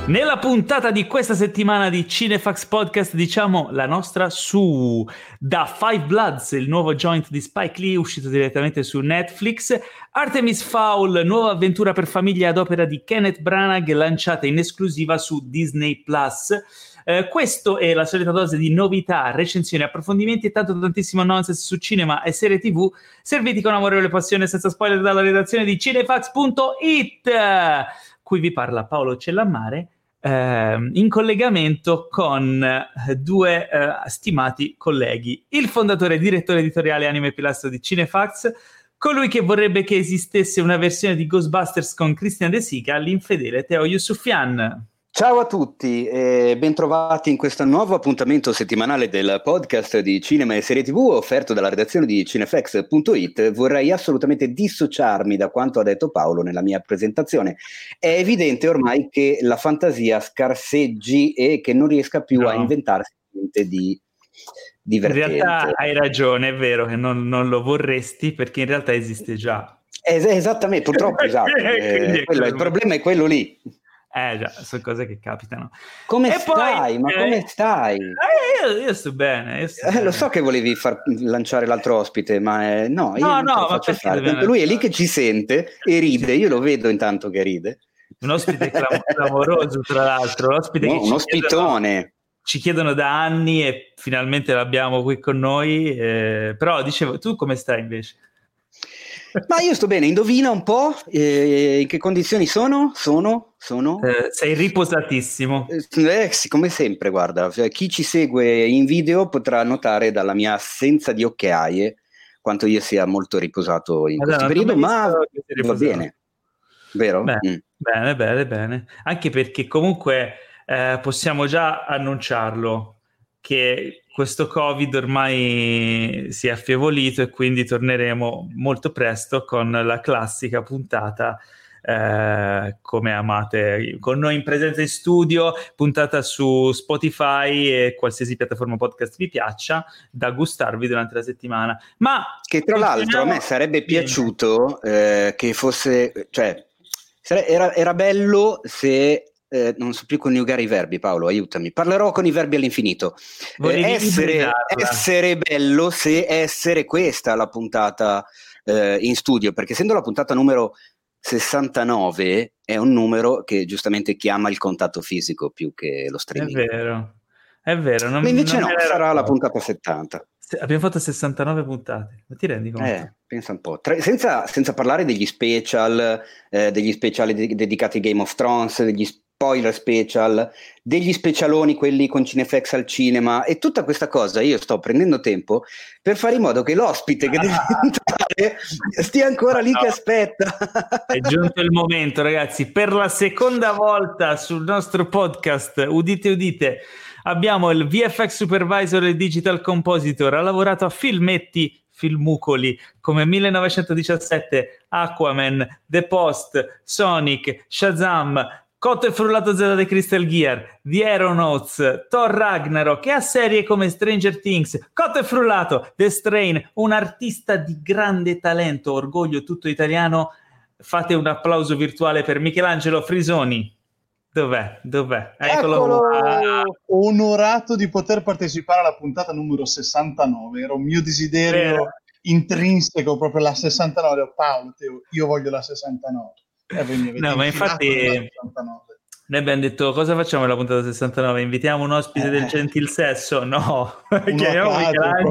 Nella puntata di questa settimana di Cinefax Podcast diciamo la nostra su The Five Bloods, il nuovo joint di Spike Lee uscito direttamente su Netflix, Artemis Fowl, nuova avventura per famiglia ad opera di Kenneth Branagh lanciata in esclusiva su Disney+. Questo è la solita dose di novità, recensioni, approfondimenti e tanto tantissimo nonsense su cinema e serie TV, serviti con amorevole passione senza spoiler dalla redazione di cinefax.it, cui vi parla Paolo Cellammare, in collegamento con due stimati colleghi, il fondatore e direttore editoriale Anime Pilastro di Cinefax, colui che vorrebbe che esistesse una versione di Ghostbusters con Christian De Sica, l'infedele Teo Yusufian. Ciao a tutti e bentrovati in questo nuovo appuntamento settimanale del podcast di cinema e serie TV offerto dalla redazione di cinefax.it. Vorrei assolutamente dissociarmi da quanto ha detto Paolo nella mia presentazione. È evidente ormai che la fantasia scarseggi e che non riesca più a inventarsi niente di divertente. In realtà hai ragione, è vero che non lo vorresti perché in realtà esiste già. Esattamente, purtroppo esatto. Il problema è quello lì. Già, sono cose che capitano. Come stai? Ma come stai? Io sto bene. Lo so che volevi far lanciare l'altro ospite, ma io non te lo faccio fare. Lui è lì che ci sente e ride, io lo vedo intanto che ride. Un ospite clamoroso, tra l'altro. Un ospitone. Ci chiedono da anni e finalmente l'abbiamo qui con noi. Però dicevo, tu come stai invece? Ma io sto bene, indovina un po' in che condizioni sono? Sei riposatissimo. Sì, come sempre, guarda, chi ci segue in video potrà notare dalla mia assenza di occhiaie quanto io sia molto riposato in questo periodo, ma va bene, vero? Bene. Anche perché comunque possiamo già annunciarlo che questo Covid ormai si è affievolito e quindi torneremo molto presto con la classica puntata come amate, con noi in presenza in studio, puntata su Spotify e qualsiasi piattaforma podcast vi piaccia, da gustarvi durante la settimana. Ma che tra l'altro a me sarebbe piaciuto che fosse, cioè era bello se non so più coniugare i verbi, Paolo, aiutami. Parlerò con i verbi all'infinito. Essere bello se essere questa la puntata in studio, perché essendo la puntata numero 69 è un numero che giustamente chiama il contatto fisico più che lo streaming. È vero. Ma invece no, sarà la puntata 70. Abbiamo fatto 69 puntate, ma ti rendi conto? Pensa un po'. Senza parlare degli special, dedicati a Game of Thrones, degli spoiler special, degli specialoni, quelli con Cinefax al cinema e tutta questa cosa. Io sto prendendo tempo per fare in modo che l'ospite che deve entrare stia ancora lì che aspetta. È giunto il momento, ragazzi, per la seconda volta sul nostro podcast, udite, abbiamo il VFX Supervisor e Digital Compositor, ha lavorato a filmucoli come 1917, Aquaman, The Post, Sonic, Shazam, Cotto e frullato Z dei Crystal Gear, The Aeronauts, Thor Ragnarok e a serie come Stranger Things, Cotto e frullato, The Strain, un artista di grande talento, orgoglio tutto italiano. Fate un applauso virtuale per Michelangelo Frisoni. Dov'è? Eccolo! Onorato di poter partecipare alla puntata numero 69. Era un mio desiderio intrinseco, proprio la 69. Paolo, Teo, io voglio la 69. Ma infatti noi abbiamo detto cosa facciamo nella puntata 69? Invitiamo un ospite del gentil sesso? No, chiamiamo Michelangelo.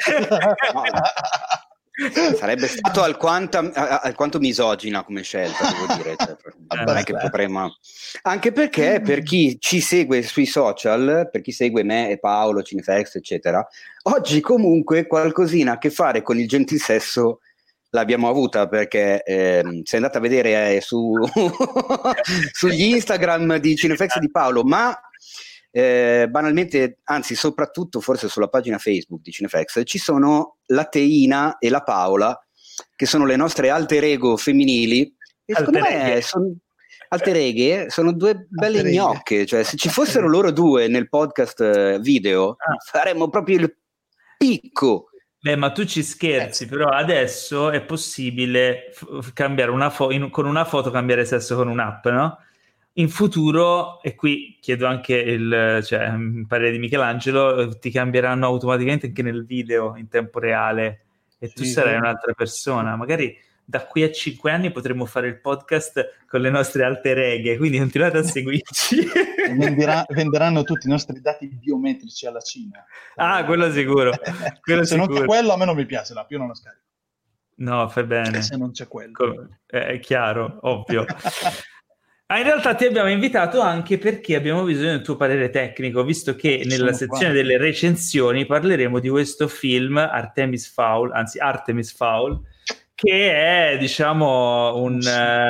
Sarebbe stato alquanto misogina come scelta, devo dire. Non è che potremmo... Anche perché per chi ci segue sui social, per chi segue me e Paolo, Cinefax, eccetera, oggi comunque qualcosina a che fare con il gentil sesso l'abbiamo avuta, perché sei andata a vedere sugli Instagram di Cinefax di Paolo, ma banalmente, anzi soprattutto forse sulla pagina Facebook di Cinefax ci sono la Teina e la Paola, che sono le nostre alter ego femminili, e secondo me sono alter eghe, sono due belle gnocche, cioè se ci fossero loro due nel podcast video faremmo proprio il picco. Ma tu ci scherzi, però adesso è possibile cambiare una con una foto cambiare sesso con un'app, no? in futuro, e qui chiedo anche il parere di Michelangelo, ti cambieranno automaticamente anche nel video in tempo reale e tu sarai un'altra persona. Magari da qui a 5 anni potremo fare il podcast con le nostre alter eghe, quindi continuate a seguirci. Venderanno tutti i nostri dati biometrici alla Cina. Quello sicuro. Se non c'è quello, a me non mi piace, io non lo scarico. No, fai bene. Se non c'è quello. È chiaro, ovvio. In realtà ti abbiamo invitato anche perché abbiamo bisogno del tuo parere tecnico, visto che nella sezione delle recensioni parleremo di questo film Artemis Fowl, che è, diciamo, uno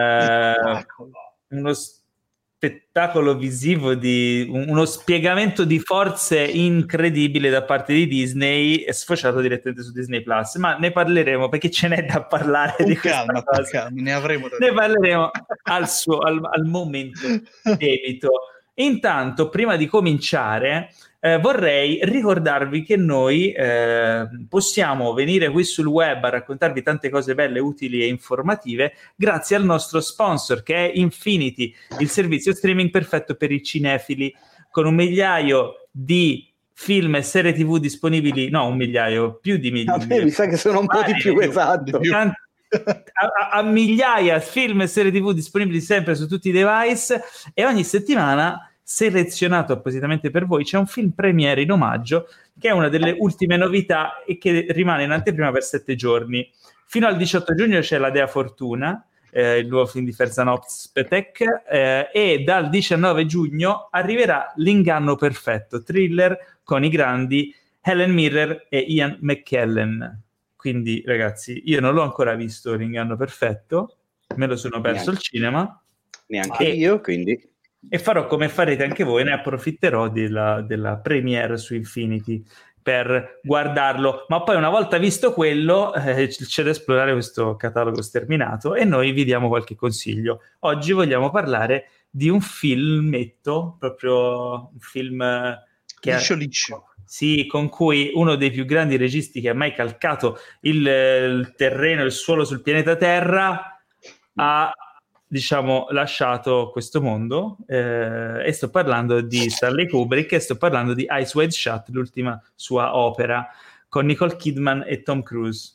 spettacolo visivo, di uno spiegamento di forze incredibile da parte di Disney, sfociato direttamente su Disney Plus, ma ne parleremo perché ce n'è da parlare di questa cosa. Ne avremo da ne parleremo al momento debito. Intanto, prima di cominciare, vorrei ricordarvi che noi possiamo venire qui sul web a raccontarvi tante cose belle, utili e informative grazie al nostro sponsor, che è Infinity, il servizio streaming perfetto per i cinefili, con 1 migliaio di film e serie TV disponibili, no, 1 migliaio, più di migliaia. Mi sa che sono un po' di più, esatto. A migliaia di film e serie TV disponibili sempre su tutti i device, e ogni settimana, selezionato appositamente per voi, c'è un film premiere in omaggio che è una delle ultime novità e che rimane in anteprima per 7 giorni. Fino al 18 giugno c'è La Dea Fortuna, il nuovo film di Ferzan Özpetek, e dal 19 giugno arriverà L'Inganno Perfetto, thriller con i grandi Helen Mirren e Ian McKellen. Quindi, ragazzi, io non l'ho ancora visto L'Inganno Perfetto, me lo sono perso al cinema. Neanche io, quindi. E farò come farete anche voi, ne approfitterò della premiere su Infinity per guardarlo. Ma poi, una volta visto quello, c'è da esplorare questo catalogo sterminato e noi vi diamo qualche consiglio. Oggi vogliamo parlare di un filmetto, proprio un film che liscio. Sì, con cui uno dei più grandi registi che ha mai calcato il terreno, il suolo sul pianeta Terra, ha, diciamo, lasciato questo mondo, e sto parlando di Stanley Kubrick, e sto parlando di Eyes Wide Shut, l'ultima sua opera, con Nicole Kidman e Tom Cruise.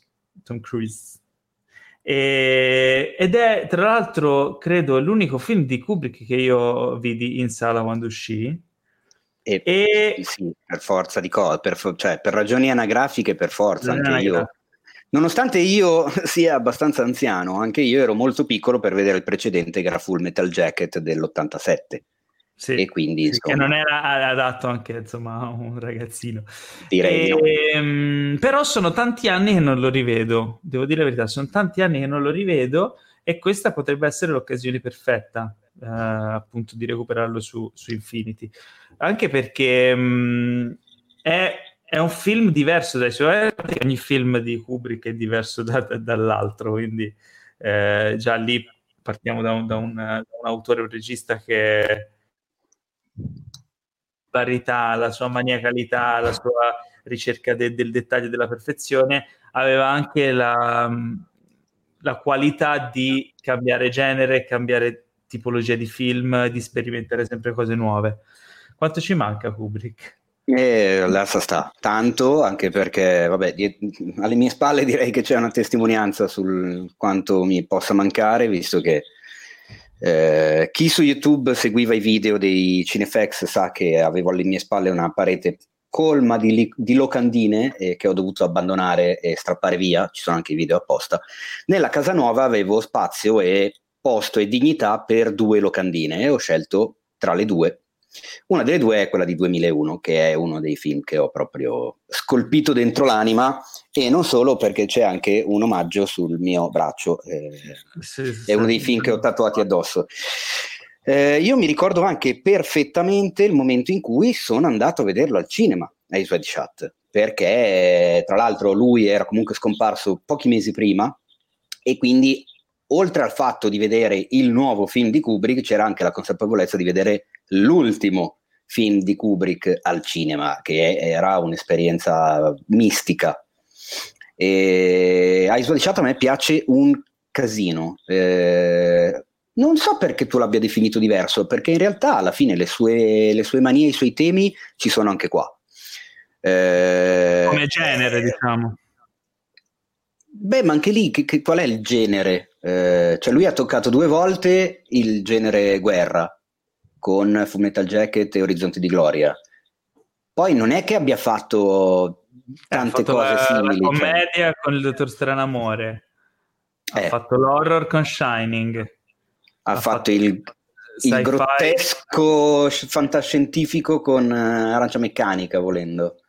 Ed è, tra l'altro, credo, l'unico film di Kubrick che io vidi in sala quando uscì. Sì, per forza di cose, per ragioni anagrafiche, per forza, anche io. Nonostante io sia abbastanza anziano, anche io ero molto piccolo per vedere il precedente, che era Full Metal Jacket dell'87. Sì, e quindi che non era adatto anche, insomma, a un ragazzino. Direi no. Però sono tanti anni che non lo rivedo, devo dire la verità, sono tanti anni che non lo rivedo, e questa potrebbe essere l'occasione perfetta, appunto, di recuperarlo su Infinity, anche perché è un film diverso dai suoi, ogni film di Kubrick è diverso dall'altro, quindi già lì partiamo da un autore, un regista che parità, la sua maniacalità, la sua ricerca del dettaglio, della perfezione, aveva anche la qualità di cambiare genere, cambiare tipologia di film, di sperimentare sempre cose nuove. Quanto ci manca Kubrick? L'assa sta tanto, anche perché vabbè, alle mie spalle direi che c'è una testimonianza sul quanto mi possa mancare, visto che chi su YouTube seguiva i video dei Cinefx sa che avevo alle mie spalle una parete colma di locandine che ho dovuto abbandonare e strappare via. Ci sono anche i video apposta. Nella casa nuova avevo spazio e posto e dignità per 2 locandine e ho scelto tra le 2. Una delle 2 è quella di 2001, che è uno dei film che ho proprio scolpito dentro l'anima, e non solo, perché c'è anche un omaggio sul mio braccio, è uno dei film che ho tatuati addosso. Io mi ricordo anche perfettamente il momento in cui sono andato a vederlo al cinema, Eyes Wide Shut, perché tra l'altro lui era comunque scomparso pochi mesi prima, e quindi oltre al fatto di vedere il nuovo film di Kubrick c'era anche la consapevolezza di vedere l'ultimo film di Kubrick al cinema, che era un'esperienza mistica. Eyes Wide Shut a me piace un casino, Non so perché tu l'abbia definito diverso, perché in realtà alla fine le sue manie, i suoi temi ci sono anche qua. Come genere, diciamo. Beh, ma anche lì qual è il genere? Cioè lui ha toccato 2 volte il genere guerra con Fullmetal Jacket e Orizzonti di Gloria. Poi non è che abbia fatto tante cose simili. La commedia con Il Dottor Stranamore, ha fatto l'horror con Shining, ha fatto il grottesco fantascientifico con Arancia Meccanica, volendo.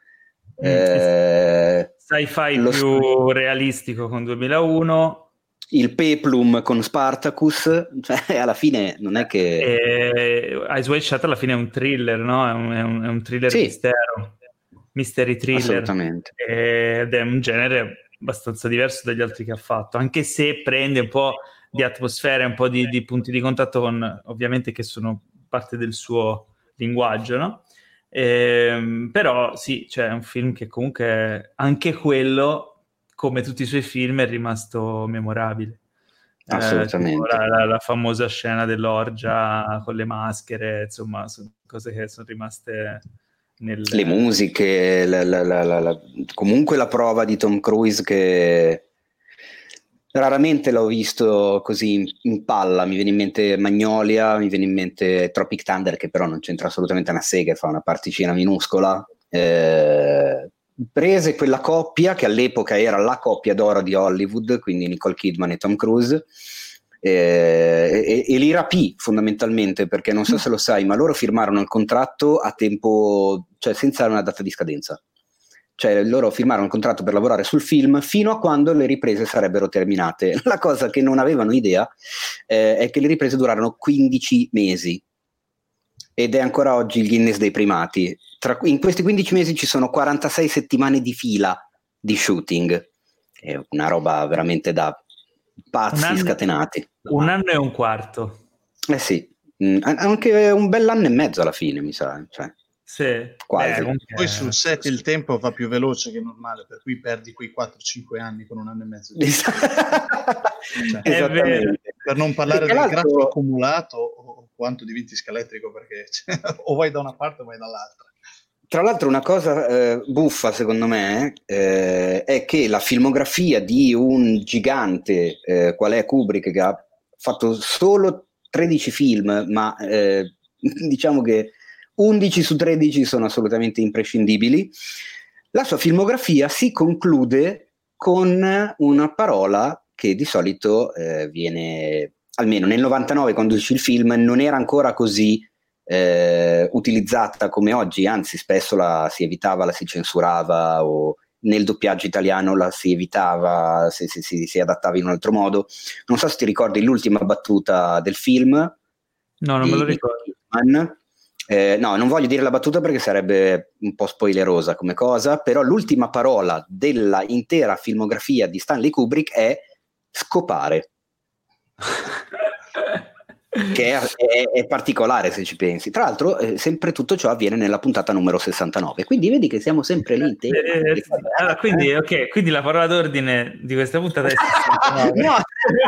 Sci-fi più realistico con 2001, il Peplum con Spartacus, cioè alla fine non è che Eyes Wide Shut alla fine è un thriller, no? È un thriller mistero, mystery thriller, assolutamente, ed è un genere abbastanza diverso dagli altri che ha fatto, anche se prende un po' di atmosfera, un po' di punti di contatto con, ovviamente, che sono parte del suo linguaggio, no? Però sì, cioè è un film che comunque anche quello, come tutti i suoi film, è rimasto memorabile. Assolutamente. La famosa scena dell'orgia con le maschere, insomma, sono cose che sono rimaste le musiche, comunque la prova di Tom Cruise, che raramente l'ho visto così in palla. Mi viene in mente Magnolia, mi viene in mente Tropic Thunder, che però non c'entra assolutamente una sega, fa una particina minuscola. Prese quella coppia che all'epoca era la coppia d'oro di Hollywood, quindi Nicole Kidman e Tom Cruise, e li rapì fondamentalmente, perché non so se lo sai, ma loro firmarono il contratto a tempo, cioè senza una data di scadenza. Cioè loro firmarono il contratto per lavorare sul film fino a quando le riprese sarebbero terminate. La cosa che non avevano idea è che le riprese durarono 15 mesi, ed è ancora oggi il Guinness dei primati. In questi 15 mesi ci sono 46 settimane di fila di shooting. È una roba veramente da pazzi scatenati. 1 anno e un quarto. Sì, anche un bell'anno e mezzo alla fine, mi sa. Cioè, sì, quasi. Poi sul set il tempo va più veloce che normale, per cui perdi quei 4-5 anni con 1 anno e mezzo di cioè, esattamente. Per non parlare del grasso accumulato o quanto diventi scaletrico, perché o vai da una parte o vai dall'altra. Tra l'altro una cosa buffa secondo me è che la filmografia di un gigante qual è Kubrick, che ha fatto solo 13 film, ma diciamo che 11 su 13 sono assolutamente imprescindibili, la sua filmografia si conclude con una parola che di solito viene, almeno nel 99 quando uscì il film, non era ancora così utilizzata come oggi, anzi spesso la si evitava, la si censurava, o nel doppiaggio italiano la si evitava, si adattava in un altro modo. Non so se ti ricordi l'ultima battuta del film. No, non me lo ricordo. No, non voglio dire la battuta perché sarebbe un po' spoilerosa come cosa, però l'ultima parola della intera filmografia di Stanley Kubrick è scopare. Che è particolare se ci pensi. Tra l'altro sempre tutto ciò avviene nella puntata numero 69, quindi vedi che siamo sempre lì in tema. Allora, quindi la parola d'ordine di questa puntata è 69. No.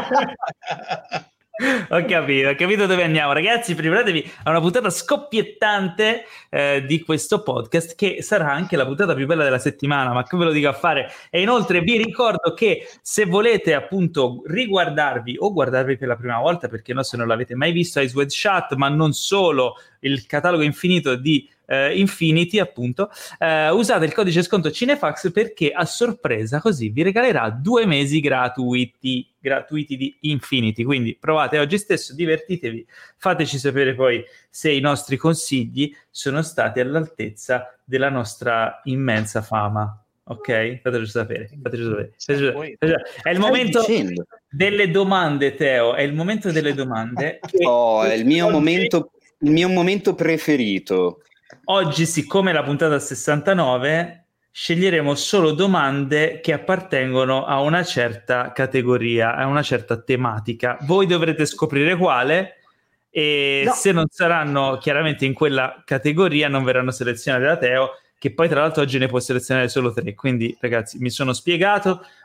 Ho capito dove andiamo, ragazzi. Preparatevi a una puntata scoppiettante di questo podcast, che sarà anche la puntata più bella della settimana, ma che ve lo dico a fare. E inoltre vi ricordo che se volete appunto riguardarvi o guardarvi per la prima volta, perché no, se non l'avete mai visto, Eyes Wide Shut, ma non solo, il catalogo infinito di Infinity, appunto, usate il codice sconto Cinefax, perché a sorpresa così vi regalerà 2 mesi gratuiti di Infinity. Quindi provate oggi stesso, divertitevi, fateci sapere poi se i nostri consigli sono stati all'altezza della nostra immensa fama. Ok? Fateci sapere. È il momento delle domande, Teo, è il momento delle domande. È il mio momento preferito. Oggi, siccome la puntata 69, sceglieremo solo domande che appartengono a una certa categoria, a una certa tematica. Voi dovrete scoprire quale, e se non saranno chiaramente in quella categoria non verranno selezionate da Teo, che poi tra l'altro oggi ne può selezionare solo 3. Quindi ragazzi, mi sono spiegato,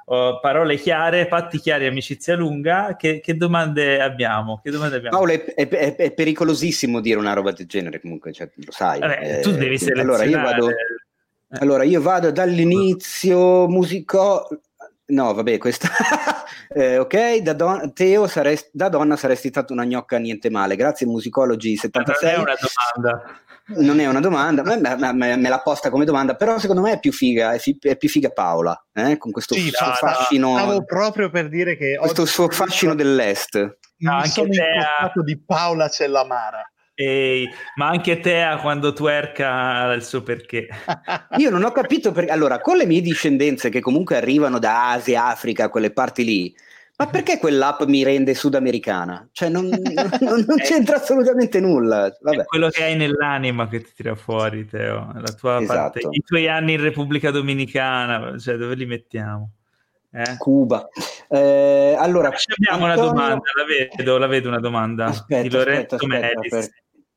parole chiare, patti chiari, amicizia lunga. Che domande abbiamo? Paolo, è pericolosissimo dire una roba del genere, comunque, cioè, lo sai. Vabbè, tu devi selezionare. Allora io vado dall'inizio musico. No, vabbè, questa. Ok, da donna saresti stata una gnocca niente male. Grazie, Musicology 76. Non è una domanda. Non è una domanda, me l'ha posta come domanda, però secondo me è più figa, è più figa Paola, con questo suo fascino. Stavo proprio per dire che questo suo fascino dell'est. Mi sono incazzato di Paola Cellamara. Ma anche Tea quando twerka il suo perché. Io non ho capito perché. Allora, con le mie discendenze che comunque arrivano da Asia, Africa, quelle parti lì, ma perché quell'app mi rende sudamericana? Cioè non c'entra assolutamente nulla. Vabbè. È quello che hai nell'anima che ti tira fuori, Teo, la tua esatto. parte, i tuoi anni in Repubblica Dominicana, cioè dove li mettiamo? Cuba. Allora, abbiamo una domanda, la vedo una domanda di Lorenzo Melis.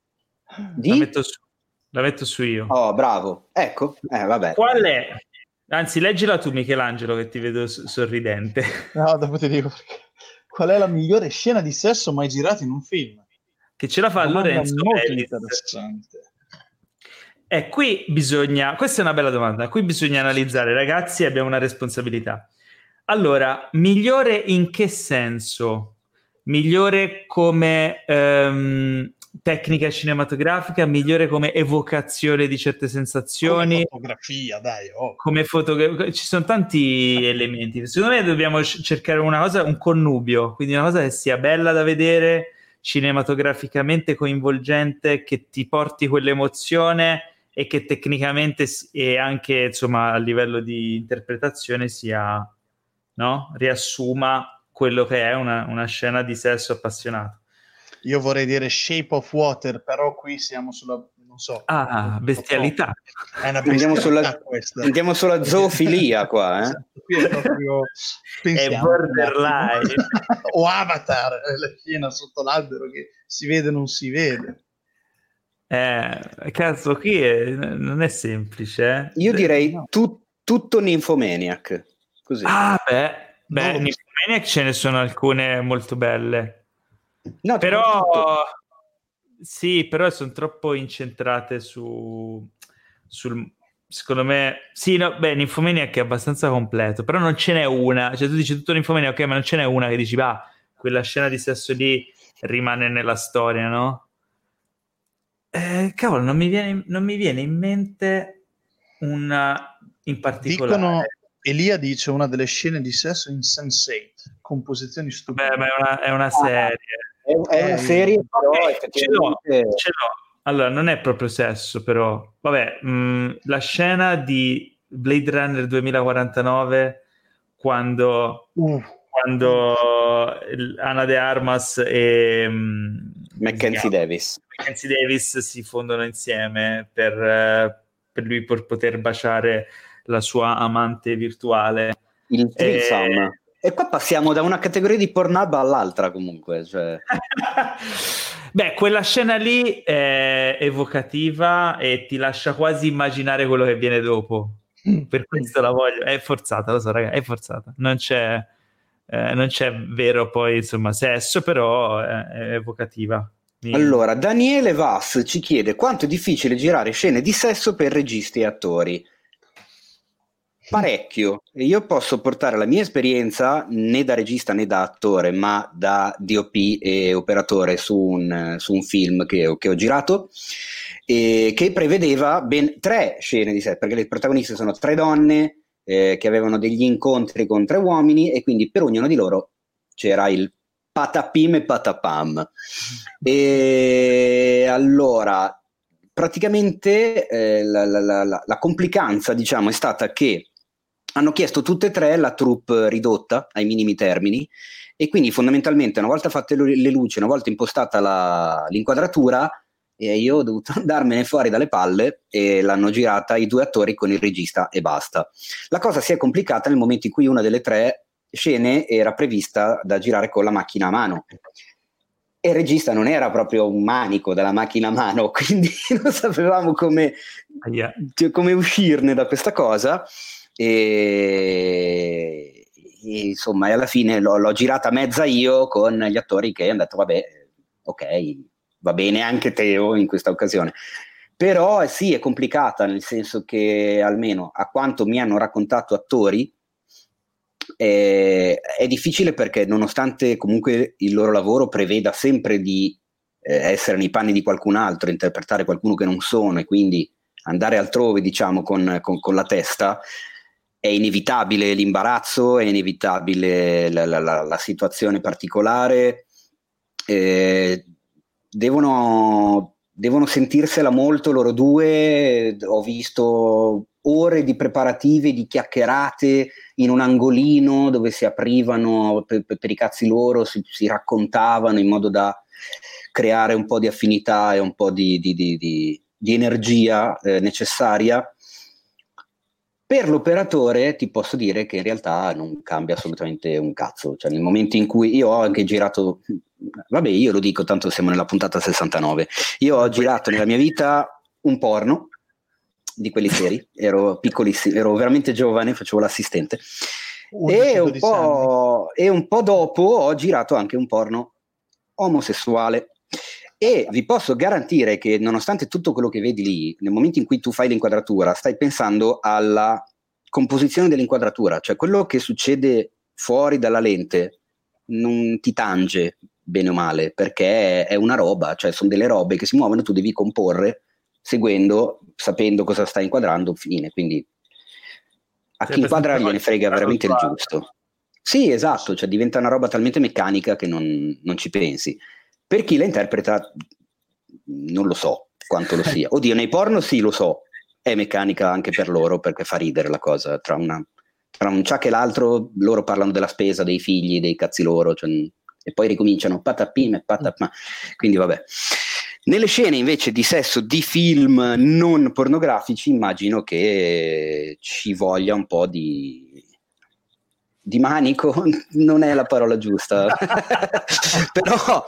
La metto su io. Oh, bravo. Ecco, vabbè. Qual è? Anzi, leggila tu, Michelangelo, che ti vedo sorridente. No, dopo ti dico perché. Qual è la migliore scena di sesso mai girata in un film? Che ce la fa Lorenzo Melis. Interessante. Qui bisogna, questa è una bella domanda, qui bisogna analizzare, ragazzi, abbiamo una responsabilità. Allora, migliore in che senso? Migliore come tecnica cinematografica, migliore come evocazione di certe sensazioni, come fotografia, dai. Come ci sono tanti elementi. Secondo me dobbiamo cercare una cosa, un connubio, quindi una cosa che sia bella da vedere, cinematograficamente coinvolgente, che ti porti quell'emozione e che tecnicamente e anche insomma a livello di interpretazione sia, no? Riassuma quello che è una scena di sesso appassionato. Io vorrei dire Shape of Water, però qui siamo sulla, non so. Bestialità. È una bestialità questa. Andiamo sulla zoofilia qua, Esatto, qui è proprio è borderline. O Avatar, la scena sotto l'albero che si vede non si vede. Cazzo, qui non è semplice. Io direi tutto Nymphomaniac. Così. Nymphomaniac ce ne sono alcune molto belle. No, però sì, però sono troppo incentrate sul secondo me sì, no, Nymphomaniac è abbastanza completo, però non ce n'è una, cioè tu dici tutto Nymphomaniac, ok, ma non ce n'è una che dici quella scena di sesso lì rimane nella storia, no? Cavolo, non mi viene in mente una in particolare. Elia dice una delle scene di sesso in Sense8, composizioni stupende. Ma è una serie. È una serie, però effettivamente... Ce l'ho. Allora, non è proprio sesso, però. Vabbè, la scena di Blade Runner 2049, quando Ana de Armas e Mackenzie Davis si fondono insieme per lui poter baciare la sua amante virtuale. Il threesome. E qua passiamo da una categoria di Pornhub all'altra, comunque. Cioè. Quella scena lì è evocativa e ti lascia quasi immaginare quello che viene dopo. Per questo la voglio. È forzata, lo so, ragazzi, è forzata. Non c'è vero poi, insomma, sesso, però è evocativa. Allora, Daniele Vass ci chiede quanto è difficile girare scene di sesso per registi e attori. Parecchio. Io posso portare la mia esperienza né da regista né da attore, ma da DOP e operatore su un film che ho girato, e che prevedeva ben 3 scene di sesso, perché le protagoniste sono 3 donne che avevano degli incontri con 3 uomini, e quindi per ognuno di loro c'era il patapim e patapam. E allora praticamente la complicanza, diciamo, è stata che hanno chiesto tutte e 3 la troupe ridotta ai minimi termini, e quindi fondamentalmente una volta fatte le luci, una volta impostata l'inquadratura, io ho dovuto andarmene fuori dalle palle e l'hanno girata i 2 attori con il regista e basta. La cosa si è complicata nel momento in cui una delle 3 scene era prevista da girare con la macchina a mano, e il regista non era proprio un manico della macchina a mano, quindi non sapevamo come uscirne da questa cosa, e insomma, e alla fine l'ho girata mezza io con gli attori che hanno detto vabbè, ok, va bene anche Teo in questa occasione. Però sì, è complicata, nel senso che almeno a quanto mi hanno raccontato attori è difficile, perché nonostante comunque il loro lavoro preveda sempre di essere nei panni di qualcun altro, interpretare qualcuno che non sono, e quindi andare altrove, diciamo, con la testa, è inevitabile l'imbarazzo, è inevitabile la situazione particolare, devono sentirsela molto loro due. Ho visto ore di preparativi, di chiacchierate in un angolino dove si aprivano per i cazzi loro, si raccontavano in modo da creare un po' di affinità e un po' di energia necessaria. Per l'operatore ti posso dire che in realtà non cambia assolutamente un cazzo, cioè nel momento in cui io ho anche girato, vabbè, io lo dico tanto siamo nella puntata 69, io ho girato nella mia vita un porno di quelli seri, ero piccolissimo, ero veramente giovane, facevo l'assistente, e un po' dopo ho girato anche un porno omosessuale. E vi posso garantire che nonostante tutto quello che vedi lì, nel momento in cui tu fai l'inquadratura, stai pensando alla composizione dell'inquadratura, cioè quello che succede fuori dalla lente non ti tange bene o male, perché è una roba, cioè sono delle robe che si muovono, tu devi comporre seguendo, sapendo cosa stai inquadrando, fine. Quindi a chi inquadra gliene frega veramente il giusto. Sì, esatto, cioè diventa una roba talmente meccanica che non ci pensi. Per chi la interpreta non lo so quanto lo sia. Oddio, nei porno sì, lo so, è meccanica anche per loro, perché fa ridere la cosa, tra un ciak e l'altro loro parlano della spesa, dei figli, dei cazzi loro, cioè, e poi ricominciano patapim, quindi vabbè. Nelle scene invece di sesso di film non pornografici immagino che ci voglia un po' di manico, non è la parola giusta, però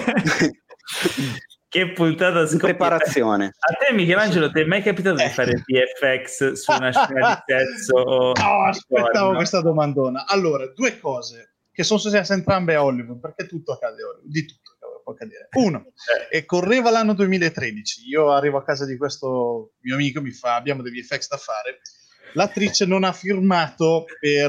che puntata di preparazione. A te, Michelangelo, ti è mai capitato di fare VFX su una scena di sesso? No, aspettavo questa domandona. Allora, due cose che sono successe entrambe a Hollywood, perché tutto accade a Hollywood, di tutto può accadere. Uno, e correva l'anno 2013, io arrivo a casa di questo mio amico, mi fa, abbiamo dei VFX da fare. L'attrice non ha firmato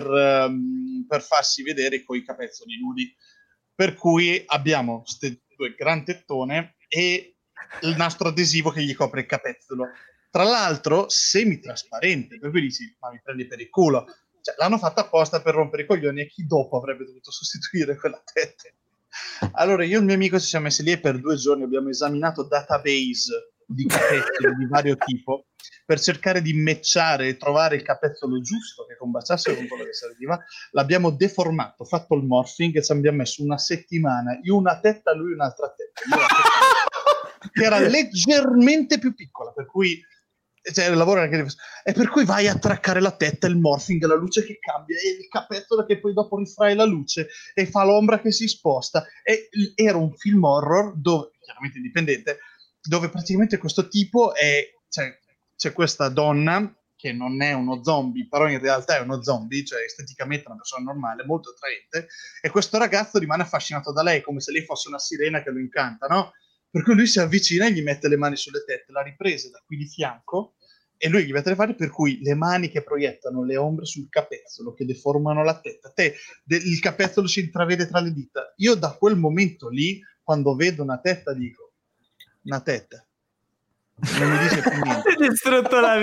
per farsi vedere coi capezzoli nudi, per cui abbiamo queste due gran tettone e il nastro adesivo che gli copre il capezzolo, tra l'altro semi-trasparente, per cui dici, ma mi prendi per il culo, cioè, l'hanno fatta apposta per rompere i coglioni, e chi dopo avrebbe dovuto sostituire quella tetta? Allora io e il mio amico ci siamo messi lì e per 2 giorni abbiamo esaminato database di capezzoli di vario tipo per cercare di matchare e trovare il capezzolo giusto che combaciasse con quello che serviva. L'abbiamo deformato, fatto il morphing e ci abbiamo messo una settimana, io una tetta, lui un'altra tetta, che era leggermente più piccola, per cui cioè, il lavoro era anche diverso. E per cui vai a traccare la tetta, il morphing, la luce che cambia e il capezzolo che poi dopo rifrae la luce e fa l'ombra che si sposta, e era un film horror dove, chiaramente indipendente, dove praticamente questo tipo c'è questa donna che non è uno zombie, però in realtà è uno zombie, cioè esteticamente una persona normale, molto attraente, e questo ragazzo rimane affascinato da lei come se lei fosse una sirena che lo incanta, no? Per cui lui si avvicina e gli mette le mani sulle tette, la riprese da qui di fianco, e lui gli mette le mani, per cui le mani che proiettano le ombre sul capezzolo, che deformano la tetta, il capezzolo si intravede tra le dita. Io da quel momento lì, quando vedo una tetta, dico, una tetta. Non mi dice più niente. Hai distrutto la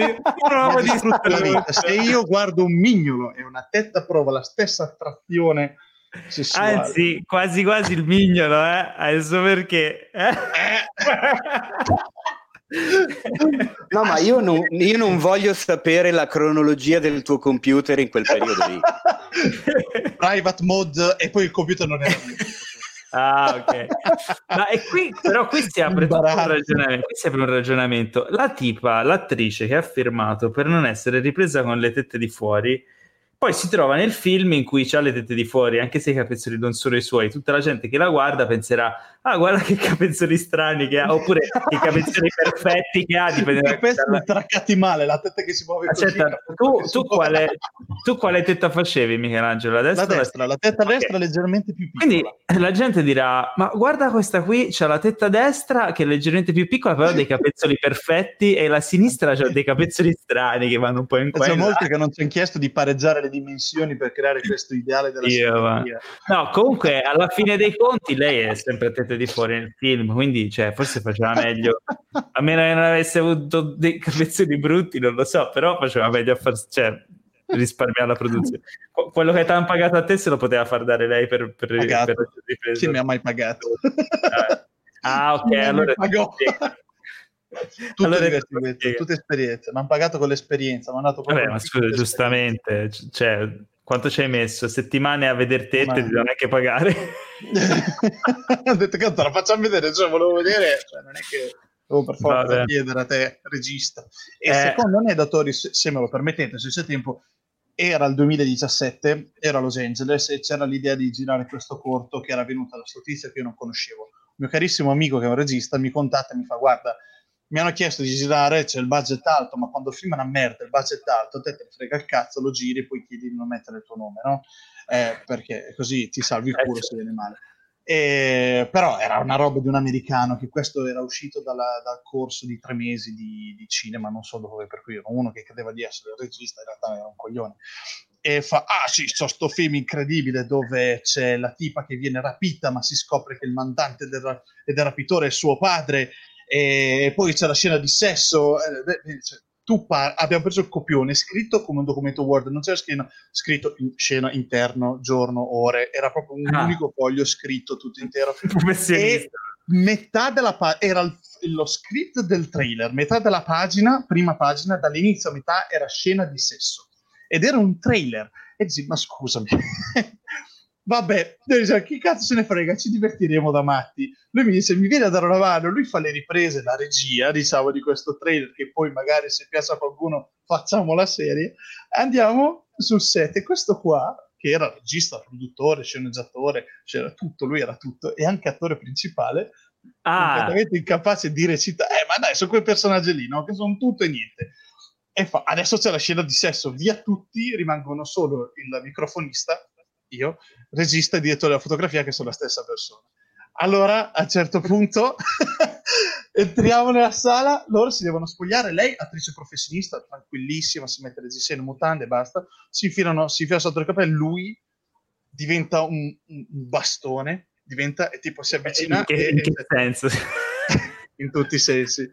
vita. Se io guardo un mignolo e una tetta, provo la stessa attrazione sessuale. Anzi, quasi quasi il mignolo, adesso perché? No, ma io non voglio sapere la cronologia del tuo computer in quel periodo lì. Private mode, e poi il computer non era Ah, ok. Ma e qui si apre tutto un ragionamento. Qui si apre un ragionamento. La tipa, l'attrice che ha firmato per non essere ripresa con le tette di fuori, Poi si trova nel film in cui c'ha le tette di fuori, anche se i capezzoli non sono i suoi. Tutta la gente che la guarda penserà: ah, guarda che capezzoli strani che ha, oppure i capezzoli perfetti che ha. I capezzoli traccati male, la tetta che si muove così. Aspetta, tu quale tetta facevi, Michelangelo? La destra? La tetta destra è leggermente più piccola. Quindi la gente dirà: ma guarda questa qui, c'ha la tetta destra che è leggermente più piccola, però ha dei capezzoli perfetti, e la sinistra c'ha dei capezzoli strani che vanno un po' in qua. C'è molti che non ci hanno chiesto di pareggiare le dimensioni per creare questo ideale della simmetria. No, comunque alla fine dei conti lei è sempre a tette di fuori nel film, quindi forse faceva meglio, a meno che non avesse avuto dei capezzoli brutti, non lo so, però faceva meglio risparmiare la produzione. Quello che ti hanno pagato a te se lo poteva far dare lei per Chi mi ha mai pagato? Ok, allora tutte esperienze, mi hanno pagato con l'esperienza, ma ma scusa, giustamente, quanto ci hai messo? Settimane a vedere tette, ti devono anche pagare. Ho detto che te la facciamo vedere, volevo vedere, non è che devo per forza chiedere a te, regista. E secondo aneddoto, se me lo permettete, se c'è tempo, era il 2017, ero a Los Angeles e c'era l'idea di girare questo corto che era venuta da sto tizio che io non conoscevo. Il mio carissimo amico che è un regista mi contatta e mi fa: guarda, mi hanno chiesto di girare, c'è il budget alto, ma quando il film è una merda, il budget alto, te ne frega il cazzo, lo giri e poi chiedi di non mettere il tuo nome, no? Perché così ti salvi il culo se viene male. Però era una roba di un americano, che questo era uscito dal corso di 3 mesi di cinema, non so dove, per cui era uno che credeva di essere il regista, in realtà era un coglione. E fa: sì, c'ho sto film incredibile dove c'è la tipa che viene rapita, ma si scopre che il mandante del rapitore è suo padre, e poi c'è la scena di sesso. Abbiamo preso il copione scritto come un documento Word, non c'era scritto in scena, interno, giorno, ore, era proprio un unico foglio scritto tutto intero. E metà della era lo script del trailer, metà della pagina, prima pagina, dall'inizio a metà era scena di sesso, ed era un trailer. E dici: ma scusami, vabbè, chi cazzo se ne frega, ci divertiremo da matti. Lui mi dice: mi viene a dare una mano. Lui fa le riprese, la regia, diciamo, di questo trailer, che poi magari se piace a qualcuno facciamo la serie. Andiamo sul set e questo qua, che era regista, produttore, sceneggiatore, c'era tutto, lui era tutto, e anche attore principale, completamente incapace di recitare. Ma dai, sono quei personaggi lì, no? Che sono tutto e niente. E fa: adesso c'è la scena di sesso, via tutti, rimangono solo il microfonista, io, regista e direttore della fotografia, che sono la stessa persona. Allora, a un certo punto entriamo nella sala, loro si devono spogliare, lei, attrice professionista, tranquillissima, si mette le reggiseno in mutande e basta, si infila sotto il capello, lui diventa un bastone, e tipo si avvicina. In che senso? In tutti i sensi.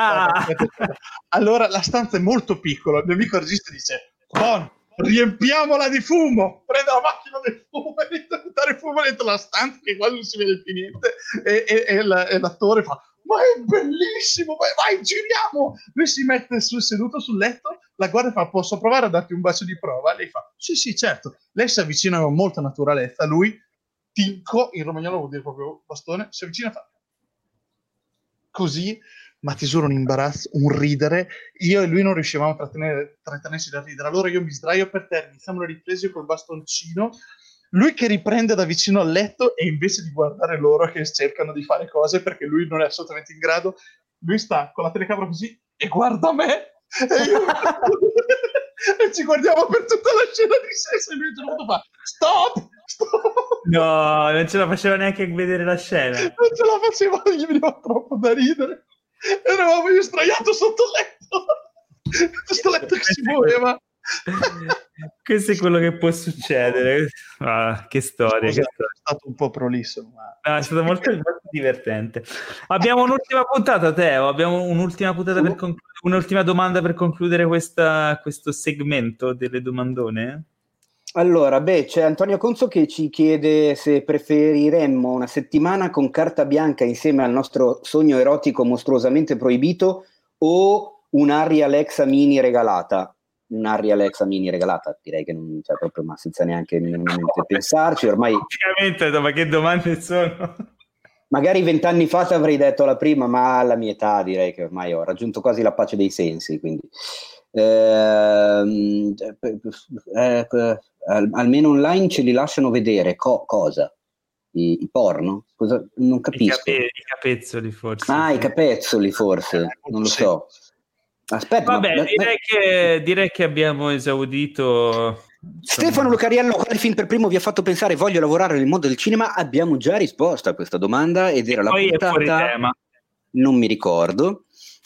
Allora, la stanza è molto piccola, il mio amico regista dice: riempiamola di fumo, prende la macchina del fumo e inizia a buttare fumo dentro la stanza, che quasi non si vede più niente, e l'attore fa: ma è bellissimo, vai, giriamo. Lui si mette seduto sul letto, la guarda e fa: posso provare a darti un bacio di prova? Lei fa: sì, certo. Lei si avvicina con molta naturalezza, lui, tinco, in romagnolo vuol dire proprio bastone, si avvicina e fa così. Ma ti giuro, un imbarazzo, un ridere. Io e lui non riuscivamo a trattenersi da ridere. Allora io mi sdraio per terra, iniziamo le riprese col bastoncino, lui che riprende da vicino al letto, e invece di guardare loro che cercano di fare cose perché lui non è assolutamente in grado, lui sta con la telecamera così e guarda me, e ci guardiamo per tutta la scena di sesso, e lui fa: stop! No, non ce la faceva neanche a vedere la scena. Non ce la faceva, gli veniva troppo da ridere. Eravamo io sdraiato sotto il letto, questo letto che si muoveva. Questo è quello che può succedere. Che storia. È stato un po' prolisso, ma è stato molto, molto divertente. Abbiamo un'ultima puntata, Teo. Abbiamo un'ultima puntata un'ultima domanda per concludere questo segmento delle domandone. Allora, c'è Antonio Conzo che ci chiede se preferiremmo una settimana con carta bianca insieme al nostro sogno erotico mostruosamente proibito, o un Arri Alexa Mini regalata. Un Arri Alexa Mini regalata, direi che non c'è proprio, ma senza neanche minimamente pensarci. Ormai, ovviamente, ma che domande sono? Magari 20 anni fa ti avrei detto la prima, ma alla mia età direi che ormai ho raggiunto quasi la pace dei sensi, quindi almeno online ce li lasciano vedere. Cosa? I porno? Cosa? Non capisco. I capezzoli forse. I capezzoli forse, non lo so. Aspetta, vabbè, direi che abbiamo esaudito. Stefano Lucariello, quale film per primo vi ha fatto pensare voglio lavorare nel mondo del cinema? Abbiamo già risposto a questa domanda ed era la puntata. È fuori tema. Non mi ricordo.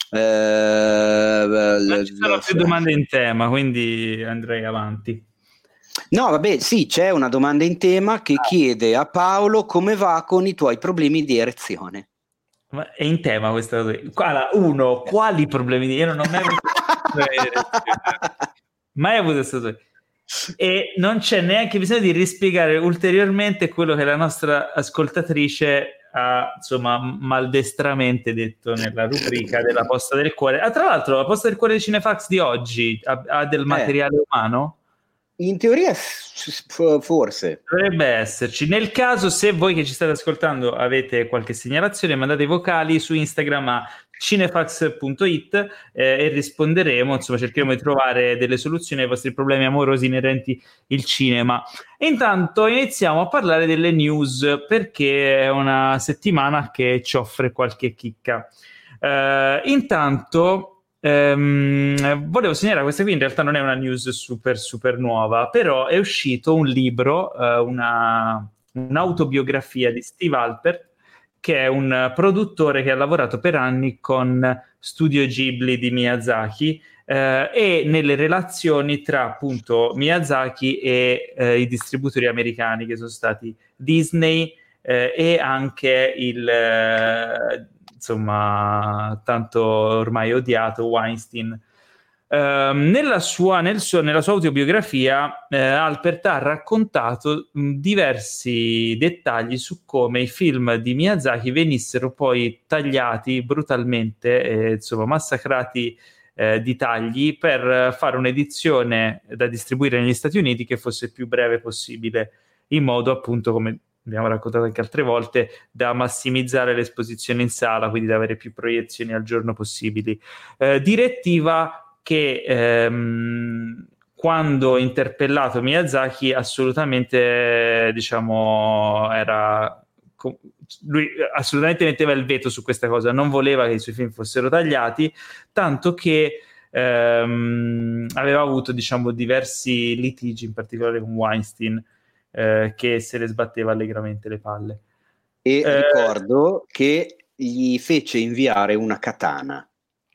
Non ci sono più domande in tema, quindi andrei avanti. No, vabbè, sì, c'è una domanda in tema che chiede a Paolo come va con i tuoi problemi di erezione. Ma è in tema questa cosa. Uno, quali problemi? Io non ho mai avuto mai avuto questo. E non c'è neanche bisogno di rispiegare ulteriormente quello che la nostra ascoltatrice ha, insomma, maldestramente detto nella rubrica della posta del cuore. Tra l'altro, la posta del cuore di Cinefax di oggi ha del materiale umano? In teoria forse dovrebbe esserci. Nel caso, se voi che ci state ascoltando avete qualche segnalazione, mandate i vocali su Instagram a cinefax.it e risponderemo, insomma cercheremo di trovare delle soluzioni ai vostri problemi amorosi inerenti il cinema. Intanto iniziamo a parlare delle news, perché è una settimana che ci offre qualche chicca. Intanto volevo segnalare questa qui, in realtà non è una news super nuova, però è uscito un libro, un'autobiografia di Steve Alpert, che è un produttore che ha lavorato per anni con Studio Ghibli di Miyazaki e nelle relazioni tra appunto Miyazaki e i distributori americani che sono stati Disney e anche insomma, tanto ormai odiato Weinstein. Nella sua autobiografia Alpert ha raccontato diversi dettagli su come i film di Miyazaki venissero poi tagliati brutalmente e insomma massacrati di tagli per fare un'edizione da distribuire negli Stati Uniti che fosse il più breve possibile, in modo appunto, come abbiamo raccontato anche altre volte, da massimizzare l'esposizione in sala, quindi da avere più proiezioni al giorno possibili. Direttiva che quando interpellato Miyazaki assolutamente, diciamo, lui assolutamente metteva il veto su questa cosa, non voleva che i suoi film fossero tagliati, tanto che aveva avuto, diciamo, diversi litigi, in particolare con Weinstein, che se ne sbatteva allegramente le palle. E ricordo che gli fece inviare una katana.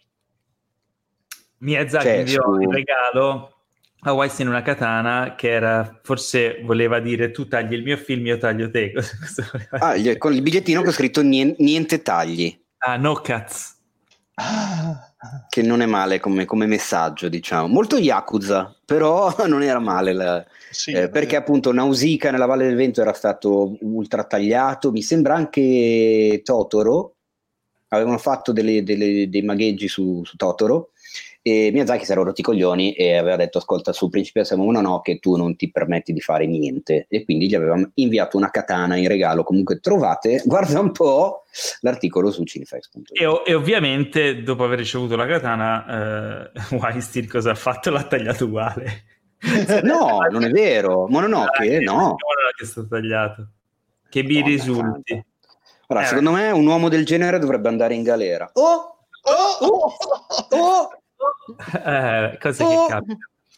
Miyazaki inviò in regalo a Weinstein una katana che era, forse voleva dire tu tagli il mio film, io taglio te. Con il bigliettino che ho scritto niente tagli. No cuts. Che non è male come messaggio, diciamo. Molto Yakuza, però non era male. Perché appunto Nausicaa nella Valle del Vento era stato ultra tagliato. Mi sembra anche Totoro. Avevano fatto dei magheggi su Totoro. E Miyazaki si era rotti i coglioni e aveva detto ascolta, su Principessa Mononoke che tu non ti permetti di fare niente, e quindi gli aveva inviato una katana in regalo. Comunque trovate, guarda un po' l'articolo su Cinefax.it. E ovviamente dopo aver ricevuto la katana Weinstein cosa ha fatto? L'ha tagliato uguale. No, non è vero, Mononoke no, che è stato tagliato, che mi risulti. Allora, secondo me un uomo del genere dovrebbe andare in galera. Cose che capitano.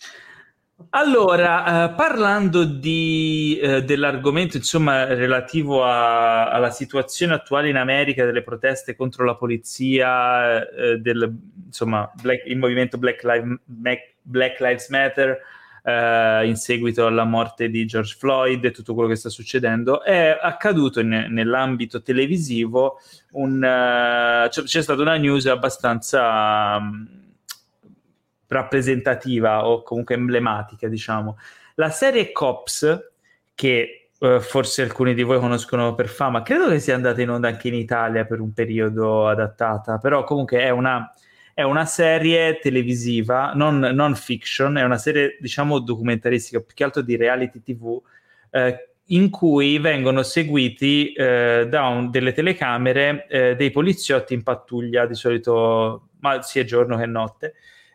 Allora, parlando dell'argomento, insomma, relativo alla situazione attuale in America, delle proteste contro la polizia, insomma, il movimento Black Lives Matter, in seguito alla morte di George Floyd e tutto quello che sta succedendo, è accaduto nell'ambito televisivo c'è stata una news abbastanza rappresentativa o comunque emblematica, diciamo. La serie Cops, che forse alcuni di voi conoscono per fama, credo che sia andata in onda anche in Italia per un periodo adattata, però comunque è una serie televisiva, non fiction, è una serie, diciamo, documentaristica, più che altro di reality TV, in cui vengono seguiti da delle telecamere dei poliziotti in pattuglia, di solito, ma sia giorno che notte,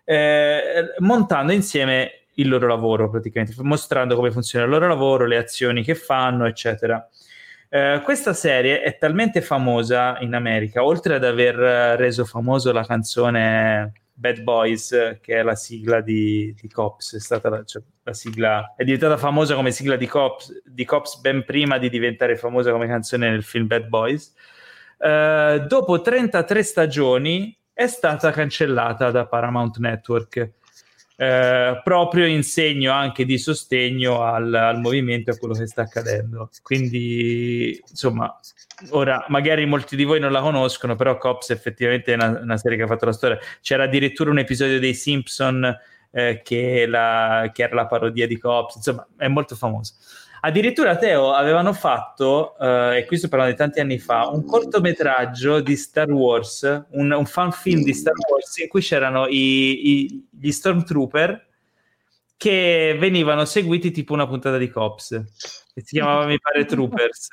montando insieme il loro lavoro, praticamente mostrando come funziona il loro lavoro, le azioni che fanno, eccetera. Questa serie è talmente famosa in America, oltre ad aver reso famoso la canzone Bad Boys, che è la sigla di Cops, è stata la sigla, è diventata famosa come sigla di Cops ben prima di diventare famosa come canzone nel film Bad Boys. Dopo 33 stagioni è stata cancellata da Paramount Network, proprio in segno anche di sostegno al movimento e a quello che sta accadendo. Quindi, insomma, ora magari molti di voi non la conoscono, però Cops effettivamente è una serie che ha fatto la storia. C'era addirittura un episodio dei Simpson che era la parodia di Cops, insomma, è molto famosa. Addirittura, Teo, avevano fatto, e qui sto parlando di tanti anni fa, un cortometraggio di Star Wars, un fan film di Star Wars in cui c'erano gli Stormtrooper che venivano seguiti tipo una puntata di Cops, che si chiamava, mi pare, Troopers.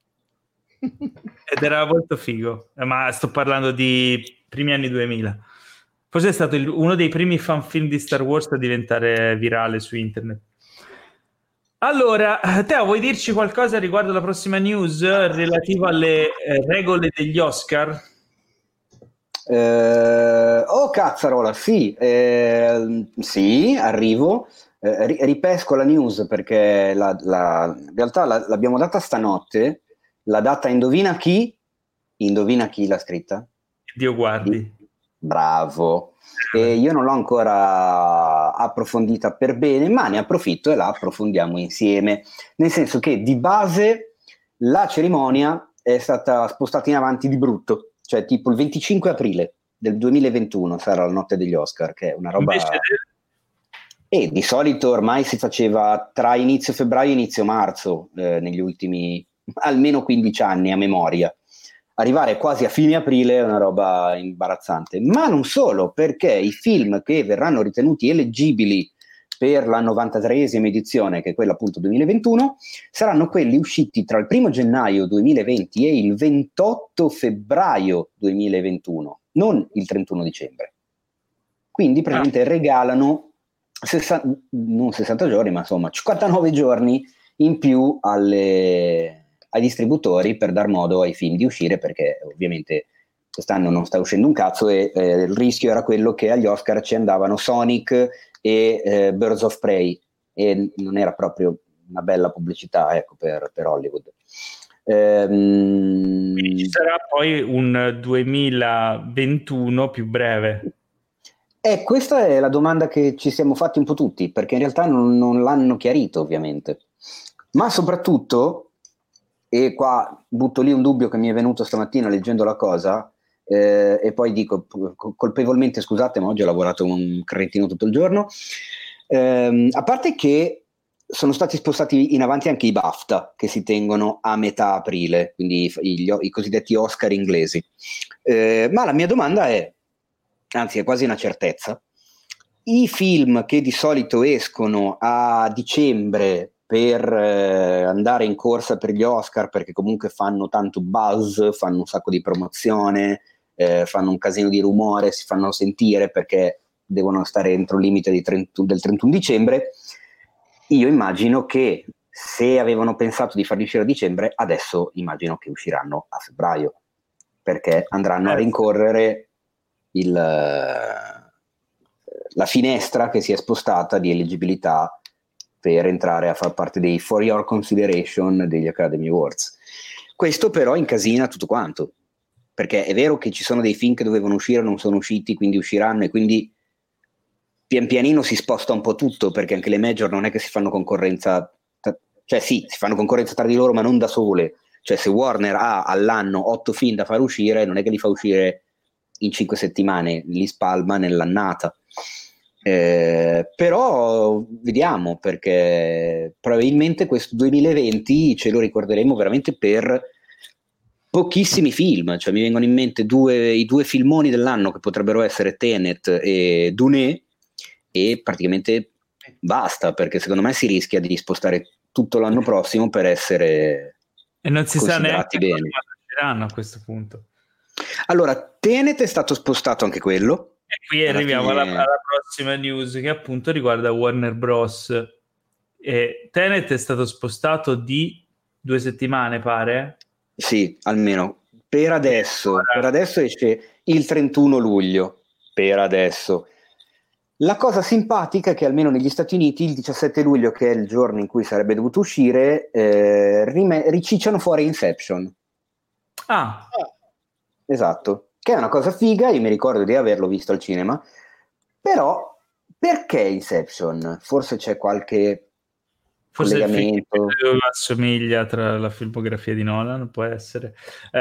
Ed era molto figo, ma sto parlando di primi anni 2000. Forse è stato uno dei primi fan film di Star Wars a diventare virale su internet. Allora, Teo, vuoi dirci qualcosa riguardo la prossima news relativa alle regole degli Oscar? Cazzarola, sì, sì, arrivo. Ripesco la news perché in realtà l'abbiamo data stanotte. La data indovina chi? Indovina chi l'ha scritta? Dio guardi. Bravo. E io non l'ho ancora approfondita per bene, ma ne approfitto e la approfondiamo insieme. Nel senso che di base la cerimonia è stata spostata in avanti di brutto, cioè tipo il 25 aprile del 2021 sarà la notte degli Oscar, che è una roba... E di solito ormai si faceva tra inizio febbraio e inizio marzo, negli ultimi almeno 15 anni a memoria. Arrivare quasi a fine aprile è una roba imbarazzante, ma non solo, perché i film che verranno ritenuti eleggibili per la 93esima edizione, che è quella appunto 2021, saranno quelli usciti tra il 1 gennaio 2020 e il 28 febbraio 2021, non il 31 dicembre. Quindi praticamente regalano non 60 giorni, ma insomma 59 giorni in più ai distributori per dar modo ai film di uscire, perché ovviamente quest'anno non sta uscendo un cazzo e il rischio era quello che agli Oscar ci andavano Sonic e Birds of Prey, e non era proprio una bella pubblicità, ecco, per Hollywood. Quindi ci sarà poi un 2021 più breve. Questa è la domanda che ci siamo fatti un po' tutti, perché in realtà non l'hanno chiarito, ovviamente. Ma soprattutto, e qua butto lì un dubbio che mi è venuto stamattina leggendo la cosa, e poi dico colpevolmente scusate, ma oggi ho lavorato un cretino tutto il giorno, a parte che sono stati spostati in avanti anche i BAFTA, che si tengono a metà aprile, quindi i cosiddetti Oscar inglesi, ma la mia domanda è, anzi è quasi una certezza, i film che di solito escono a dicembre per andare in corsa per gli Oscar, perché comunque fanno tanto buzz, fanno un sacco di promozione, fanno un casino di rumore, si fanno sentire perché devono stare entro il limite del 31 dicembre, io immagino che se avevano pensato di farli uscire a dicembre, adesso immagino che usciranno a febbraio, perché andranno a rincorrere la finestra che si è spostata di eleggibilità per entrare a far parte dei For Your Consideration degli Academy Awards. Questo però incasina tutto quanto, perché è vero che ci sono dei film che dovevano uscire, non sono usciti, quindi usciranno, e quindi pian pianino si sposta un po' tutto, perché anche le major non è che si fanno concorrenza, cioè sì, si fanno concorrenza tra di loro, ma non da sole. Cioè se Warner ha all'anno 8 film da far uscire, non è che li fa uscire in 5 settimane, li spalma nell'annata. Però vediamo, perché probabilmente questo 2020 ce lo ricorderemo veramente per pochissimi film, cioè mi vengono in mente i due filmoni dell'anno che potrebbero essere Tenet e Dune, e praticamente basta, perché secondo me si rischia di spostare tutto l'anno prossimo per essere e non si sa neanche bene come a questo punto. Allora, Tenet è stato spostato anche quello, qui arriviamo alla prossima news, che appunto riguarda Warner Bros. E Tenet è stato spostato di 2 settimane, pare? Sì, almeno. Per adesso esce il 31 luglio. Per adesso. La cosa simpatica è che almeno negli Stati Uniti il 17 luglio, che è il giorno in cui sarebbe dovuto uscire, ricicciano fuori Inception. Esatto, che è una cosa figa. Io mi ricordo di averlo visto al cinema, però perché Inception? Forse c'è qualche collegamento, assomiglia tra la filmografia di Nolan, può essere.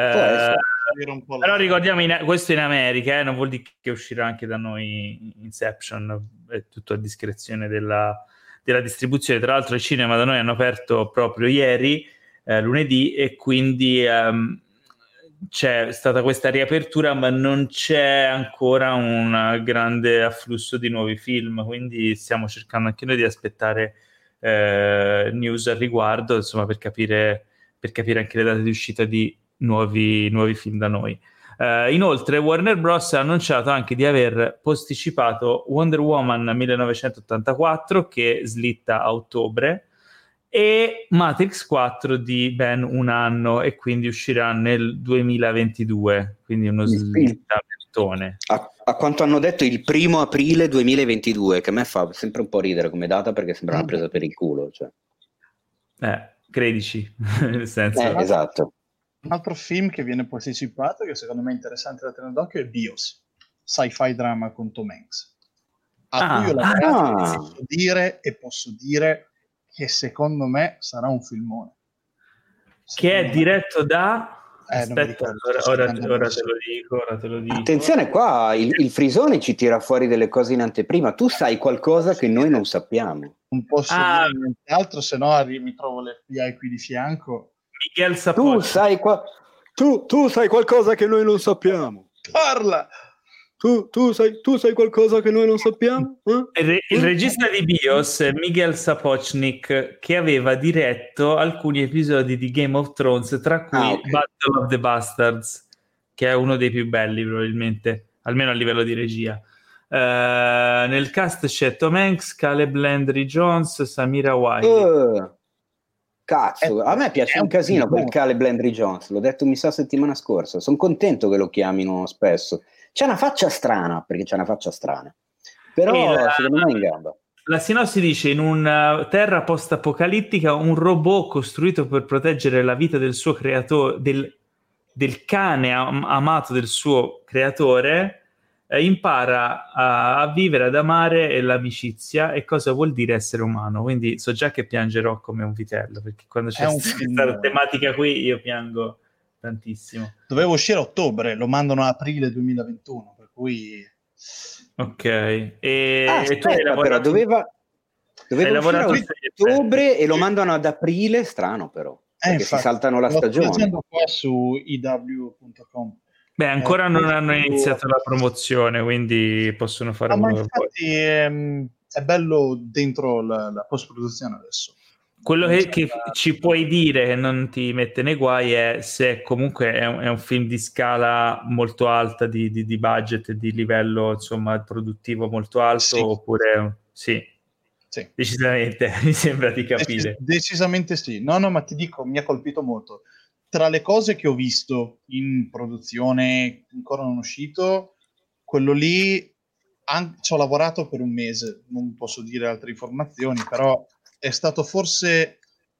Però ricordiamo questo in America, non vuol dire che uscirà anche da noi Inception, è tutto a discrezione della distribuzione. Tra l'altro i cinema da noi hanno aperto proprio ieri, lunedì, e quindi c'è stata questa riapertura, ma non c'è ancora un grande afflusso di nuovi film, quindi stiamo cercando anche noi di aspettare news al riguardo, insomma, per capire anche le date di uscita di nuovi film da noi. Inoltre Warner Bros. Ha annunciato anche di aver posticipato Wonder Woman 1984, che slitta a ottobre, e Matrix 4 di ben un anno, e quindi uscirà nel 2022, quindi uno slittamento. A quanto hanno detto il 1 aprile 2022, che a me fa sempre un po' ridere come data, perché sembra una presa per il culo, cioè. Credici, nel senso. Esatto. Un altro film che viene posticipato, che secondo me è interessante da tenere d'occhio, è BIOS, sci-fi drama con Tom Hanks, cui io posso dire che secondo me sarà un filmone. Che è diretto da... Aspetta, ora te lo dico. Attenzione, qua il Frisone ci tira fuori delle cose in anteprima. Tu sai qualcosa che noi non sappiamo. Non posso dire nient'altro, se no mi trovo l'FBI qui di fianco. Miguel Sapochnik. Tu sai qualcosa che noi non sappiamo. Parla! Tu sai qualcosa che noi non sappiamo? Il regista di BIOS è Miguel Sapochnik, che aveva diretto alcuni episodi di Game of Thrones, tra cui Battle of the Bastards, che è uno dei più belli probabilmente, almeno a livello di regia. Nel cast c'è Tom Hanks, Caleb Landry Jones, Samira Wiley. Cazzo, a me piace un casino quel Caleb Landry Jones, l'ho detto mi sa settimana scorsa, sono contento che lo chiamino spesso. C'è una faccia strana, però secondo me è in gamba. La sinossi dice: in una terra post-apocalittica, un robot costruito per proteggere la vita del suo creatore, del cane amato del suo creatore, impara a vivere, ad amare e l'amicizia e cosa vuol dire essere umano. Quindi so già che piangerò come un vitello, perché quando c'è questa tematica qui io piango tantissimo. Doveva uscire a ottobre, lo mandano a aprile 2021, per cui ok. Aspetta, però doveva uscire a ottobre e lo mandano ad aprile, strano però, perché si saltano la stagione. Sto leggendo qua su iw.com. Beh, ancora non hanno iniziato la promozione, quindi possono fare ma infatti è bello dentro la post-produzione adesso. Quello che ci puoi dire, che non ti mette nei guai, è se comunque è un film di scala molto alta, di budget, di livello insomma produttivo molto alto, oppure sì. Decisamente, mi sembra di capire. Decisamente sì. No, ma ti dico, mi ha colpito molto. Tra le cose che ho visto in produzione, ancora non uscito, quello lì ci ho lavorato per un mese, non posso dire altre informazioni, però è stato forse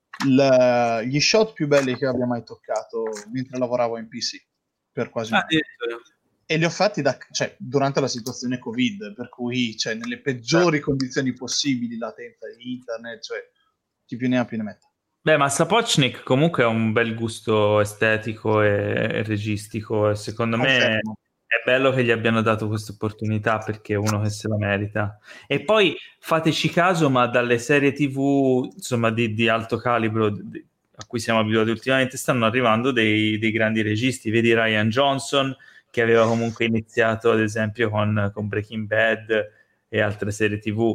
gli shot più belli che abbia mai toccato mentre lavoravo in PC per quasi un anno. E li ho fatti durante la situazione Covid, per cui nelle peggiori condizioni possibili, latenza di internet, chi più ne ha più ne metta. Beh, ma Sapochnik comunque ha un bel gusto estetico e registico, e secondo me è bello che gli abbiano dato questa opportunità, perché è uno che se la merita. E poi fateci caso, ma dalle serie TV insomma di alto calibro a cui siamo abituati ultimamente stanno arrivando dei grandi registi. Vedi Rian Johnson, che aveva comunque iniziato ad esempio con Breaking Bad e altre serie TV,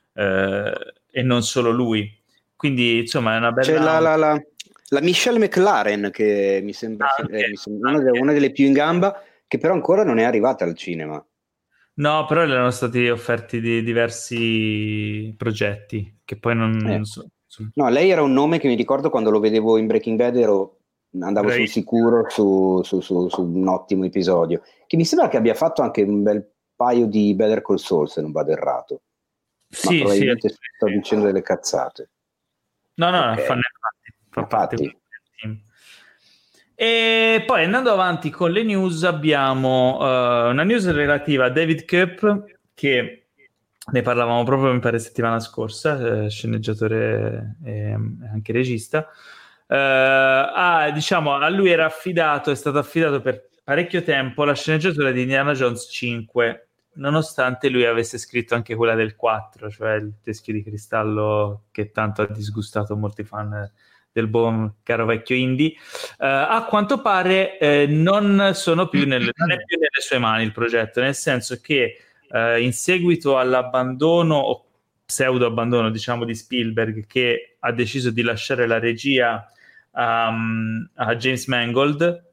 e non solo lui. Quindi insomma è una bella... C'è la Michelle McLaren, che mi sembra una delle più in gamba, che però ancora non è arrivata al cinema. No, però le erano stati offerti di diversi progetti che poi non so. No, lei era un nome che mi ricordo quando lo vedevo in Breaking Bad, andavo sul sicuro su un ottimo episodio, che mi sembra che abbia fatto anche un bel paio di Better Call Saul, se non vado errato. Sì, ma probabilmente sto dicendo delle cazzate. No, fa parte del team. E poi andando avanti con le news abbiamo una news relativa a David Koepp, che ne parlavamo proprio mi pare settimana scorsa, sceneggiatore e anche regista. Diciamo, a lui è stato affidato per parecchio tempo la sceneggiatura di Indiana Jones 5, nonostante lui avesse scritto anche quella del 4, cioè il Teschio di Cristallo, che tanto ha disgustato molti fan del buon caro vecchio Indy. A quanto pare non è più nelle sue mani il progetto, nel senso che in seguito all'abbandono o pseudo abbandono, diciamo, di Spielberg, che ha deciso di lasciare la regia a James Mangold,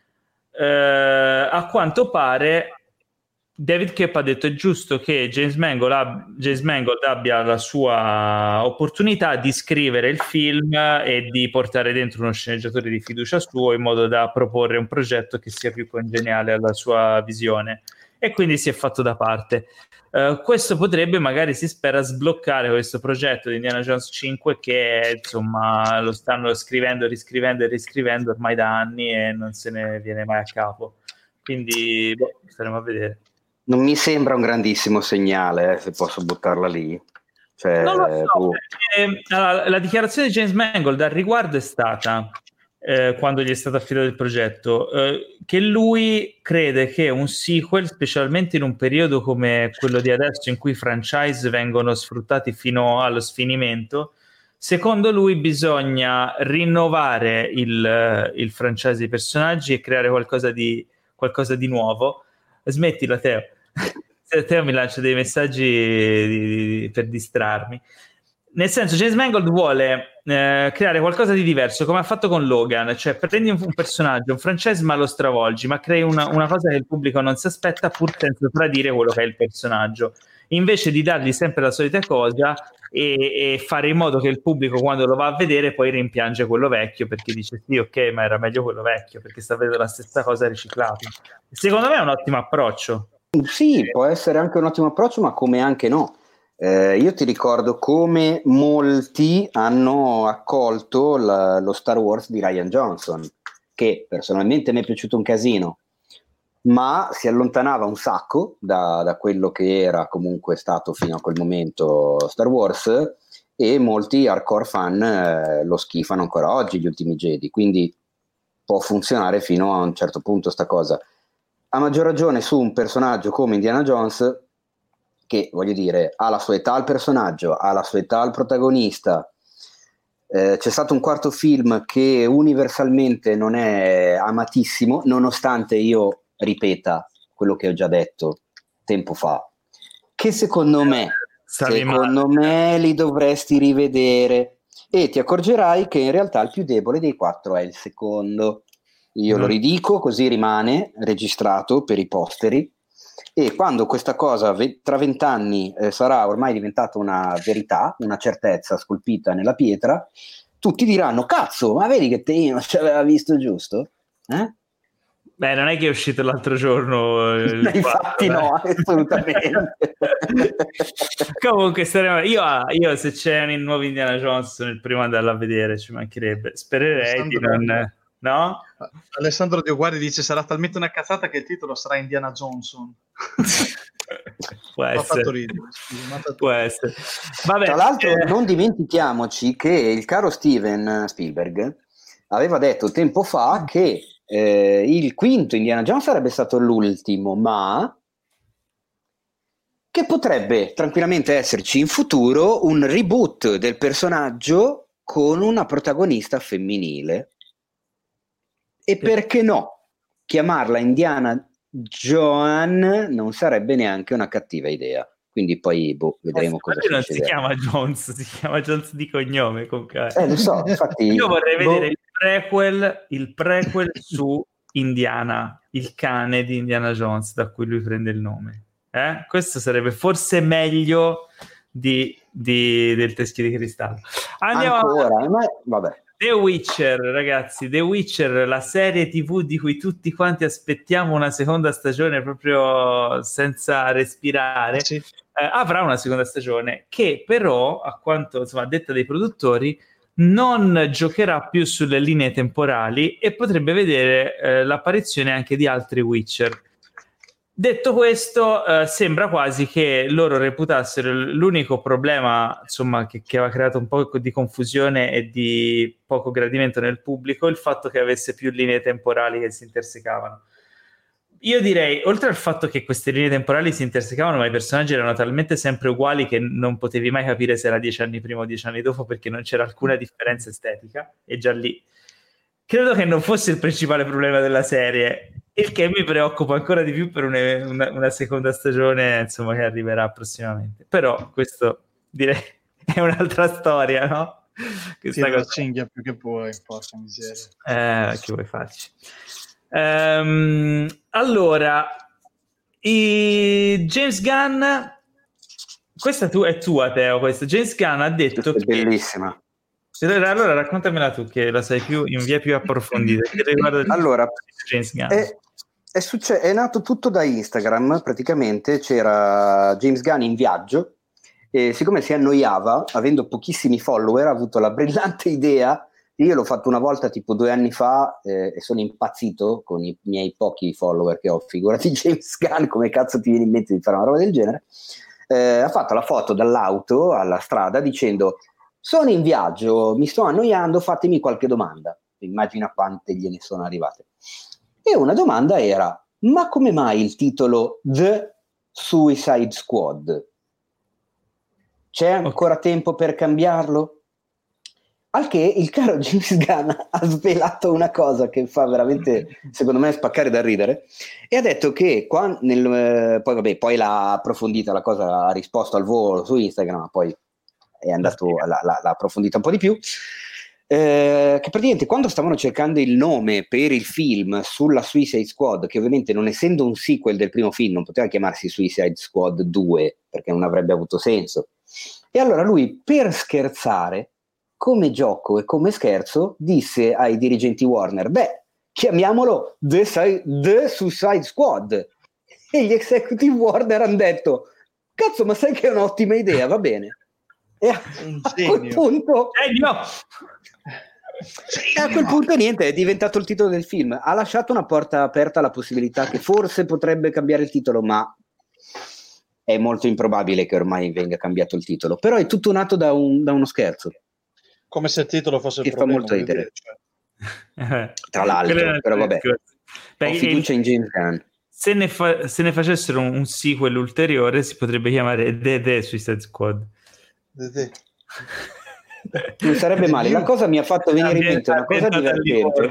a quanto pare David Koepp ha detto: è giusto che James Mangold abbia la sua opportunità di scrivere il film e di portare dentro uno sceneggiatore di fiducia suo, in modo da proporre un progetto che sia più congeniale alla sua visione, e quindi si è fatto da parte. Questo potrebbe, magari si spera, sbloccare questo progetto di Indiana Jones 5, che insomma lo stanno scrivendo, riscrivendo e riscrivendo ormai da anni e non se ne viene mai a capo. Quindi staremo a vedere. Non mi sembra un grandissimo segnale, se posso buttarla lì. Cioè, non lo so, perché, la dichiarazione di James Mangold al riguardo è stata, quando gli è stato affidato il progetto, che lui crede che un sequel, specialmente in un periodo come quello di adesso, in cui i franchise vengono sfruttati fino allo sfinimento, secondo lui bisogna rinnovare il franchise dei personaggi e creare qualcosa di nuovo. Smettila, Teo. Teo mi lancia dei messaggi per distrarmi. Nel senso, James Mangold vuole creare qualcosa di diverso, come ha fatto con Logan, cioè prendi un personaggio, un franchise, ma lo stravolgi, ma crei una cosa che il pubblico non si aspetta, pur senza tradire quello che è il personaggio, invece di dargli sempre la solita cosa e fare in modo che il pubblico, quando lo va a vedere, poi rimpiange quello vecchio, perché dice sì, ok, ma era meglio quello vecchio, perché sta vedendo la stessa cosa riciclata. Secondo me è un ottimo approccio. Sì, può essere anche un ottimo approccio, ma come anche no. Io ti ricordo come molti hanno accolto lo Star Wars di Rian Johnson, che personalmente mi è piaciuto un casino, ma si allontanava un sacco da quello che era comunque stato fino a quel momento Star Wars, e molti hardcore fan lo schifano ancora oggi, gli ultimi Jedi, quindi può funzionare fino a un certo punto sta cosa. A maggior ragione su un personaggio come Indiana Jones, che, voglio dire, ha la sua età il personaggio, ha la sua età il protagonista. C'è stato un quarto film che universalmente non è amatissimo, nonostante io ripeta quello che ho già detto tempo fa, che secondo me li dovresti rivedere, e ti accorgerai che in realtà il più debole dei 4 è il secondo. Io lo ridico, così rimane registrato per i posteri, e quando questa cosa tra 20 anni sarà ormai diventata una verità, una certezza scolpita nella pietra, tutti diranno: cazzo, ma vedi che Teino ci aveva visto giusto? Beh, non è che è uscito l'altro giorno infatti 4, no, assolutamente. Comunque io se c'è un nuovo Indiana Jones sono il primo ad andarla a vedere, ci mancherebbe. Spererei di non... No? Alessandro Dioguardi dice: sarà talmente una cazzata che il titolo sarà Indiana Johnson. Può essere. Può essere. Vabbè, tra l'altro non dimentichiamoci che il caro Steven Spielberg aveva detto tempo fa che il quinto Indiana Jones sarebbe stato l'ultimo, ma che potrebbe tranquillamente esserci in futuro un reboot del personaggio con una protagonista femminile. E perché no? Chiamarla Indiana Joan non sarebbe neanche una cattiva idea. Quindi poi vedremo cosa succede. Non si chiama Jones, si chiama Jones di cognome. Lo so, infatti. Io vorrei vedere il prequel su Indiana, il cane di Indiana Jones, da cui lui prende il nome. Questo sarebbe forse meglio del Teschio di Cristallo. Andiamo ancora, ma vabbè. The Witcher, ragazzi, The Witcher, la serie TV di cui tutti quanti aspettiamo una seconda stagione proprio senza respirare, sì. Avrà una seconda stagione che però, a quanto insomma, a detta dei produttori, non giocherà più sulle linee temporali e potrebbe vedere l'apparizione anche di altri Witcher. Detto questo, sembra quasi che loro reputassero l'unico problema, insomma, che aveva creato un po' di confusione e di poco gradimento nel pubblico, il fatto che avesse più linee temporali che si intersecavano. Io direi, oltre al fatto che queste linee temporali si intersecavano, ma i personaggi erano talmente sempre uguali che non potevi mai capire se era 10 anni prima o 10 anni dopo, perché non c'era alcuna differenza estetica, e già lì credo che non fosse il principale problema della serie, il che mi preoccupa ancora di più per una seconda stagione, insomma, che arriverà prossimamente. Però questo direi è un'altra storia, no? Questa cosa cinghia più che puoi, porca miseria. Che vuoi farci? Allora, James Gunn, questa è tua, Teo, questa. James Gunn ha detto che è bellissima. Allora raccontamela tu, che la sai più in via più approfondita. Allora, è nato tutto da Instagram. Praticamente c'era James Gunn in viaggio e siccome si annoiava, avendo pochissimi follower, ha avuto la brillante idea. Io l'ho fatto una volta tipo 2 anni fa e sono impazzito con i miei pochi follower che ho. Figurati James Gunn, come cazzo ti viene in mente di fare una roba del genere? Ha fatto la foto dall'auto alla strada dicendo: sono in viaggio, mi sto annoiando, fatemi qualche domanda. Immagina quante gliene sono arrivate. E una domanda era: ma come mai il titolo The Suicide Squad? C'è ancora tempo per cambiarlo? Al che il caro James Gunn ha svelato una cosa che fa veramente, secondo me, spaccare da ridere, e ha detto che poi l'ha approfondita la cosa, ha risposto al volo su Instagram, ma poi è andato, l'ha approfondita un po' di più, che praticamente quando stavano cercando il nome per il film sulla Suicide Squad, che ovviamente non essendo un sequel del primo film non poteva chiamarsi Suicide Squad 2 perché non avrebbe avuto senso, e allora lui, per scherzare, come gioco e come scherzo, disse ai dirigenti Warner: chiamiamolo The Suicide Squad. E gli executive Warner hanno detto: cazzo, ma sai che è un'ottima idea, va bene. E a quel punto niente, è diventato il titolo del film. Ha lasciato una porta aperta alla possibilità che forse potrebbe cambiare il titolo, ma è molto improbabile che ormai venga cambiato il titolo. Però è tutto nato da uno scherzo. Come se il titolo fosse il problema. Fa molto ridere. Tra l'altro, però vabbè. Ho fiducia in James Gunn. Se ne facessero un sequel ulteriore, si potrebbe chiamare The Suicide Squad. Non sarebbe male. La cosa mi ha fatto venire in mente una cosa divertente.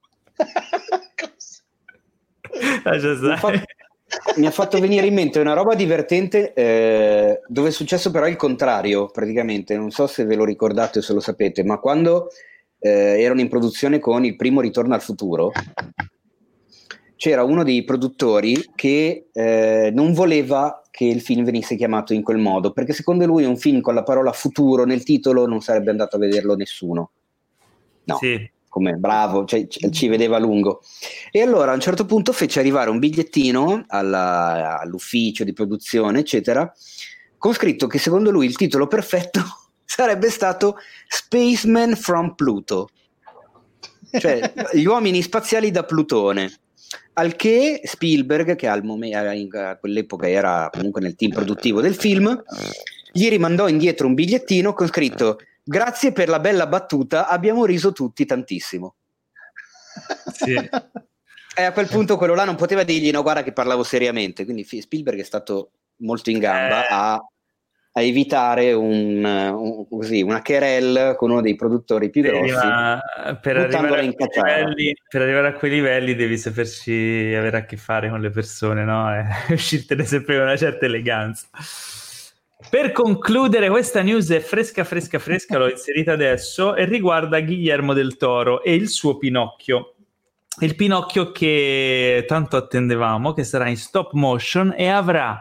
Mi ha fatto venire in mente una roba divertente dove è successo però il contrario, praticamente. Non so se ve lo ricordate o se lo sapete, ma quando erano in produzione con il primo Ritorno al futuro, c'era uno dei produttori che non voleva che il film venisse chiamato in quel modo, perché secondo lui un film con la parola futuro nel titolo non sarebbe andato a vederlo nessuno. No. Sì. Come bravo, cioè, ci vedeva a lungo. E allora a un certo punto fece arrivare un bigliettino all'ufficio di produzione, eccetera, con scritto che secondo lui il titolo perfetto sarebbe stato Spaceman from Pluto, cioè gli uomini spaziali da Plutone. Al che Spielberg, che a quell'epoca era comunque nel team produttivo del film, gli rimandò indietro un bigliettino con scritto: grazie per la bella battuta, abbiamo riso tutti tantissimo. Sì. E a quel punto quello là non poteva dirgli: no, guarda che parlavo seriamente. Quindi Spielberg è stato molto in gamba a evitare una querelle con uno dei produttori più grossi. Per arrivare a quei livelli devi saperci avere a che fare con le persone, no? E uscirtene sempre con una certa eleganza. Per concludere, questa news è fresca, l'ho inserita adesso, e riguarda Guillermo del Toro e il suo Pinocchio. Il Pinocchio che tanto attendevamo, che sarà in stop motion e avrà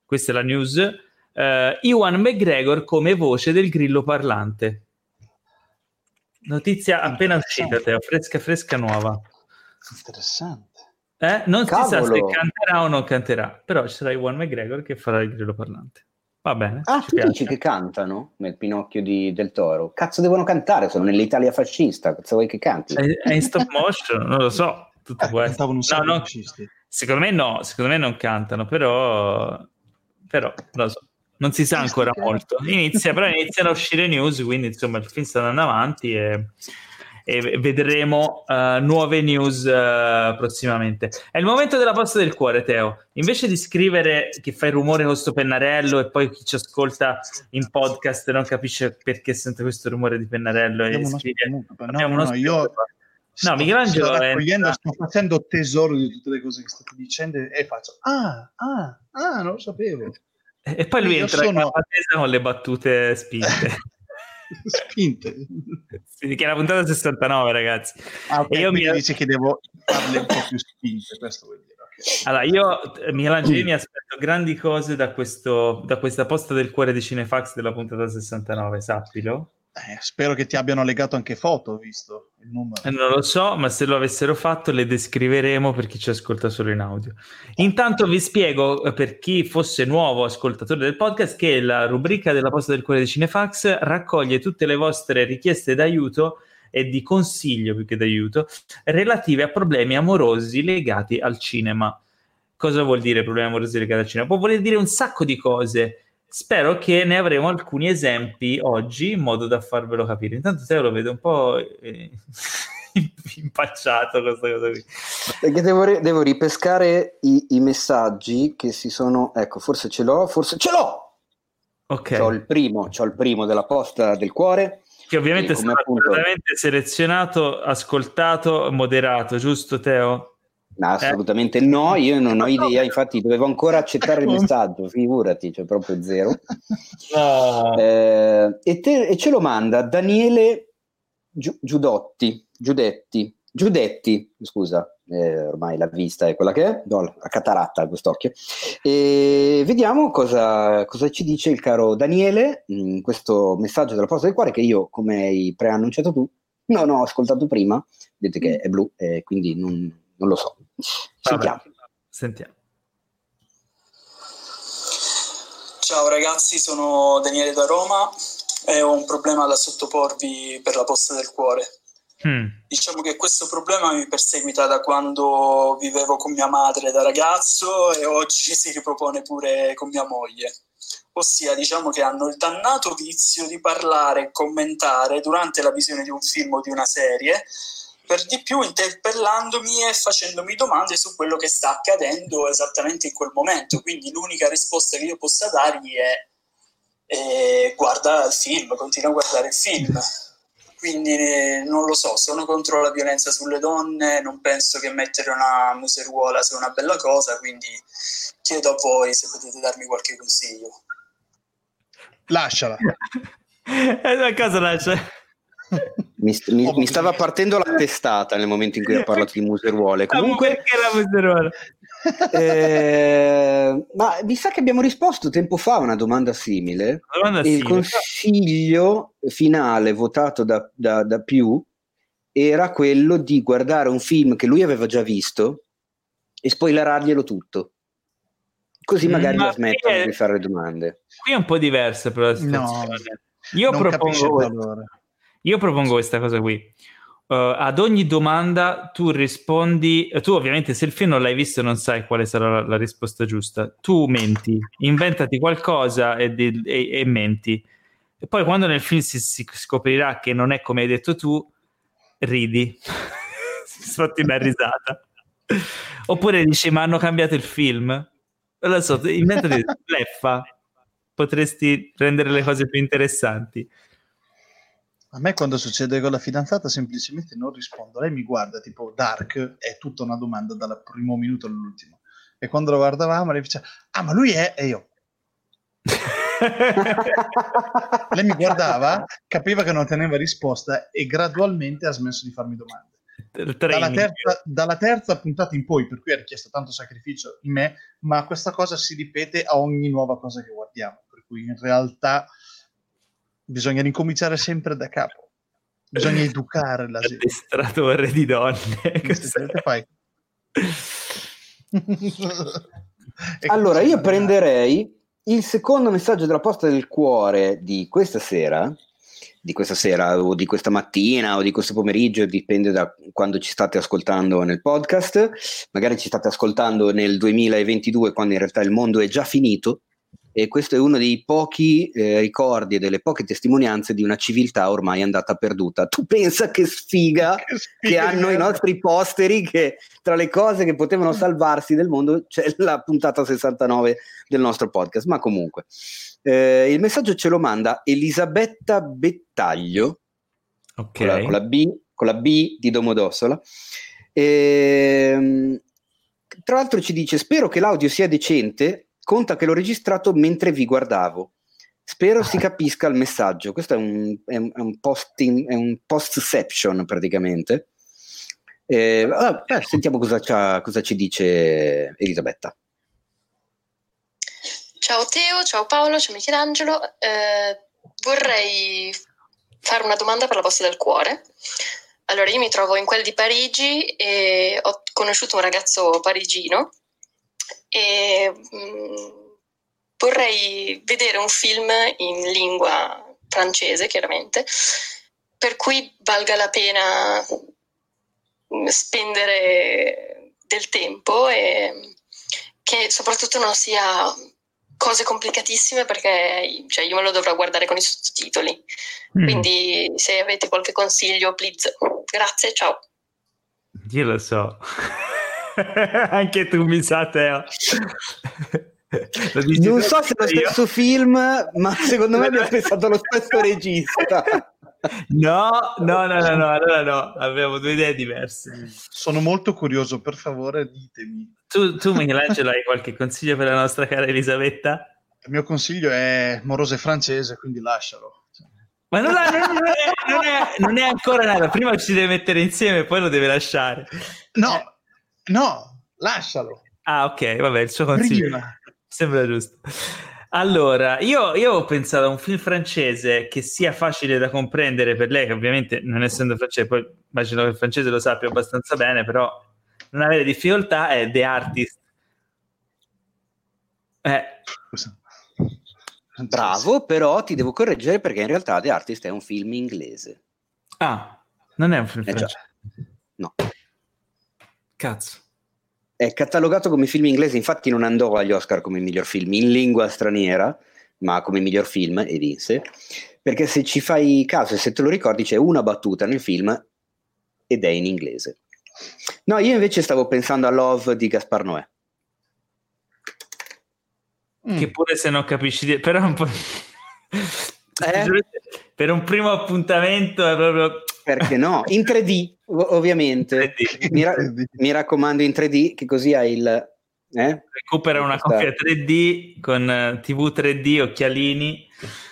questa è la news, Ewan McGregor come voce del grillo parlante. Notizia appena uscita, Teo, fresca nuova. Interessante. Non si sa se Cavolo. canterà o non canterà, però ci sarà Ewan McGregor che farà il grillo parlante. Va bene. Tu dici che cantano nel Pinocchio del Toro? Cazzo, devono cantare, sono nell'Italia fascista, cazzo vuoi che canti? È in stop motion? Non lo so. Tutto può essere. Cantavano un sacco di fascisti. Secondo me non cantano, però non lo so. Non si sa ancora molto. Iniziano a uscire news, quindi insomma il film sta andando avanti e vedremo nuove news prossimamente. È il momento della posta del cuore, Teo. Invece di scrivere che fai rumore con sto pennarello e poi chi ci ascolta in podcast non capisce perché sente questo rumore di pennarello e scrive... No, Michelangelo sto facendo tesoro di tutte le cose che state dicendo e faccio non lo sapevo. E poi lui entra in attesa con le battute spinte. Sì, che è la puntata 69, ragazzi. Okay, e io mi dice che devo farle un po' più spinte, questo vuol dire. Okay. Allora, io, Michelangelo, mi aspetto grandi cose da questa posta del cuore di Cinefax della puntata 69, sappilo. Spero che ti abbiano legato anche foto, visto il numero. Non lo so, ma se lo avessero fatto le descriveremo per chi ci ascolta solo in audio. Intanto vi spiego, per chi fosse nuovo ascoltatore del podcast, che la rubrica della posta del cuore di Cinefax raccoglie tutte le vostre richieste d'aiuto e di consiglio più che d'aiuto relative a problemi amorosi legati al cinema. Cosa vuol dire problemi amorosi legati al cinema? Può voler dire un sacco di cose. Spero che ne avremo alcuni esempi oggi in modo da farvelo capire. Intanto te lo vedo un po' impacciato questa cosa qui. Perché devo ripescare i messaggi che si sono... Ecco, forse ce l'ho. Ok. C'ho il primo della posta del cuore. Che ovviamente è stato assolutamente selezionato, ascoltato, moderato, giusto Teo? No, assolutamente no, io non ho idea, infatti dovevo ancora accettare il messaggio, figurati, cioè proprio zero. No. E ce lo manda Daniele Giudetti, scusa, ormai la vista è quella che è, no, la cataratta a quest'occhio. E vediamo cosa ci dice il caro Daniele in questo messaggio della posta del cuore che io, come hai preannunciato tu, non ho ascoltato prima, vedete che è blu, quindi non lo so. Sentiamo. Ciao ragazzi, sono Daniele da Roma e ho un problema da sottoporvi per la posta del cuore. Diciamo che questo problema mi perseguita da quando vivevo con mia madre da ragazzo e oggi si ripropone pure con mia moglie. Ossia, diciamo che hanno il dannato vizio di parlare e commentare durante la visione di un film o di una serie, per di più interpellandomi e facendomi domande su quello che sta accadendo esattamente in quel momento. Quindi l'unica risposta che io possa dargli è guarda il film, continua a guardare il film. Quindi non lo so, sono contro la violenza sulle donne, non penso che mettere una museruola sia una bella cosa, quindi chiedo a voi se potete darmi qualche consiglio. Lasciala. A casa lascia. Mi stava partendo la testata nel momento in cui ha parlato di museruole. Comunque, perché la museruola? Ma mi sa che abbiamo risposto tempo fa a una domanda simile. Il consiglio finale votato da più era quello di guardare un film che lui aveva già visto e spoilerarglielo tutto. Così magari la smettono di fare domande. Qui è un po' diversa però la situazione. No, io propongo questa cosa qui. Ad ogni domanda tu rispondi, tu ovviamente se il film non l'hai visto non sai quale sarà la risposta giusta, tu menti, inventati qualcosa e menti, e poi quando nel film si scoprirà che non è come hai detto tu, ridi, sfatti una risata, oppure dici ma hanno cambiato il film, non lo so, inventati bleffa, potresti rendere le cose più interessanti. A me quando succede con la fidanzata semplicemente non rispondo. Lei mi guarda, tipo Dark, è tutta una domanda dal primo minuto all'ultimo. E quando lo guardavamo lei diceva, ma lui è... E io... Lei mi guardava, capiva che non teneva risposta e gradualmente ha smesso di farmi domande. dalla terza puntata in poi, per cui ha richiesto tanto sacrificio in me, ma questa cosa si ripete a ogni nuova cosa che guardiamo, per cui in realtà bisogna ricominciare sempre da capo, bisogna educare la gente. Addestratore di donne. Che fai? Allora, io prenderei il secondo messaggio della posta del cuore di questa sera o di questa mattina o di questo pomeriggio, dipende da quando ci state ascoltando nel podcast. Magari ci state ascoltando nel 2022, quando in realtà il mondo è già finito, e questo è uno dei pochi ricordi e delle poche testimonianze di una civiltà ormai andata perduta. Tu pensa che sfiga che hanno i nostri posteri, che tra le cose che potevano salvarsi del mondo c'è la puntata 69 del nostro podcast. Ma comunque il messaggio ce lo manda Elisabetta Bettaglio, okay, con la B di Domodossola. Tra l'altro ci dice: spero che l'audio sia decente, conta che l'ho registrato mentre vi guardavo, spero si capisca il messaggio. Questo è un postception praticamente. Sentiamo cosa ci dice Elisabetta. Ciao Teo, ciao Paolo, ciao Michelangelo. Vorrei fare una domanda per la posta del cuore. Allora, io mi trovo in quel di Parigi e ho conosciuto un ragazzo parigino e vorrei vedere un film in lingua francese, chiaramente, per cui valga la pena spendere del tempo e che soprattutto non sia cose complicatissime, perché cioè, io me lo dovrò guardare con i sottotitoli. Quindi se avete qualche consiglio, please. Grazie, ciao. Io lo so. Anche tu mi sa, Teo. Non so se è lo stesso film, ma secondo me abbiamo pensato allo stesso regista. No, allora no, abbiamo due idee diverse. Sono molto curioso, per favore ditemi. Tu Michelangelo, hai qualche consiglio per la nostra cara Elisabetta? Il mio consiglio è Morose francese, quindi lascialo. Ma non è ancora nata, prima ci deve mettere insieme, poi lo deve lasciare. No, lascialo. Ah, ok, vabbè, il suo consiglio prima. Sembra giusto. Allora, io ho pensato a un film francese che sia facile da comprendere per lei, che ovviamente non essendo francese, poi immagino che il francese lo sappia abbastanza bene, però non avere difficoltà, è The Artist. Bravo, però ti devo correggere perché in realtà The Artist è un film inglese. Ah, non è un film francese? No. Cazzo. È catalogato come film inglese, infatti non andò agli Oscar come miglior film in lingua straniera, ma come miglior film, e vinse, perché se ci fai caso e se te lo ricordi c'è una battuta nel film ed è in inglese. No, io invece stavo pensando a Love di Gaspar Noè. Che pure se non capisci, però un po'... per un primo appuntamento è proprio... Perché no? In 3D, ovviamente. 3D. Mi raccomando in 3D, che così hai il... Recupera una copia 3D con TV 3D, occhialini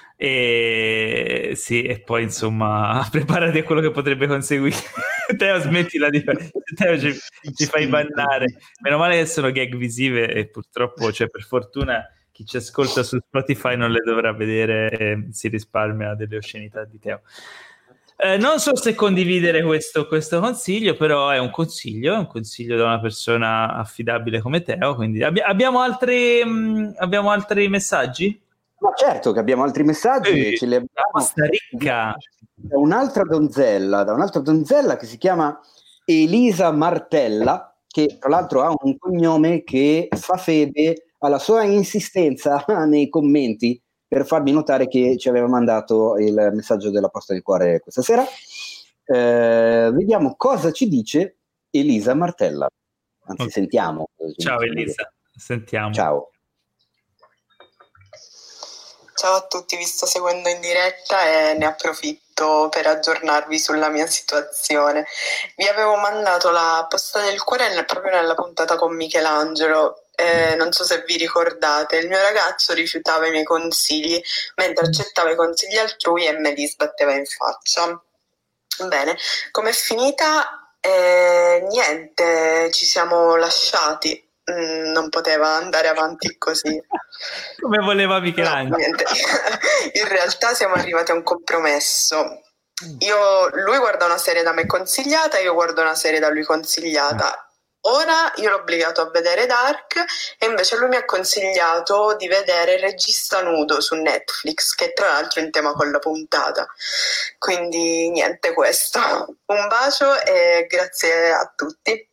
e sì, e poi insomma preparati a quello che potrebbe conseguire. Teo, smettila di Teo, ci fai bannare. Meno male che sono gag visive e purtroppo, cioè per fortuna chi ci ascolta su Spotify non le dovrà vedere e si risparmia delle oscenità di Teo. Non so se condividere questo consiglio, però è un consiglio da una persona affidabile come Teo, quindi abbiamo altri messaggi? Ma certo che abbiamo altri messaggi, ce li abbiamo. Costa Ricca. Da un'altra donzella che si chiama Elisa Martella, che tra l'altro ha un cognome che fa fede alla sua insistenza nei commenti per farmi notare che ci aveva mandato il messaggio della posta del cuore questa sera. Vediamo cosa ci dice Elisa Martella. Anzi, sentiamo. Ciao Elisa, sentiamo. Ciao. Ciao a tutti, vi sto seguendo in diretta e ne approfitto per aggiornarvi sulla mia situazione. Vi avevo mandato la posta del cuore proprio nella puntata con Michelangelo. Non so se vi ricordate, il mio ragazzo rifiutava i miei consigli mentre accettava i consigli altrui e me li sbatteva in faccia. Bene, com'è finita? E niente, ci siamo lasciati. Non poteva andare avanti così. Come voleva Michelangelo. No, in realtà siamo arrivati a un compromesso. Lui guarda una serie da me consigliata, io guardo una serie da lui consigliata. Ora io l'ho obbligato a vedere Dark e invece lui mi ha consigliato di vedere Il regista nudo su Netflix, che tra l'altro è in tema con la puntata. Quindi niente, questo. Un bacio e grazie a tutti.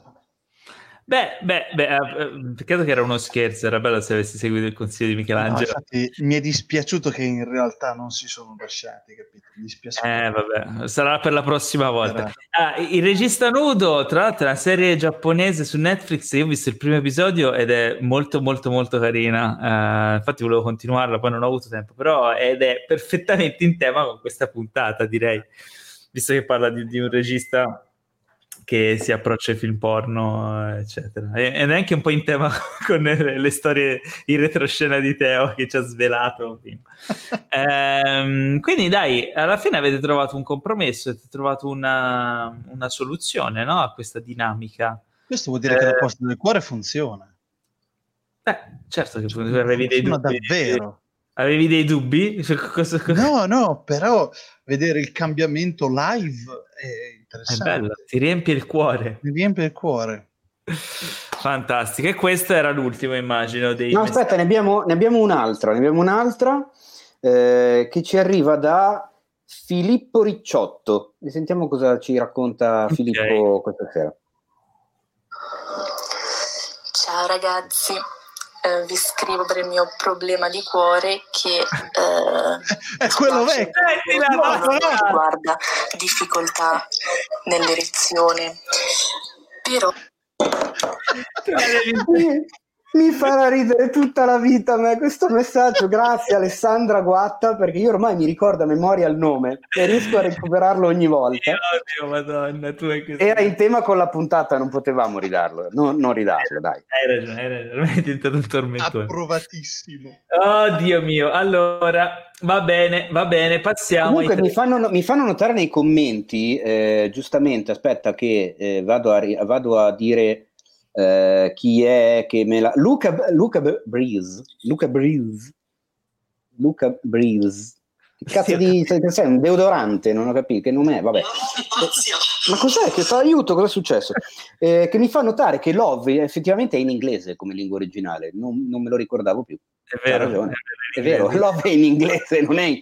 Peccato che era uno scherzo, era bello se avessi seguito il consiglio di Michelangelo. No, infatti, mi è dispiaciuto che in realtà non si sono lasciati, capito? Mi dispiace. Vabbè, sarà per la prossima volta. Il regista nudo, tra l'altro è una serie giapponese su Netflix, io ho visto il primo episodio ed è molto molto molto carina, infatti volevo continuarla, poi non ho avuto tempo, però ed è perfettamente in tema con questa puntata, direi, visto che parla di un regista che si approccia ai film porno, eccetera. Ed è anche un po' in tema con le storie in retroscena di Teo che ci ha svelato. Quindi dai, alla fine avete trovato un compromesso, avete trovato una soluzione, no? A questa dinamica. Questo vuol dire che la posta del cuore funziona. Certo che avevi dei dubbi. Davvero. Avevi dei dubbi? No, però vedere il cambiamento live è interessante. È bello, ti riempie il cuore. Mi riempie il cuore. Fantastico. E questo era l'ultimo, immagino. No, aspetta, ne abbiamo un'altra che ci arriva da Filippo Ricciotto. E sentiamo cosa ci racconta Filippo questa sera. Ciao ragazzi. Vi scrivo per il mio problema di cuore che è quello vecchio, riguarda difficoltà nell'erezione, però mi farà ridere tutta la vita a me questo messaggio. Grazie Alessandra Guatta, perché io ormai mi ricordo a memoria il nome e riesco a recuperarlo ogni volta. Oddio, Madonna, tu è così. Era in tema con la puntata, non potevamo ridarlo, non ridarlo, dai. Hai ragione, è diventato un tormentone. Approvatissimo. Oh Dio mio, allora va bene, passiamo. Comunque mi fanno notare nei commenti, giustamente, aspetta che vado a dire chi è che me la... Luca Breeze. Che cazzo di... sei un deodorante, non ho capito che nome è, vabbè. Ma cos'è? Che fa aiuto? Cosa è successo? Che mi fa notare che Love effettivamente è in inglese come lingua originale, non me lo ricordavo più. È vero, ha ragione. È vero, Love è in inglese, non è...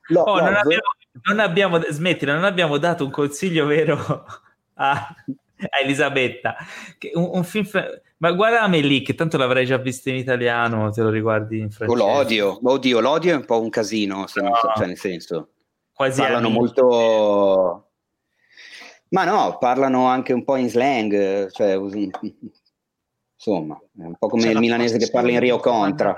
non abbiamo dato un consiglio vero a Elisabetta, che un film ma guardami lì che tanto l'avrei già visto in italiano, te lo riguardi in francese. L'odio è un po' un casino, cioè nel senso quasi parlano molto, ma no, parlano anche un po' in slang, cioè insomma è un po' come il milanese che parla in Rio Contra.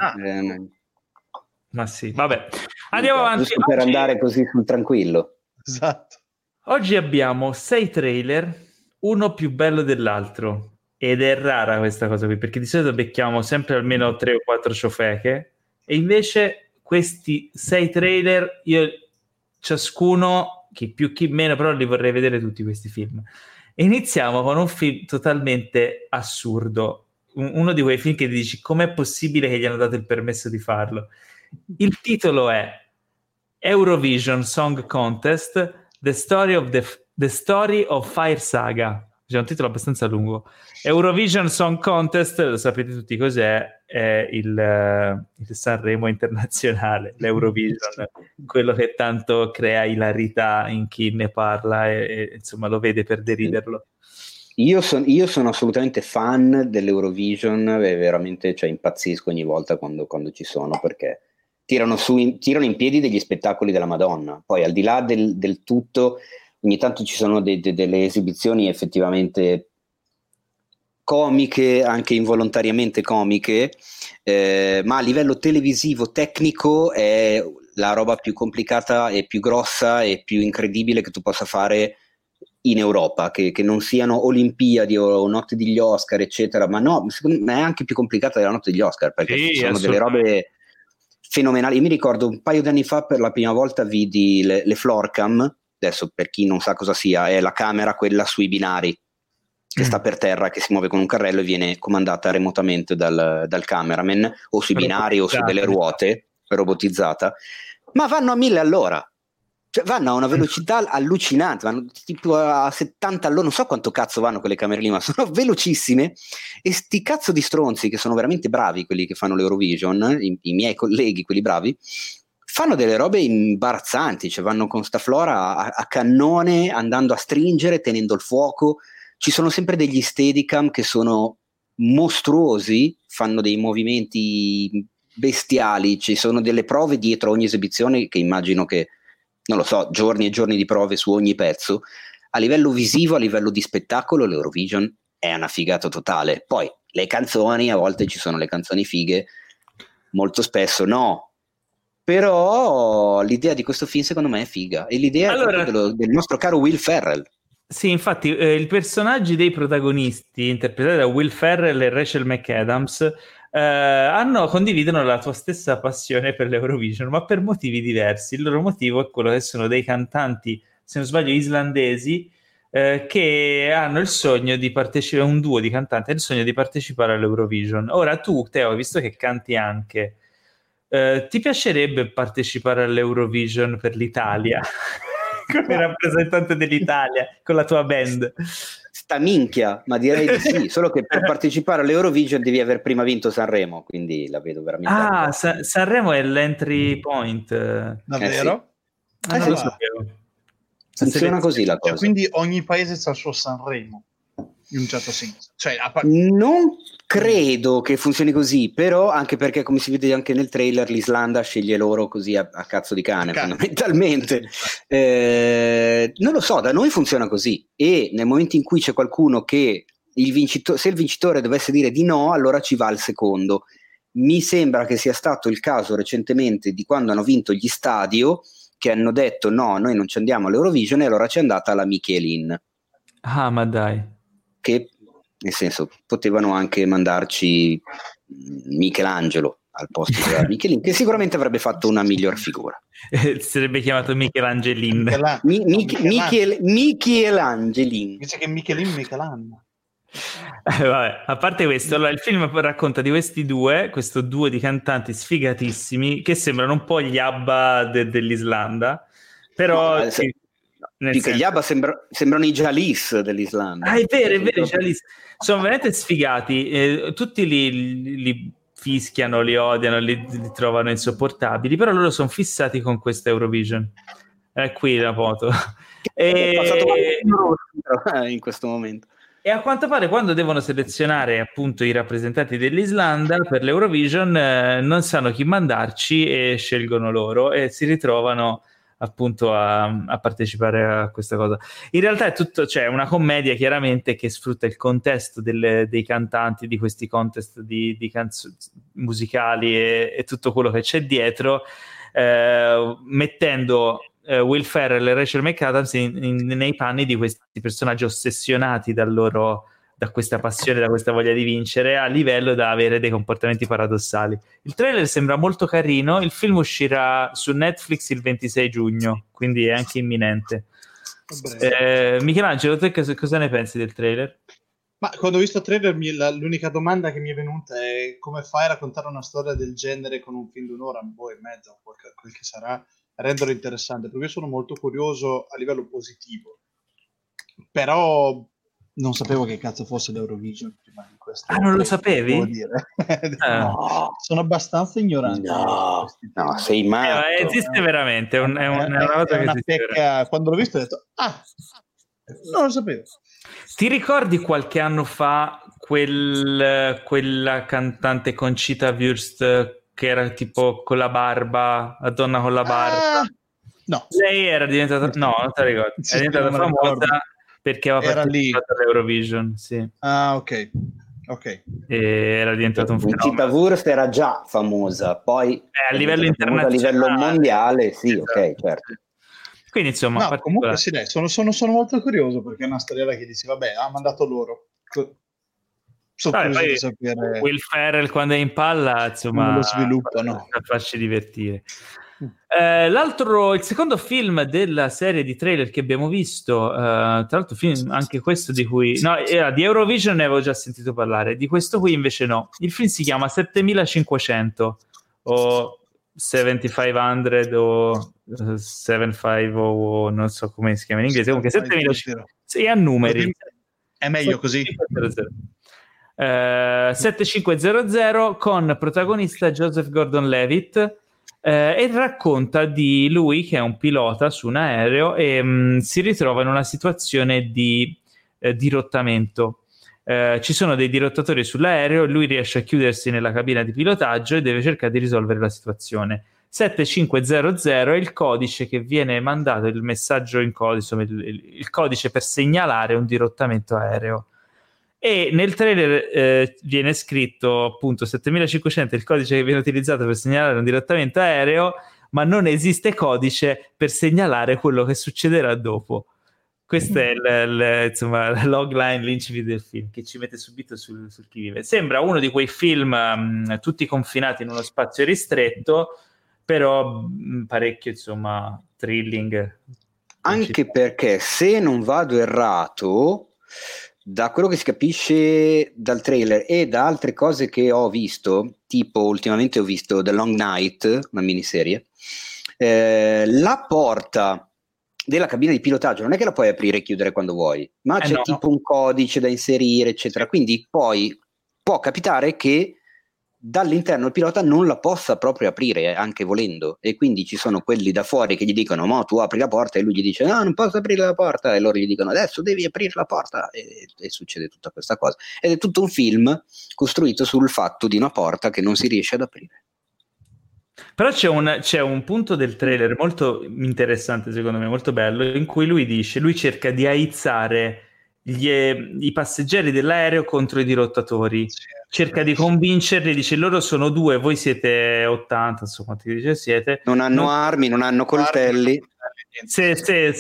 Ma sì, vabbè, andiamo avanti per andare così sul tranquillo. Esatto. Oggi abbiamo 6 trailer, uno più bello dell'altro, ed è rara questa cosa qui, perché di solito becchiamo sempre almeno 3 o 4 ciofeche, e invece questi 6 trailer, io ciascuno, chi più chi meno, però li vorrei vedere tutti questi film. E iniziamo con un film totalmente assurdo, uno di quei film che ti dici com'è possibile che gli hanno dato il permesso di farlo. Il titolo è Eurovision Song Contest, The Story of Fire Saga. C'è un titolo abbastanza lungo. Eurovision Song Contest, lo sapete tutti cos'è, è il Sanremo internazionale, l'Eurovision, quello che tanto crea ilarità in chi ne parla e insomma lo vede per deriderlo. Io sono assolutamente fan dell'Eurovision, veramente, cioè, impazzisco ogni volta quando ci sono, perché tirano in piedi degli spettacoli della Madonna. Poi al di là del tutto, ogni tanto ci sono delle esibizioni effettivamente comiche, anche involontariamente comiche, ma a livello televisivo tecnico è la roba più complicata e più grossa e più incredibile che tu possa fare in Europa, che non siano Olimpiadi o Notte degli Oscar eccetera, ma no, secondo me è anche più complicata della Notte degli Oscar, perché ci sono delle robe fenomenali. Io mi ricordo un paio di anni fa per la prima volta vidi le Floorcam adesso per chi non sa cosa sia, è la camera quella sui binari, che sta per terra, che si muove con un carrello e viene comandata remotamente dal cameraman, o sui binari o su delle ruote, robotizzata, ma vanno a 1000 all'ora. Cioè vanno a una velocità allucinante, vanno tipo a 70 all'ora, non so quanto cazzo vanno quelle camere lì, ma sono velocissime, e sti cazzo di stronzi che sono veramente bravi, quelli che fanno l'Eurovision, i miei colleghi, quelli bravi, fanno delle robe imbarazzanti, cioè vanno con sta flora a cannone, andando a stringere, tenendo il fuoco. Ci sono sempre degli Steadicam che sono mostruosi, fanno dei movimenti bestiali, ci sono delle prove dietro ogni esibizione che immagino che, non lo so, giorni e giorni di prove su ogni pezzo. A livello visivo, a livello di spettacolo, l'Eurovision è una figata totale. Poi le canzoni, a volte ci sono le canzoni fighe, molto spesso no, però l'idea di questo film secondo me è figa, e l'idea è proprio del nostro caro Will Ferrell. Sì, infatti i personaggi dei protagonisti interpretati da Will Ferrell e Rachel McAdams condividono la tua stessa passione per l'Eurovision, ma per motivi diversi. Il loro motivo è quello che sono dei cantanti, se non sbaglio islandesi, che hanno il sogno di partecipare, un duo di cantanti ha il sogno di partecipare all'Eurovision. Ora tu, Teo, visto che canti anche, ti piacerebbe partecipare all'Eurovision per l'Italia? Come rappresentante dell'Italia con la tua band? Sta minchia, ma direi di sì, solo che per partecipare all'Eurovision devi aver prima vinto Sanremo, quindi la vedo veramente. Sanremo è l'entry point. Davvero? Sì. Non lo sapevo. Funziona così la cosa. Quindi ogni paese ha il suo Sanremo, in un certo senso. Cioè, non credo che funzioni così, però anche perché, come si vede anche nel trailer, l'Islanda sceglie loro così a cazzo di cane, fondamentalmente. Non lo so, da noi funziona così, e nel momento in cui c'è qualcuno che se il vincitore dovesse dire di no, allora ci va il secondo. Mi sembra che sia stato il caso recentemente di quando hanno vinto gli Stadio, che hanno detto no, noi non ci andiamo all'Eurovision, e allora c'è andata la Michelin. Ah, ma dai. Che, nel senso, potevano anche mandarci Michelangelo al posto della Michelin, che sicuramente avrebbe fatto una miglior figura. Sarebbe chiamato Michelangelin. Michelangelin. Dice che Michelin. Vabbè, a parte questo, allora il film racconta di questo duo di cantanti sfigatissimi che sembrano un po' gli ABBA dell'Islanda, però più che gli ABBA sembrano i Jalis dell'Islanda. È vero, i Jalis sono veramente sfigati, tutti li fischiano, li odiano, li trovano insopportabili, però loro sono fissati con questa Eurovision. È qui la foto. È passato in questo momento. E a quanto pare quando devono selezionare appunto i rappresentanti dell'Islanda per l'Eurovision non sanno chi mandarci e scelgono loro e si ritrovano appunto a partecipare a questa cosa. In realtà è tutto, cioè una commedia chiaramente che sfrutta il contesto dei cantanti, di questi contest di canzoni musicali e tutto quello che c'è dietro, mettendo Will Ferrell e Rachel McAdams nei panni di questi personaggi ossessionati da questa passione, da questa voglia di vincere, a livello da avere dei comportamenti paradossali. Il trailer sembra molto carino, il film uscirà su Netflix il 26 giugno, quindi è anche imminente. Michelangelo, te cosa ne pensi del trailer? Ma quando ho visto il trailer l'unica domanda che mi è venuta è: come fai a raccontare una storia del genere con un film di un'ora e mezza, quel che sarà, renderlo interessante? Perché io sono molto curioso a livello positivo, però non sapevo che cazzo fosse l'Eurovision prima di questo. Non lo sapevi? Devo dire. No, sono abbastanza ignorante. No, sei matto. Esiste veramente, è una pecca. Quando l'ho visto ho detto non lo sapevo. Ti ricordi qualche anno fa quella cantante Conchita Wurst che era tipo con la barba, la donna con la barba? No. Lei era diventata, no, non te la ricordi, è diventata famosa perché aveva partecipato all'Eurovision, sì. Ok. E era diventato un fenomeno. Conchita Wurst era già famosa, poi a livello internazionale, a livello mondiale, sì, esatto. Ok, certo. Quindi insomma, no, comunque sì, dai, sono molto curioso perché è una storiella che dici, vabbè, ha mandato loro. Sono curioso di sapere. Will Ferrell quando è in palla, insomma, lo sviluppano. Per farci divertire. Il secondo film della serie di trailer che abbiamo visto, tra l'altro film anche questo di cui di Eurovision ne avevo già sentito parlare, di questo qui invece no. Il film si chiama 7500 o 7500 o 7500 o non so come si chiama in inglese, comunque 7500 a numeri, è meglio così. 7500 con protagonista Joseph Gordon-Levitt, e racconta di lui che è un pilota su un aereo e si ritrova in una situazione di dirottamento. Ci sono dei dirottatori sull'aereo, lui riesce a chiudersi nella cabina di pilotaggio e deve cercare di risolvere la situazione. 7500 è il codice che viene mandato, il messaggio in codice, insomma, il codice per segnalare un dirottamento aereo. E nel trailer viene scritto appunto 7500 è il codice che viene utilizzato per segnalare un dirottamento aereo, ma non esiste codice per segnalare quello che succederà dopo. Questa è insomma, la logline, l'incipit del film, che ci mette subito sul chi vive. Sembra uno di quei film tutti confinati in uno spazio ristretto, però parecchio insomma thrilling. Anche perché, se non vado errato, da quello che si capisce dal trailer e da altre cose che ho visto, tipo ultimamente ho visto The Long Night, una miniserie, la porta della cabina di pilotaggio non è che la puoi aprire e chiudere quando vuoi, ma c'è tipo un codice da inserire, eccetera. Quindi poi può capitare che dall'interno il pilota non la possa proprio aprire, anche volendo, e quindi ci sono quelli da fuori che gli dicono "ma tu apri la porta", e lui gli dice "no, non posso aprire la porta", e loro gli dicono "adesso devi aprire la porta", e succede tutta questa cosa. Ed è tutto un film costruito sul fatto di una porta che non si riesce ad aprire. Però c'è un punto del trailer molto interessante, secondo me, molto bello, in cui lui cerca di aizzare i passeggeri dell'aereo contro i dirottatori. Cerca di convincerli, dice loro sono 2, voi siete 80, insomma, quanti dice siete. Non hanno armi, non hanno coltelli. Se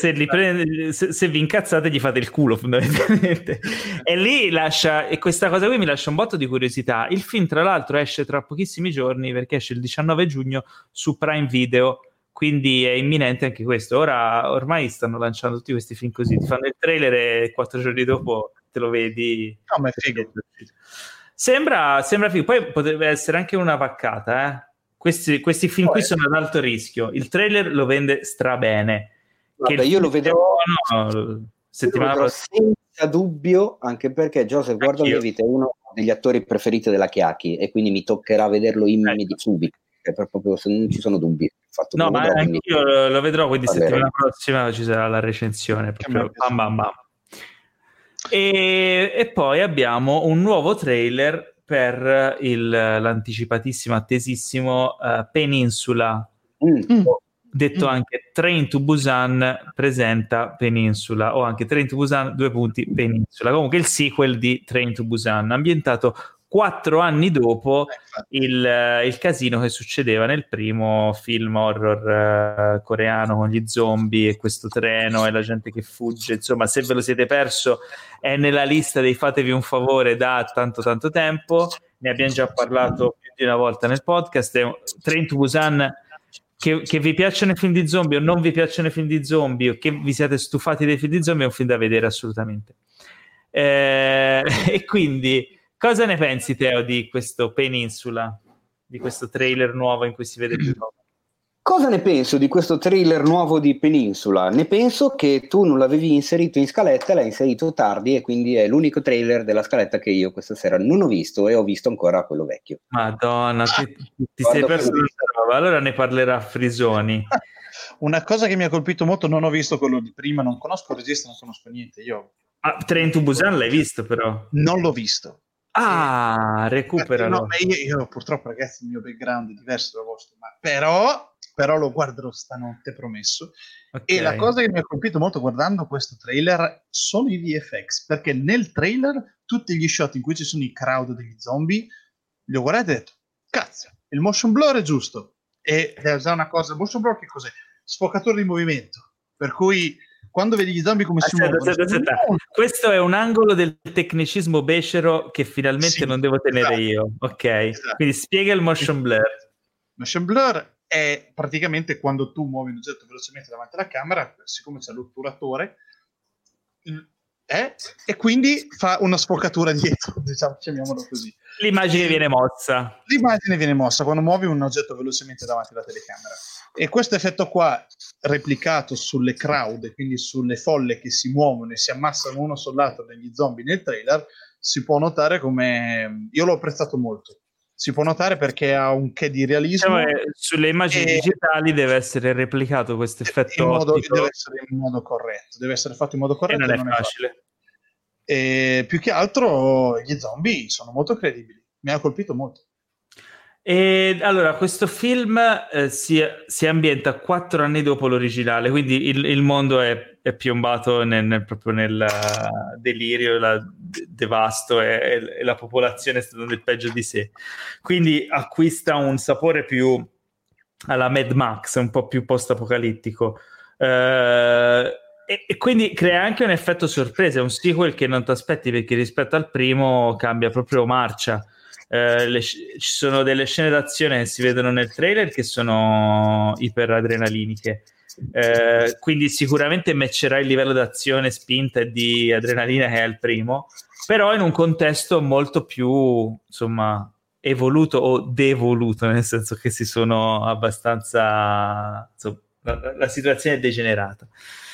vi incazzate gli fate il culo, fondamentalmente. E lì e questa cosa qui mi lascia un botto di curiosità. Il film tra l'altro esce tra pochissimi giorni, perché esce il 19 giugno su Prime Video, quindi è imminente anche questo. Ormai stanno lanciando tutti questi film così, ti fanno il trailer e 4 giorni dopo te lo vedi. No, ma è figo. Sembra figo. Poi potrebbe essere anche una vaccata, Questi film qui sono ad alto rischio. Il trailer lo vende strabene. Vabbè, io lo vedrò senza dubbio, anche perché Joseph Gordon-Levitt è uno degli attori preferiti della Chiacchi, e quindi mi toccherà vederlo subito, proprio, se non ci sono dubbi. No, ma anche io lo vedrò, quindi settimana prossima ci sarà la recensione. Proprio bam bam bam. E poi abbiamo un nuovo trailer per l'anticipatissimo, attesissimo Peninsula, detto anche Train to Busan presenta Peninsula, o anche Train to Busan Peninsula, comunque il sequel di Train to Busan, ambientato 4 anni dopo il casino che succedeva nel primo film horror coreano con gli zombie e questo treno e la gente che fugge. Insomma, se ve lo siete perso, è nella lista dei fatevi un favore da tanto tempo. Ne abbiamo già parlato più di una volta nel podcast. Train to Busan, che vi piacciono i film di zombie o non vi piacciono i film di zombie, o che vi siate stufati dei film di zombie, è un film da vedere assolutamente. E quindi cosa ne pensi, Teo, di questo Peninsula, di questo trailer nuovo in cui si vede più roba? Cosa ne penso di questo trailer nuovo di Peninsula? Ne penso che tu non l'avevi inserito in scaletta, l'hai inserito tardi, e quindi è l'unico trailer della scaletta che io questa sera non ho visto, e ho visto ancora quello vecchio. Madonna, ti sei perso questa roba. Allora ne parlerà Frisoni. Una cosa che mi ha colpito molto, non ho visto quello di prima, non conosco il regista, non conosco niente. Train to Busan l'hai visto, però? Non l'ho visto. Recuperalo. No, io purtroppo, ragazzi, il mio background è diverso dal vostro, però lo guarderò stanotte, promesso. Okay. E la cosa che mi ha colpito molto guardando questo trailer sono i VFX, perché nel trailer tutti gli shot in cui ci sono i crowd degli zombie li ho guardati e ho detto cazzo, il motion blur è giusto, e è già una cosa. Motion blur che cos'è? Sfocatore di movimento, per cui quando vedi gli zombie come si muovono. Questo è un angolo del tecnicismo becero che finalmente non devo tenere io. Ok, esatto. Quindi spiega il motion blur. Motion blur è praticamente quando tu muovi un oggetto velocemente davanti alla camera, siccome c'è l'otturatore, e quindi fa una sfocatura dietro, diciamo, chiamiamolo così. L'immagine viene mossa. L'immagine viene mossa quando muovi un oggetto velocemente davanti alla telecamera. E questo effetto qua, replicato sulle crowd, quindi sulle folle che si muovono e si ammassano uno sull'altro degli zombie nel trailer, si può notare come... Io l'ho apprezzato molto. Si può notare perché ha un che di realismo. Sulle immagini digitali deve essere replicato questo effetto deve essere in modo corretto, deve essere fatto in modo corretto. E non è facile. E più che altro gli zombie sono molto credibili, mi ha colpito molto. E allora questo film si ambienta 4 anni dopo l'originale, quindi il mondo è piombato proprio nel delirio, devasto, e la popolazione sta dando il peggio di sé, quindi acquista un sapore più alla Mad Max, un po' più post-apocalittico, e quindi crea anche un effetto sorpresa. È un sequel che non ti aspetti, perché rispetto al primo cambia proprio marcia. Ci sono delle scene d'azione che si vedono nel trailer che sono iperadrenaliniche, quindi sicuramente matcherà il livello d'azione, spinta e di adrenalina che è il primo, però in un contesto molto più, insomma, evoluto o devoluto, nel senso che si sono abbastanza, insomma, la situazione è degenerata.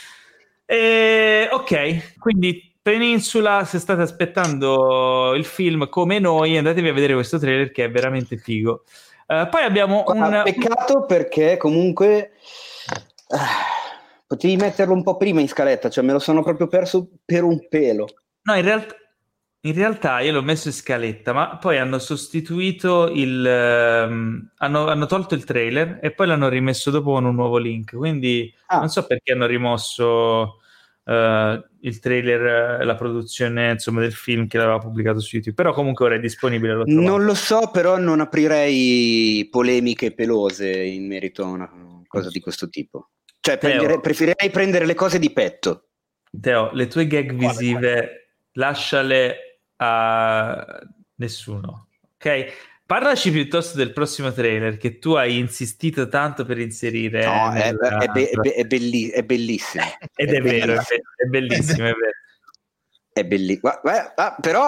Ok, quindi Peninsula, se state aspettando il film come noi, andatevi a vedere questo trailer che è veramente figo. Poi abbiamo peccato perché comunque potevi metterlo un po' prima in scaletta, cioè me lo sono proprio perso per un pelo. No, in realtà io l'ho messo in scaletta, ma poi hanno sostituito hanno tolto il trailer e poi l'hanno rimesso dopo con un nuovo link, quindi non so perché hanno rimosso il trailer, la produzione, insomma, del film che l'aveva pubblicato su YouTube, però comunque ora è disponibile. Non lo so, però non aprirei polemiche pelose in merito a una cosa di questo tipo, cioè preferirei prendere le cose di petto. Teo, le tue gag visive lasciale a nessuno, ok? Parlaci piuttosto del prossimo trailer che tu hai insistito tanto per inserire. No, è bellissimo. Ed è vero, è bellissimo, è vero. È bellissimo. Però...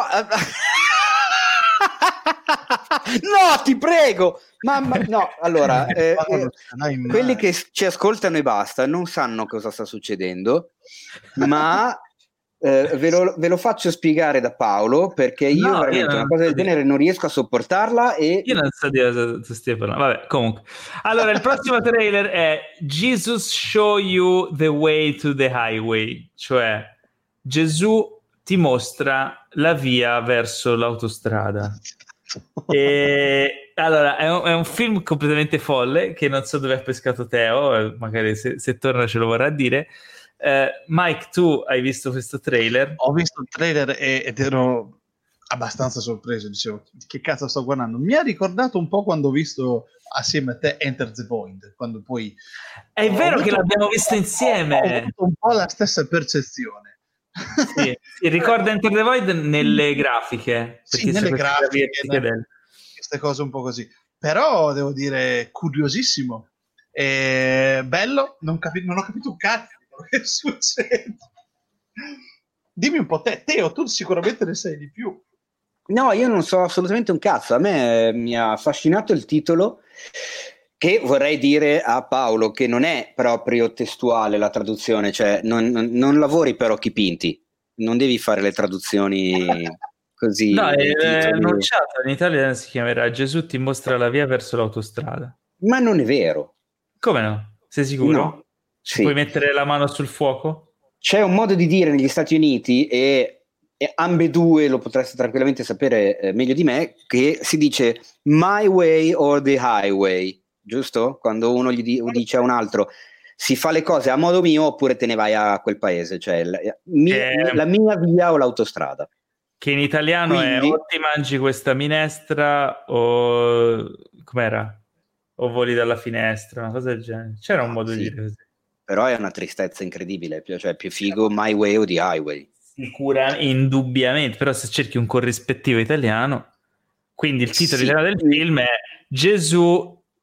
No, ti prego! Mamma, no, allora, quelli che ci ascoltano e basta non sanno cosa sta succedendo, ma... ve lo faccio spiegare da Paolo, perché io veramente una cosa del genere non riesco a sopportarla e... Io non so di cosa stia parlando. Vabbè, comunque. Allora, il prossimo trailer è Jesus Show You the Way to the Highway, cioè Gesù ti mostra la via verso l'autostrada. E allora è un film completamente folle che non so dove ha pescato Teo, magari se torna ce lo vorrà dire. Mike, tu hai visto questo trailer? Ho visto il trailer ed ero abbastanza sorpreso, dicevo, che cazzo sto guardando? Mi ha ricordato un po' quando ho visto assieme a te Enter the Void, quando poi... È vero che l'abbiamo visto insieme! Ho avuto un po' la stessa percezione. Sì, ricorda Enter the Void nelle grafiche. Sì, nelle grafiche, queste cose un po' così. Però, devo dire, curiosissimo. Bello, non ho capito un cazzo che succede. Dimmi un po' Teo, tu sicuramente ne sai di più. No, io non so assolutamente un cazzo. A me mi ha affascinato il titolo, che vorrei dire a Paolo che non è proprio testuale la traduzione, cioè non lavori per occhi pinti, non devi fare le traduzioni così. No, è annunciato, in Italia si chiamerà Gesù ti mostra la via verso l'autostrada. Ma non è vero. Come no? Sei sicuro? No. Ci puoi mettere la mano sul fuoco? C'è un modo di dire negli Stati Uniti, e ambedue lo potreste tranquillamente sapere meglio di me, che si dice my way or the highway, giusto? Quando uno gli dice a un altro si fa le cose a modo mio oppure te ne vai a quel paese, cioè la mia via o l'autostrada. Che in italiano è o ti mangi questa minestra o com'era? O voli dalla finestra, una cosa del genere. C'era un modo di dire così. Però è una tristezza incredibile, cioè più figo my way o the highway. Sicura, indubbiamente, però se cerchi un corrispettivo italiano, quindi il titolo italiano del film è Gesù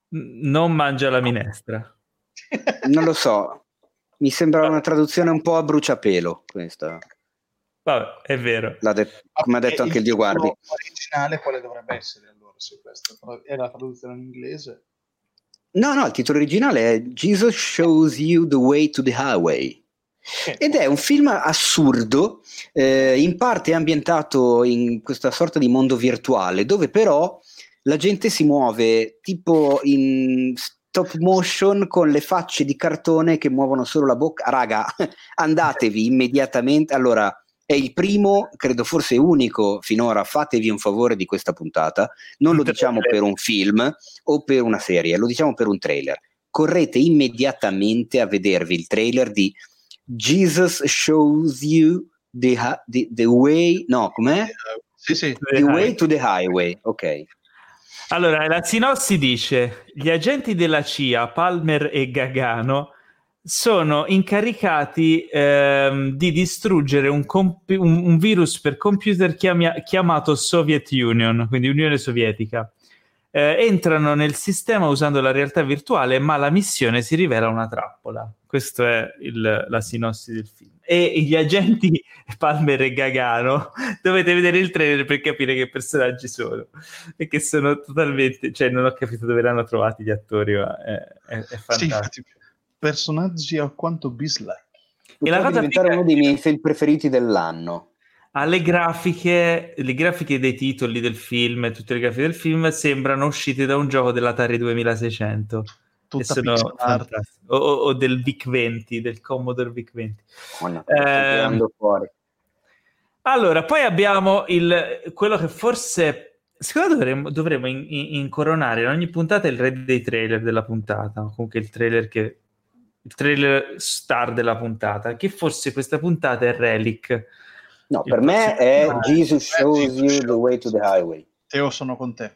Non mangia la minestra. Non lo so, mi sembra una traduzione un po' a bruciapelo questa. Vabbè, è vero. Come ha detto anche il Dio Guardi. Originale quale dovrebbe essere allora, se questa è la traduzione in inglese? No, il titolo originale è Jesus Shows You the Way to the Highway. Ed è un film assurdo, in parte è ambientato in questa sorta di mondo virtuale, dove però la gente si muove tipo in stop motion con le facce di cartone che muovono solo la bocca. Raga, andatevi immediatamente. Allora, è il primo, credo forse unico finora, fatevi un favore di questa puntata, non lo diciamo per un film o per una serie, lo diciamo per un trailer. Correte immediatamente a vedervi il trailer di Jesus Shows You the Way, no, com'è? Sì. The Way to the Highway, ok. Allora, la sinossi dice: gli agenti della CIA, Palmer e Gagano, sono incaricati di distruggere un virus per computer chiamato Soviet Union, quindi Unione Sovietica. Entrano nel sistema usando la realtà virtuale, ma la missione si rivela una trappola. Questa è la sinossi del film. E gli agenti Palmer e Gagano, dovete vedere il trailer per capire che personaggi sono, e che sono totalmente, cioè non ho capito dove l'hanno trovati gli attori, ma è fantastico. Sì, personaggi alquanto bislacchi. Potrebbe diventare uno dei miei film preferiti dell'anno. Le grafiche dei titoli del film e tutte le grafiche del film sembrano uscite da un gioco dell'Atari 2600. E sono fantastiche. O del VIC-20, del Commodore VIC-20. Fuori. Allora, poi abbiamo quello che forse, secondo me dovremmo incoronare in ogni puntata il re dei trailer della puntata, o comunque il trailer star della puntata, che forse questa puntata è Relic. No, per me è Jesus Shows You the Way to the Highway. Teo, sono con te.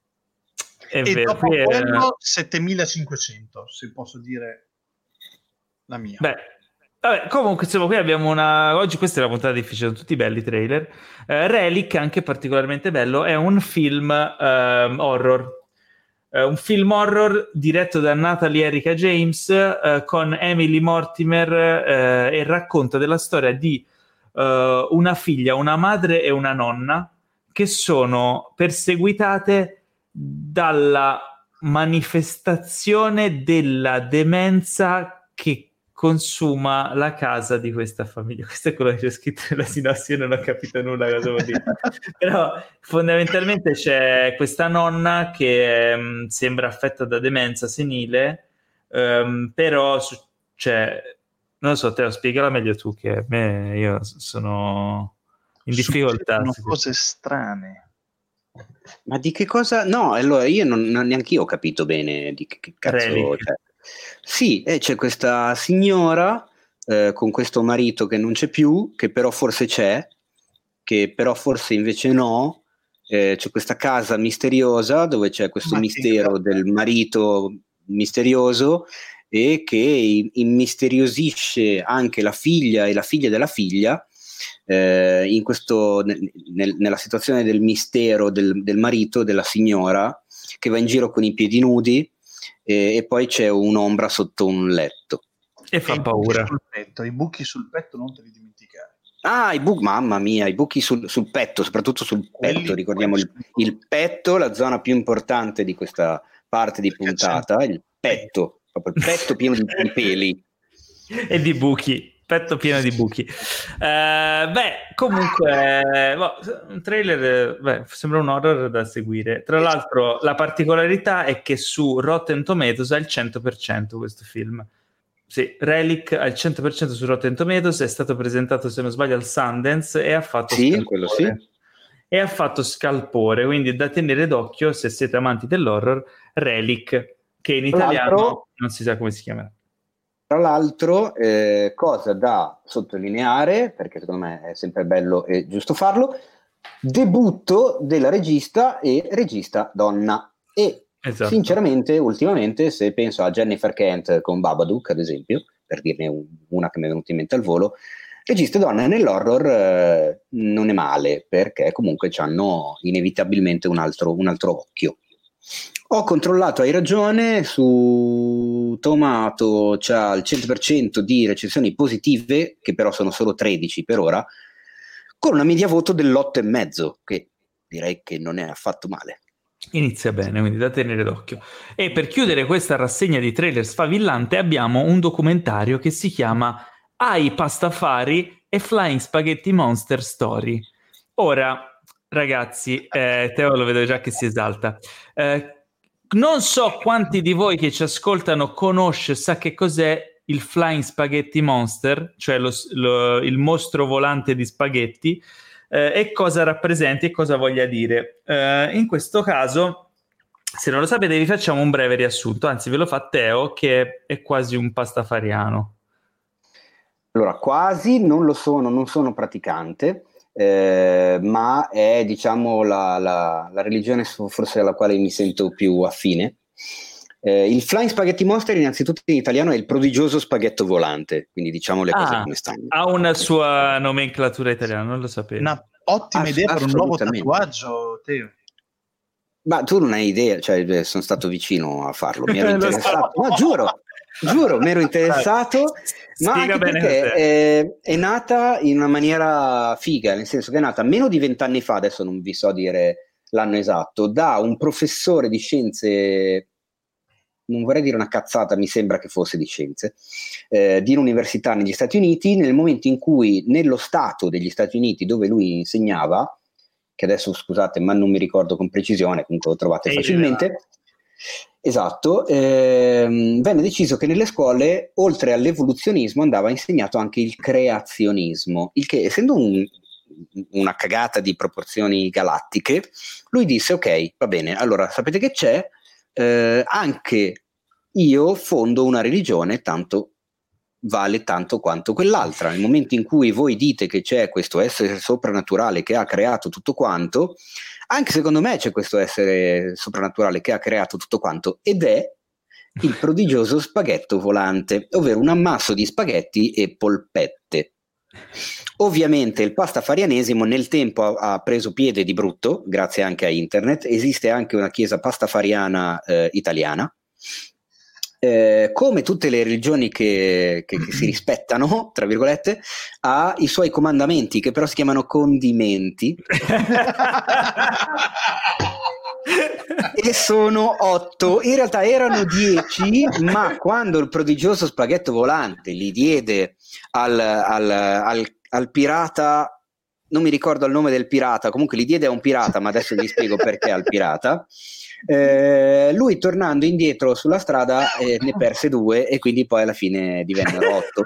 È e vero, dopo quello 7500, se posso dire la mia. Vabbè, comunque insomma, qui abbiamo oggi questa è la puntata difficile, sono tutti belli trailer. Relic, anche particolarmente bello, è un film horror. Un film horror diretto da Natalie Erica James, con Emily Mortimer, e racconta della storia di una figlia, una madre e una nonna che sono perseguitate dalla manifestazione della demenza che consuma la casa di questa famiglia. Questo è quello che c'è scritto nella sinossi, io non ho capito nulla cosa vuol dire. Però fondamentalmente c'è questa nonna che sembra affetta da demenza senile, però non lo so, te lo spiegala meglio tu, che io sono in difficoltà. Sono cose strane. Ma di che cosa? No, allora io non neanche io ho capito bene di che cazzo. Sì, c'è questa signora con questo marito che non c'è più, che però forse c'è, che però forse invece no. C'è questa casa misteriosa dove c'è questo mistero del marito misterioso, e che immisteriosisce anche la figlia e la figlia della figlia, in questo nella situazione del mistero del marito, della signora, che va in giro con i piedi nudi, e poi c'è un'ombra sotto un letto e fa paura. I buchi sul petto non te li dimenticare. Mamma mia, i buchi sul petto, soprattutto sul petto. Ricordiamo il petto, la zona più importante di questa parte di puntata, il petto. Proprio il petto pieno di peli e di buchi, petto pieno di buchi. Comunque un trailer, sembra un horror da seguire. Tra l'altro la particolarità è che su Rotten Tomatoes ha il 100% questo film. Sì, Relic al 100% su Rotten Tomatoes, è stato presentato, se non sbaglio, al Sundance e ha fatto e ha fatto scalpore, quindi è da tenere d'occhio se siete amanti dell'horror. Relic, che in italiano non si sa come si chiamerà. Tra l'altro, cosa da sottolineare, perché secondo me è sempre bello e giusto farlo, debutto della regista donna. E esatto. Sinceramente, ultimamente, se penso a Jennifer Kent con Babadook, ad esempio, per dirne una che mi è venuta in mente al volo, registe donne nell'horror non è male, perché comunque hanno inevitabilmente un altro occhio. Ho controllato, hai ragione, su Tomato c'ha il 100% di recensioni positive, che però sono solo 13 per ora, con una media voto dell'8,5, che direi che non è affatto male. Inizia bene, quindi da tenere d'occhio. E per chiudere questa rassegna di trailer sfavillante abbiamo un documentario che si chiama Ai Pastafari e Flying Spaghetti Monster Story. Ora, ragazzi, Teo lo vedo già che si esalta. Non so quanti di voi che ci ascoltano sa che cos'è il Flying Spaghetti Monster, cioè il mostro volante di spaghetti, e cosa rappresenti e cosa voglia dire. In questo caso, se non lo sapete, vi facciamo un breve riassunto, anzi ve lo fa Teo, che è quasi un pastafariano. Allora, quasi non sono praticante, ma è, diciamo, la religione forse alla quale mi sento più affine. Il Flying Spaghetti Monster, innanzitutto in italiano, è il prodigioso spaghetto volante, quindi diciamo le cose come stanno. Ha una sua nomenclatura italiana, non lo sapevo. Una ottima idea per un nuovo tatuaggio, Teo. Ma tu non hai idea, cioè sono stato vicino a farlo, mi ero interessato, no, giuro, mi ero interessato, ma anche perché è nata in una maniera figa, nel senso che è nata meno di 20 anni fa, adesso non vi so dire l'anno esatto, da un professore di scienze, non vorrei dire una cazzata, mi sembra che fosse di scienze, di un'università negli Stati Uniti, nel momento in cui nello stato degli Stati Uniti dove lui insegnava, che adesso scusate ma non mi ricordo con precisione, comunque lo trovate facilmente, esatto, venne deciso che nelle scuole oltre all'evoluzionismo andava insegnato anche il creazionismo, il che, essendo una cagata di proporzioni galattiche, lui disse ok, va bene, allora sapete che c'è, anche io fondo una religione, tanto vale tanto quanto quell'altra. Nel momento in cui voi dite che c'è questo essere soprannaturale che ha creato tutto quanto, anche secondo me c'è questo essere soprannaturale che ha creato tutto quanto, ed è il prodigioso spaghetto volante, ovvero un ammasso di spaghetti e polpette. Ovviamente il pastafarianesimo nel tempo ha preso piede di brutto, grazie anche a internet. Esiste anche una chiesa pastafariana italiana. Come tutte le religioni che si rispettano, tra virgolette, ha i suoi comandamenti, che però si chiamano condimenti. E sono 8, in realtà erano 10, ma quando il prodigioso spaghetto volante li diede al pirata, non mi ricordo il nome del pirata, comunque li diede a un pirata, ma adesso vi spiego perché al pirata, lui tornando indietro sulla strada ne perse 2 e quindi poi alla fine divennero 8.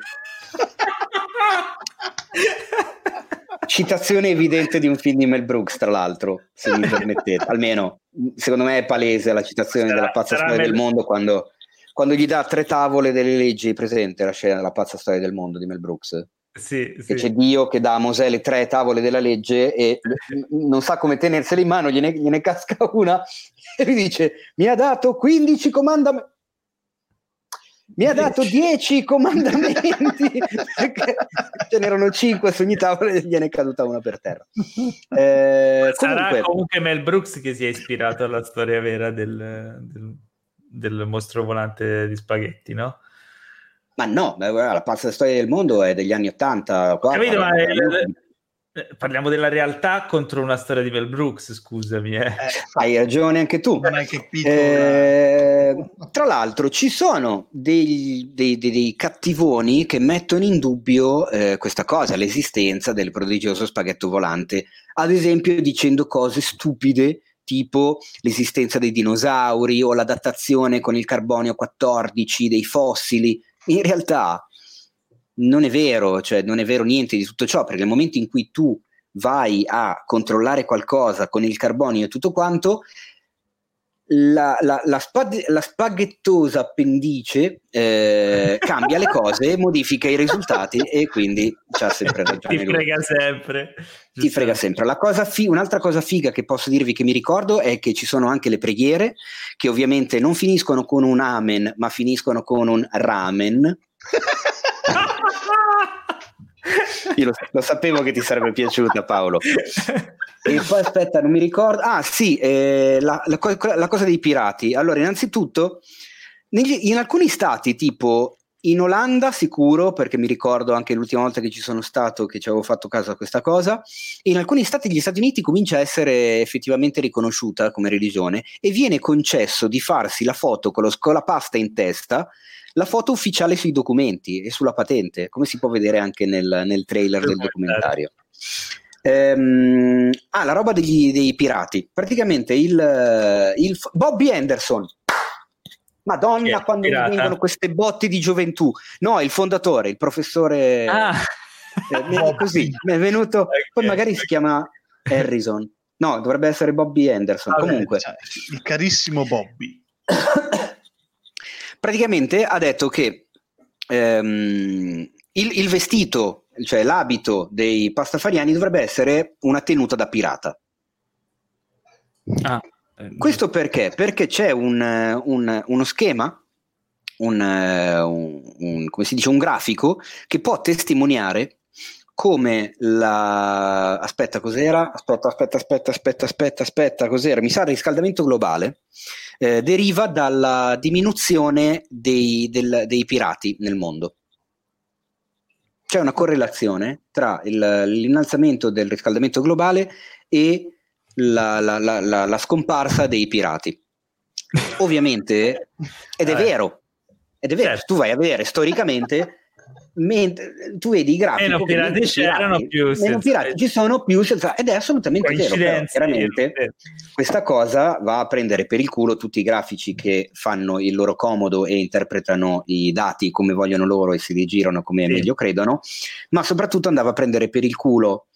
Citazione evidente di un film di Mel Brooks, tra l'altro, se mi permettete, almeno secondo me è palese la citazione della pazza storia del mondo quando gli dà 3 tavole delle leggi. Presente la scena della pazza storia del mondo di Mel Brooks? Sì. C'è Dio che dà a Mosè le 3 tavole della legge e non sa come tenersele in mano, gliene casca una e lui dice: mi ha dato 15 comandamenti, mi ha dato 10 comandamenti, perché ce n'erano 5 su ogni tavola e gliene è caduta una per terra. Sarà comunque Mel Brooks che si è ispirato alla storia vera del mostro volante di spaghetti, no? Ma no, la pazza storia del mondo è degli anni 80. Capito, ma parliamo della realtà contro una storia di Mel Brooks, scusami. Hai ragione anche tu. Non hai capito. Tra l'altro ci sono dei cattivoni che mettono in dubbio questa cosa, l'esistenza del prodigioso spaghetto volante, ad esempio dicendo cose stupide tipo l'esistenza dei dinosauri o l'adattazione con il carbonio 14 dei fossili. In realtà non è vero, cioè non è vero niente di tutto ciò, perché nel momento in cui tu vai a controllare qualcosa con il carbonio e tutto quanto, la spaghettosa appendice cambia le cose, modifica i risultati e quindi c'ha sempre ragione. Ti frega sempre. Un'altra cosa figa che posso dirvi che mi ricordo è che ci sono anche le preghiere che ovviamente non finiscono con un amen ma finiscono con un ramen. Io lo sapevo che ti sarebbe piaciuta, Paolo. E poi aspetta, non mi ricordo. Ah sì, la cosa dei pirati. Allora, innanzitutto, in alcuni stati, tipo in Olanda sicuro, perché mi ricordo anche l'ultima volta che ci sono stato che ci avevo fatto caso a questa cosa, in alcuni stati degli Stati Uniti comincia a essere effettivamente riconosciuta come religione e viene concesso di farsi la foto con la pasta in testa, la foto ufficiale sui documenti e sulla patente, come si può vedere anche nel trailer del documentario. La roba dei pirati, praticamente il Bobby Anderson. Madonna, quando mi vengono queste botti di gioventù. No, il fondatore, il professore. Così mi è venuto. Okay. Poi magari si chiama Harrison. No, dovrebbe essere Bobby Anderson. Comunque, il carissimo Bobby. Praticamente ha detto che il vestito, cioè l'abito dei pastafariani, dovrebbe essere una tenuta da pirata. Questo perché? Perché c'è uno schema, come si dice, un grafico che può testimoniare come aspetta, cos'era? Aspetta, cos'era? Mi sa il riscaldamento globale deriva dalla diminuzione dei pirati nel mondo. C'è una correlazione tra l'innalzamento del riscaldamento globale e la scomparsa dei pirati. Ovviamente, ed è vero, certo. Tu vai a vedere storicamente, tu vedi i grafici, meno pirati c'erano, meno pirati ci sono, più ed è assolutamente vero, però, chiaramente questa cosa va a prendere per il culo tutti i grafici che fanno il loro comodo e interpretano i dati come vogliono loro e si rigirano come meglio credono, ma soprattutto andava a prendere per il culo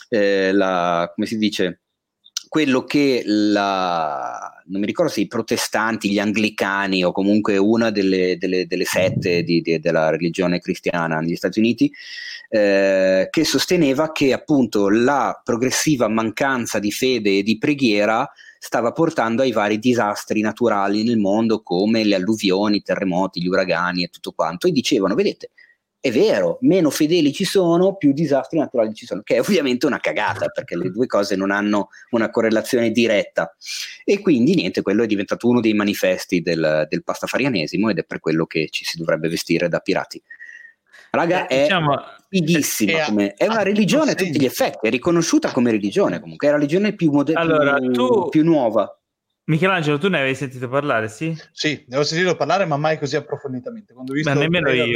come si dice, quello che non mi ricordo se i protestanti, gli anglicani o comunque una delle sette della religione cristiana negli Stati Uniti, che sosteneva che appunto la progressiva mancanza di fede e di preghiera stava portando ai vari disastri naturali nel mondo, come le alluvioni, i terremoti, gli uragani e tutto quanto, e dicevano, vedete, è vero, meno fedeli ci sono, più disastri naturali ci sono, che è ovviamente una cagata, perché le due cose non hanno una correlazione diretta. E quindi niente, quello è diventato uno dei manifesti del pastafarianesimo ed è per quello che ci si dovrebbe vestire da pirati. Raga, è fighissima, è una religione a tutti gli effetti, è riconosciuta come religione, comunque è la religione più moderna, più nuova. Michelangelo, tu ne avevi sentito parlare, sì? Sì, ne avevo sentito parlare, ma mai così approfonditamente. Quando ho visto nemmeno io.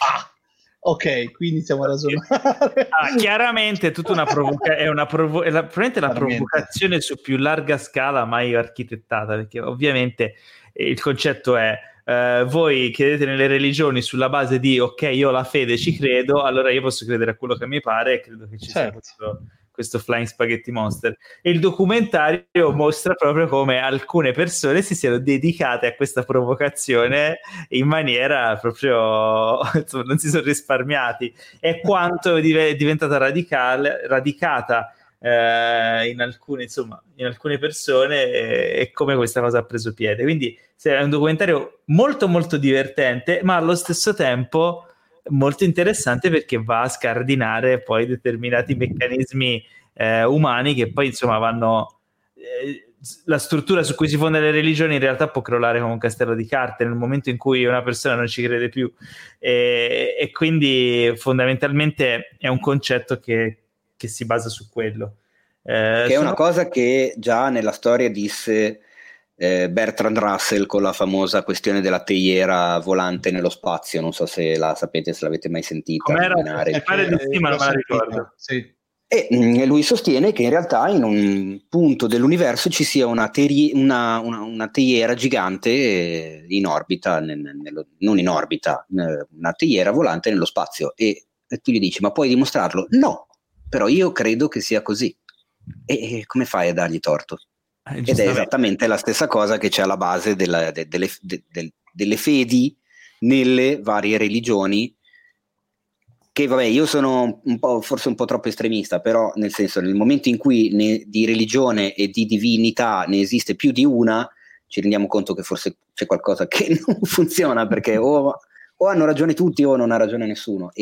Ok, qui iniziamo a ragionare. Chiaramente è tutta una probabilmente la provocazione su più larga scala mai architettata, perché ovviamente il concetto è voi credete nelle religioni sulla base di ok, io ho la fede, ci credo, allora io posso credere a quello che mi pare e credo che ci sia questo Flying Spaghetti Monster. E il documentario mostra proprio come alcune persone si siano dedicate a questa provocazione in maniera proprio insomma, non si sono risparmiati, e quanto è diventata radicata in alcune persone e come questa cosa ha preso piede. Quindi è un documentario molto molto divertente, ma allo stesso tempo molto interessante, perché va a scardinare poi determinati meccanismi umani che poi insomma vanno la struttura su cui si fonda le religioni in realtà può crollare come un castello di carte nel momento in cui una persona non ci crede più, e quindi fondamentalmente è un concetto che si basa su quello, che è una cosa che già nella storia disse Bertrand Russell con la famosa questione della teiera volante nello spazio. Non so se la sapete, se l'avete mai sentita. Com'era? Pare di sì, ma non me la ricordo. Sì. E lui sostiene che in realtà in un punto dell'universo ci sia una teiera gigante in orbita, non in orbita, una teiera volante nello spazio, e tu gli dici, ma puoi dimostrarlo? No, però io credo che sia così. E come fai a dargli torto? Ed è esattamente la stessa cosa che c'è alla base delle fedi nelle varie religioni, che vabbè, io sono forse un po' troppo estremista, però nel senso, nel momento in cui di religione e di divinità ne esiste più di una, ci rendiamo conto che forse c'è qualcosa che non funziona, perché o hanno ragione tutti o non ha ragione nessuno, e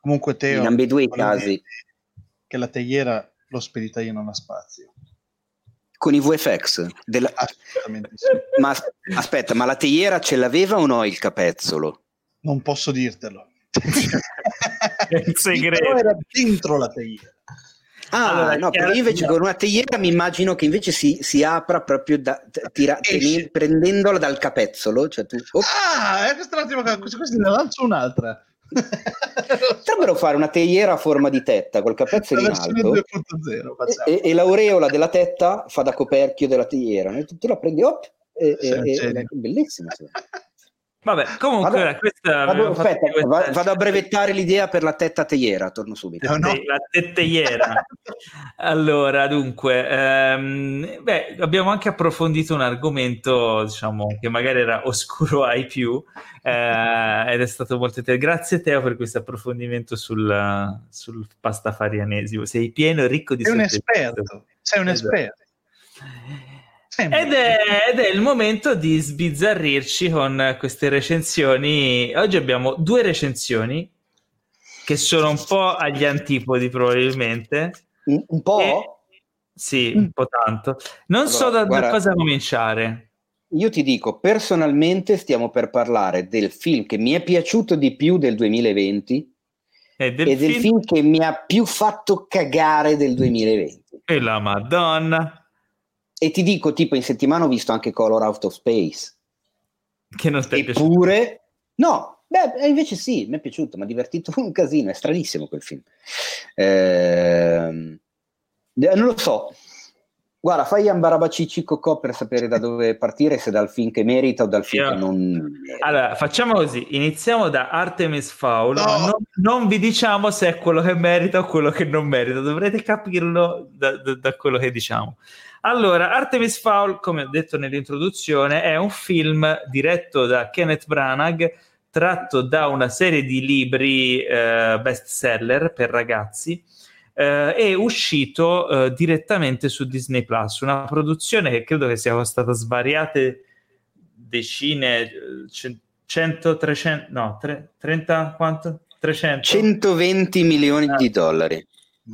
Comunque Teo, in ambedue i casi, che la teiera l'ho spedita io, non ha spazio. con i VFX Assolutamente sì. Ma aspetta, ma la teiera ce l'aveva o no il capezzolo? Non posso dirtelo. È un segreto. Però era dentro la teiera. Allora, no, però io invece con una teiera mi immagino che invece si apra proprio prendendola dal capezzolo, cioè tu, Questo un attimo, questi ne lancio un'altra. Potrebbero fare una teiera a forma di tetta col capezzolo in alto 2.0, e l'aureola della tetta fa da coperchio della teiera, tu la prendi è bellissimo. Vabbè, comunque vado a brevettare l'idea per la tetta teiera, torno subito. No. La tetteiera. Allora, dunque, abbiamo anche approfondito un argomento, diciamo, che magari era oscuro ai più, ed è stato molto interessante. Grazie Teo per questo approfondimento sul pastafarianesimo. Sei pieno e ricco di sei un esperto. Ed è il momento di sbizzarrirci con queste recensioni. Oggi abbiamo 2 recensioni che sono un po' agli antipodi probabilmente. Un po'? Sì, un po' tanto. Non so da cosa cominciare. Io ti dico, personalmente stiamo per parlare del film che mi è piaciuto di più del 2020 e del film che mi ha più fatto cagare del 2020. E la Madonna! E ti dico, tipo, in settimana ho visto anche Color Out of Space. Che non ti è piaciuto? Eppure, no, invece sì, mi è piaciuto, mi ha divertito un casino, è stranissimo quel film. Non lo so. Guarda, fai Ambarabacici Cocò per sapere da dove partire, se dal film che merita o dal film che non merita. Allora, facciamo così, iniziamo da Artemis Fowl, non vi diciamo se è quello che merita o quello che non merita, dovrete capirlo da quello che diciamo. Allora, Artemis Fowl, come ho detto nell'introduzione, è un film diretto da Kenneth Branagh, tratto da una serie di libri best seller per ragazzi, è uscito direttamente su Disney Plus, una produzione che credo che sia costata svariate decine, 100, 300, no, 30, quanto? 300? 120 milioni di dollari.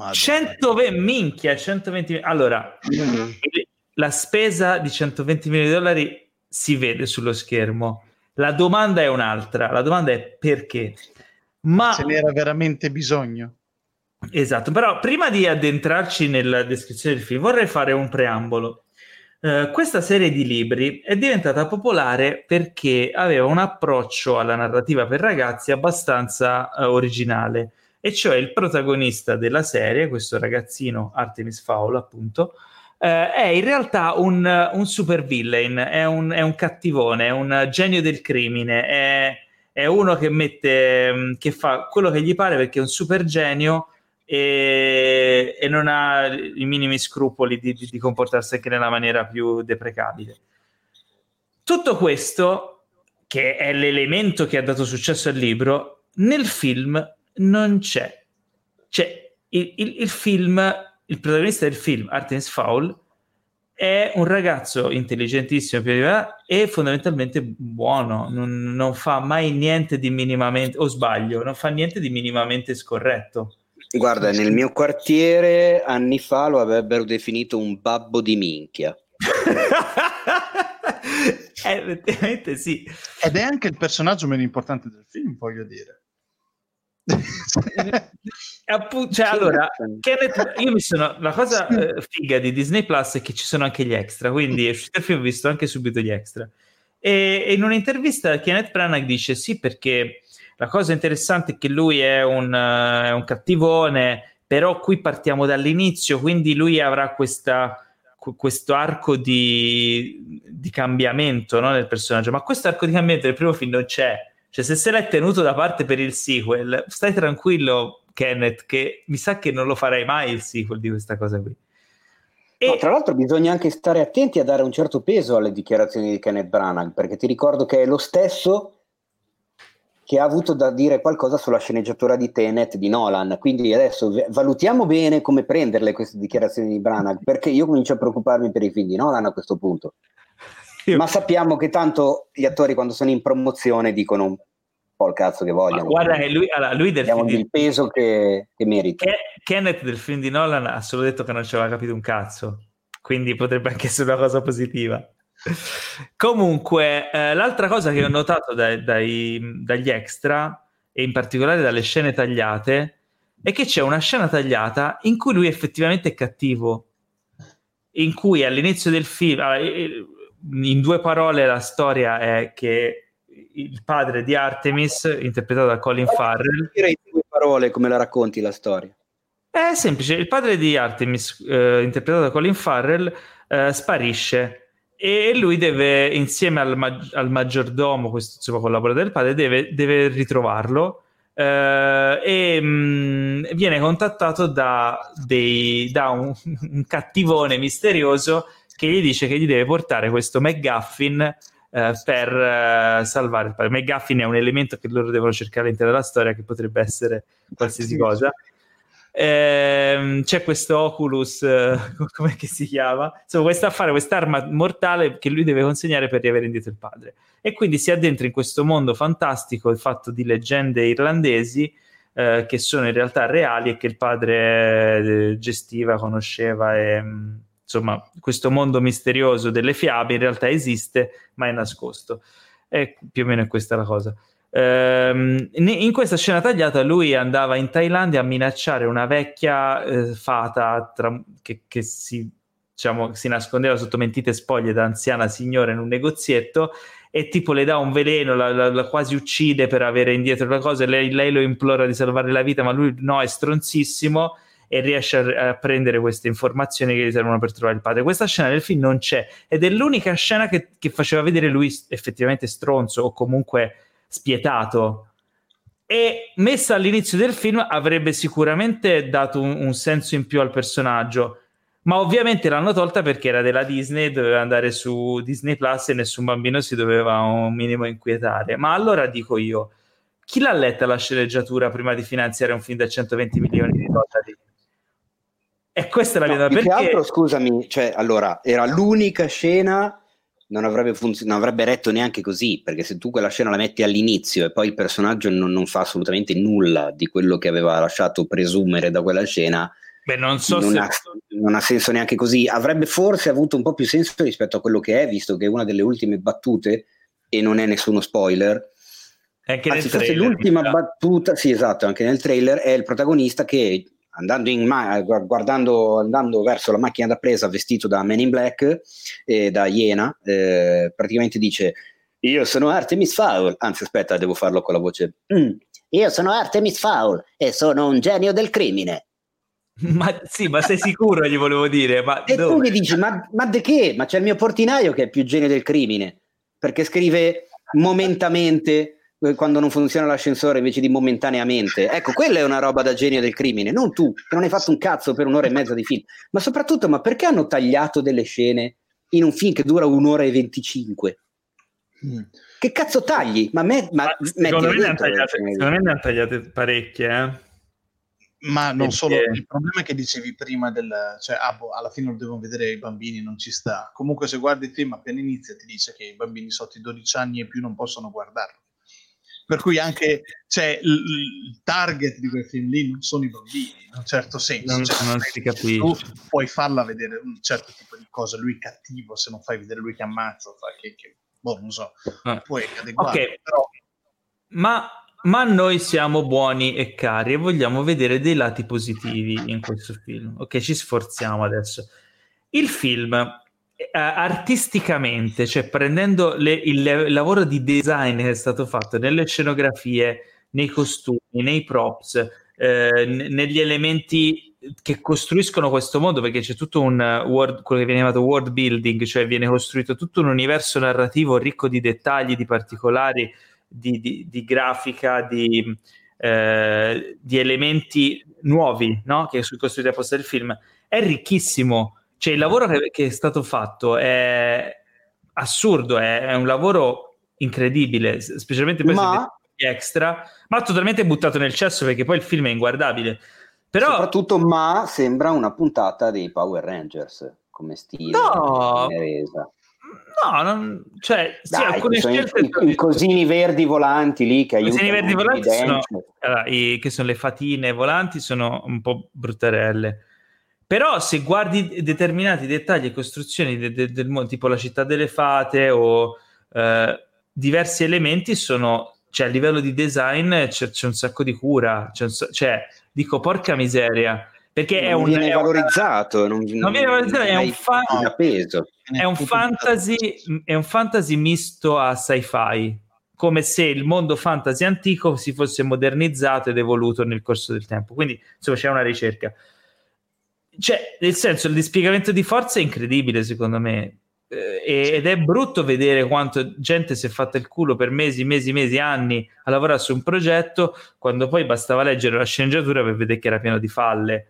120. Allora, la spesa di 120 milioni di dollari si vede sullo schermo. La domanda è un'altra. La domanda è perché? Ma ce n'era veramente bisogno? Esatto, però prima di addentrarci nella descrizione del film vorrei fare un preambolo. Questa serie di libri è diventata popolare perché aveva un approccio alla narrativa per ragazzi abbastanza originale. E cioè il protagonista della serie, questo ragazzino Artemis Fowl appunto, è in realtà un super villain, è un cattivone, è un genio del crimine, è uno che fa quello che gli pare perché è un super genio e non ha i minimi scrupoli di comportarsi anche nella maniera più deprecabile. Tutto questo, che è l'elemento che ha dato successo al libro, nel film non c'è. Cioè, il protagonista del film, Artemis Fowl, è un ragazzo intelligentissimo e fondamentalmente buono, non fa mai niente di minimamente, o sbaglio, non fa niente di minimamente scorretto. Guarda, nel mio quartiere anni fa lo avrebbero definito un babbo di minchia. Effettivamente sì. Ed è anche il personaggio meno importante del film, voglio dire. Cioè, allora, Kenneth, la cosa figa di Disney Plus è che ci sono anche gli extra, quindi è uscito il film, ho visto anche subito gli extra, e in un'intervista Kenneth Branagh dice sì, perché la cosa interessante è che lui è un cattivone, però qui partiamo dall'inizio, quindi lui avrà questo arco di cambiamento, no, nel personaggio, ma questo arco di cambiamento nel primo film non c'è. Cioè, se l'hai tenuto da parte per il sequel, stai tranquillo, Kenneth, che mi sa che non lo farai mai il sequel di questa cosa qui. No, tra l'altro bisogna anche stare attenti a dare un certo peso alle dichiarazioni di Kenneth Branagh, perché ti ricordo che è lo stesso che ha avuto da dire qualcosa sulla sceneggiatura di Tenet di Nolan, quindi adesso valutiamo bene come prenderle queste dichiarazioni di Branagh, perché io comincio a preoccuparmi per i film di Nolan a questo punto. Ma sappiamo che tanto gli attori quando sono in promozione dicono po' il cazzo che vogliono. Ma guarda che lui del film il peso che merita. Kenneth del film di Nolan ha solo detto che non ci aveva capito un cazzo, quindi potrebbe anche essere una cosa positiva. Comunque, l'altra cosa che ho notato dagli extra, e in particolare dalle scene tagliate, è che c'è una scena tagliata in cui lui effettivamente è cattivo, in cui all'inizio del film, in 2 parole la storia è che il padre di Artemis, interpretato da Colin Farrell, direi 2 parole come la racconti la storia. È semplice, il padre di Artemis, interpretato da Colin Farrell, sparisce e lui deve, insieme al maggiordomo, questo insomma collaboratore del padre, deve ritrovarlo, e viene contattato da un cattivone misterioso che gli dice che gli deve portare questo MacGuffin per salvare il padre. MacGuffin è un elemento che loro devono cercare all'interno della storia, che potrebbe essere qualsiasi cosa. C'è questo Oculus, come si chiama? Insomma, quest'arma mortale che lui deve consegnare per riavere indietro il padre, e quindi si addentra in questo mondo fantastico fatto di leggende irlandesi, che sono in realtà reali e che il padre gestiva, conosceva, e insomma questo mondo misterioso delle fiabe in realtà esiste ma è nascosto, e più o meno è questa la cosa. In questa scena tagliata lui andava in Thailandia a minacciare una vecchia fata che si nascondeva sotto mentite spoglie da anziana signora in un negozietto, e tipo le dà un veleno, la quasi uccide per avere indietro la cosa, e lei lo implora di salvare la vita, ma lui no, è stronzissimo, e riesce a prendere queste informazioni che gli servono per trovare il padre. Questa scena nel film non c'è, ed è l'unica scena che faceva vedere lui effettivamente stronzo o comunque spietato, e messa all'inizio del film avrebbe sicuramente dato un senso in più al personaggio, ma ovviamente l'hanno tolta perché era della Disney, doveva andare su Disney Plus e nessun bambino si doveva un minimo inquietare. Ma allora dico io, chi l'ha letta la sceneggiatura prima di finanziare un film da 120 milioni di dollari? E questa è la mia domanda, perché altro, scusami, cioè allora era l'unica scena, non avrebbe retto neanche così, perché se tu quella scena la metti all'inizio e poi il personaggio non fa assolutamente nulla di quello che aveva lasciato presumere da quella scena, non ha senso neanche così. Avrebbe forse avuto un po' più senso rispetto a quello che è, visto che è una delle ultime battute, e non è nessuno spoiler, anche anzi nel forse trailer, l'ultima battuta, sì esatto, anche nel trailer è il protagonista che andando verso la macchina da presa vestito da Man in Black e da Iena, praticamente dice: io sono Artemis Fowl, anzi aspetta, devo farlo con la voce, io sono Artemis Fowl e sono un genio del crimine. Ma sì, ma sei sicuro? Gli volevo dire, ma e dove? tu gli dici ma de che? Ma c'è il mio portinaio che è più genio del crimine, perché scrive momentamente quando non funziona l'ascensore invece di momentaneamente. Ecco, quella è una roba da genio del crimine, non tu, che non hai fatto un cazzo per 1 ora e mezza di film. Ma soprattutto, ma perché hanno tagliato delle scene in un film che dura 1 ora e 25? Che cazzo tagli? Secondo me ne hanno tagliate parecchie, Ma non solo, il problema è che dicevi prima alla fine lo devono vedere i bambini, non ci sta. Comunque se guardi il film appena inizia ti dice che i bambini sotto i 12 anni e più non possono guardarlo. Per cui anche il target di quel film lì non sono i bambini, in un certo senso. Non si capisce. Tu puoi farla vedere un certo tipo di cosa, lui cattivo, se non fai vedere lui che ammazza, non so, puoi adeguare. Okay. Però... Ma noi siamo buoni e cari e vogliamo vedere dei lati positivi in questo film. Ok, ci sforziamo adesso. Il film artisticamente, cioè prendendo il lavoro di design che è stato fatto nelle scenografie, nei costumi, nei props, negli elementi che costruiscono questo mondo, perché c'è tutto quello che viene chiamato world building, cioè viene costruito tutto un universo narrativo ricco di dettagli, di particolari, di grafica, di elementi nuovi, no? Che sono costruiti apposta del film. È ricchissimo. Cioè il lavoro che è stato fatto è assurdo, è un lavoro incredibile, specialmente per gli extra, ma totalmente buttato nel cesso perché poi il film è inguardabile. Però soprattutto sembra una puntata dei Power Rangers come stile. No, No, cioè, sì, Dai, alcune scelte... I cosini verdi volanti lì che aiutano. I cosini verdi volanti sono, che sono le fatine volanti, sono un po' bruttarelle. Però se guardi determinati dettagli e costruzioni del mondo, tipo la città delle fate o diversi elementi, sono, cioè a livello di design c'è un sacco di cura, cioè dico porca miseria, perché non viene valorizzato, non viene valorizzato, è un fantasy misto a sci-fi, come se il mondo fantasy antico si fosse modernizzato ed evoluto nel corso del tempo, quindi insomma c'è una ricerca. Cioè, nel senso, il dispiegamento di forza è incredibile secondo me, ed è brutto vedere quanto gente si è fatta il culo per mesi, anni a lavorare su un progetto, quando poi bastava leggere la sceneggiatura per vedere che era pieno di falle,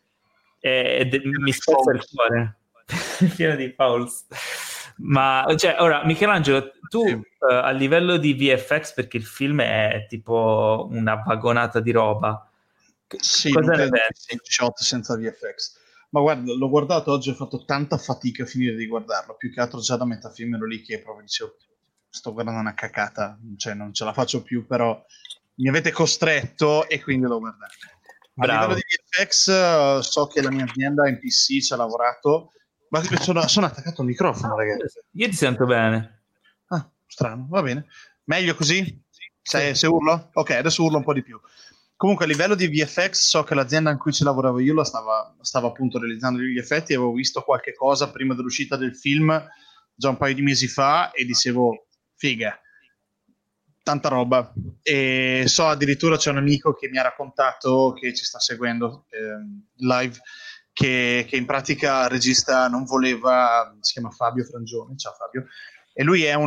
mi spezza il cuore. Pieno di fouls. Ma cioè, ora Michelangelo, tu a livello di VFX, perché il film è tipo una vagonata di roba, sì, cosa ne pensi? Shot senza VFX. Ma guarda, l'ho guardato oggi, ho fatto tanta fatica a finire di guardarlo, più che altro già da metà film ero lì che proprio dicevo sto guardando una cacata, cioè non ce la faccio più, però mi avete costretto e quindi l'ho guardato. A livello di VFX so che la mia azienda in PC ci ha lavorato, ma sono attaccato al microfono, ragazzi. Io ti sento bene. Ah, strano, va bene. Meglio così? Se urlo? Ok, adesso urlo un po' di più. Comunque a livello di VFX so che l'azienda in cui ci lavoravo io stava appunto realizzando gli effetti, avevo visto qualche cosa prima dell'uscita del film già un paio di mesi fa e dicevo figa, tanta roba. E so addirittura c'è un amico che mi ha raccontato, che ci sta seguendo live, che in pratica il regista non voleva, si chiama Fabio Frangione, ciao Fabio, e lui è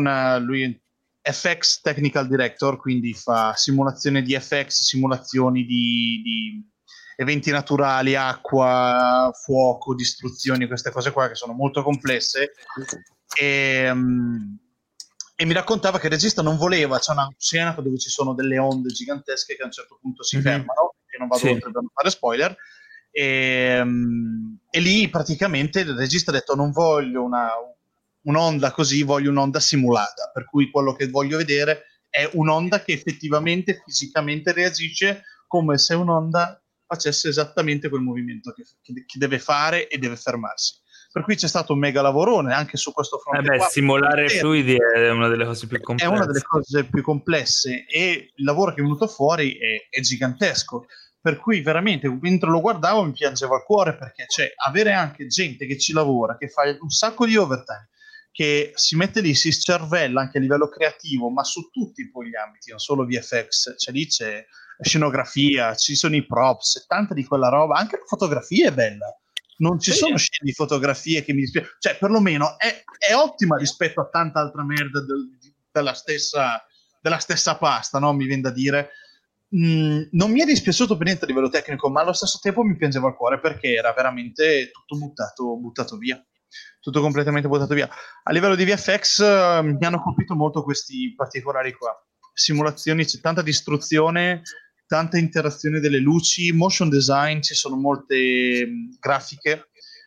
FX Technical Director, quindi fa simulazione di FX, simulazioni di eventi naturali, acqua, fuoco, distruzioni, queste cose qua che sono molto complesse, e mi raccontava che il regista non voleva, c'è una scena dove ci sono delle onde gigantesche che a un certo punto si fermano, e non vado oltre per non fare spoiler, e lì praticamente il regista ha detto non voglio un'onda così, voglio un'onda simulata, per cui quello che voglio vedere è un'onda che effettivamente fisicamente reagisce come se un'onda facesse esattamente quel movimento che deve fare e deve fermarsi. Per cui c'è stato un mega lavorone anche su questo fronte. Simulare fluidi è una delle cose più complesse. È una delle cose più complesse e il lavoro che è venuto fuori è gigantesco. Per cui veramente mentre lo guardavo mi piangeva il cuore, perché avere anche gente che ci lavora, che fa un sacco di overtime, che si mette lì, si scervella anche a livello creativo, ma su tutti poi gli ambiti, non solo VFX, lì c'è scenografia, ci sono i props, tanta di quella roba, anche la fotografia è bella, non ci sono scene di fotografie che mi dispiace, cioè perlomeno è ottima rispetto a tanta altra merda della stessa pasta, no? Mi viene da dire. Non mi è dispiaciuto per niente a livello tecnico, ma allo stesso tempo mi piangeva il cuore perché era veramente tutto buttato via, tutto completamente buttato via. A livello di VFX mi hanno colpito molto questi particolari qua, simulazioni, c'è tanta distruzione, tanta interazione delle luci, motion design, ci sono molte grafiche,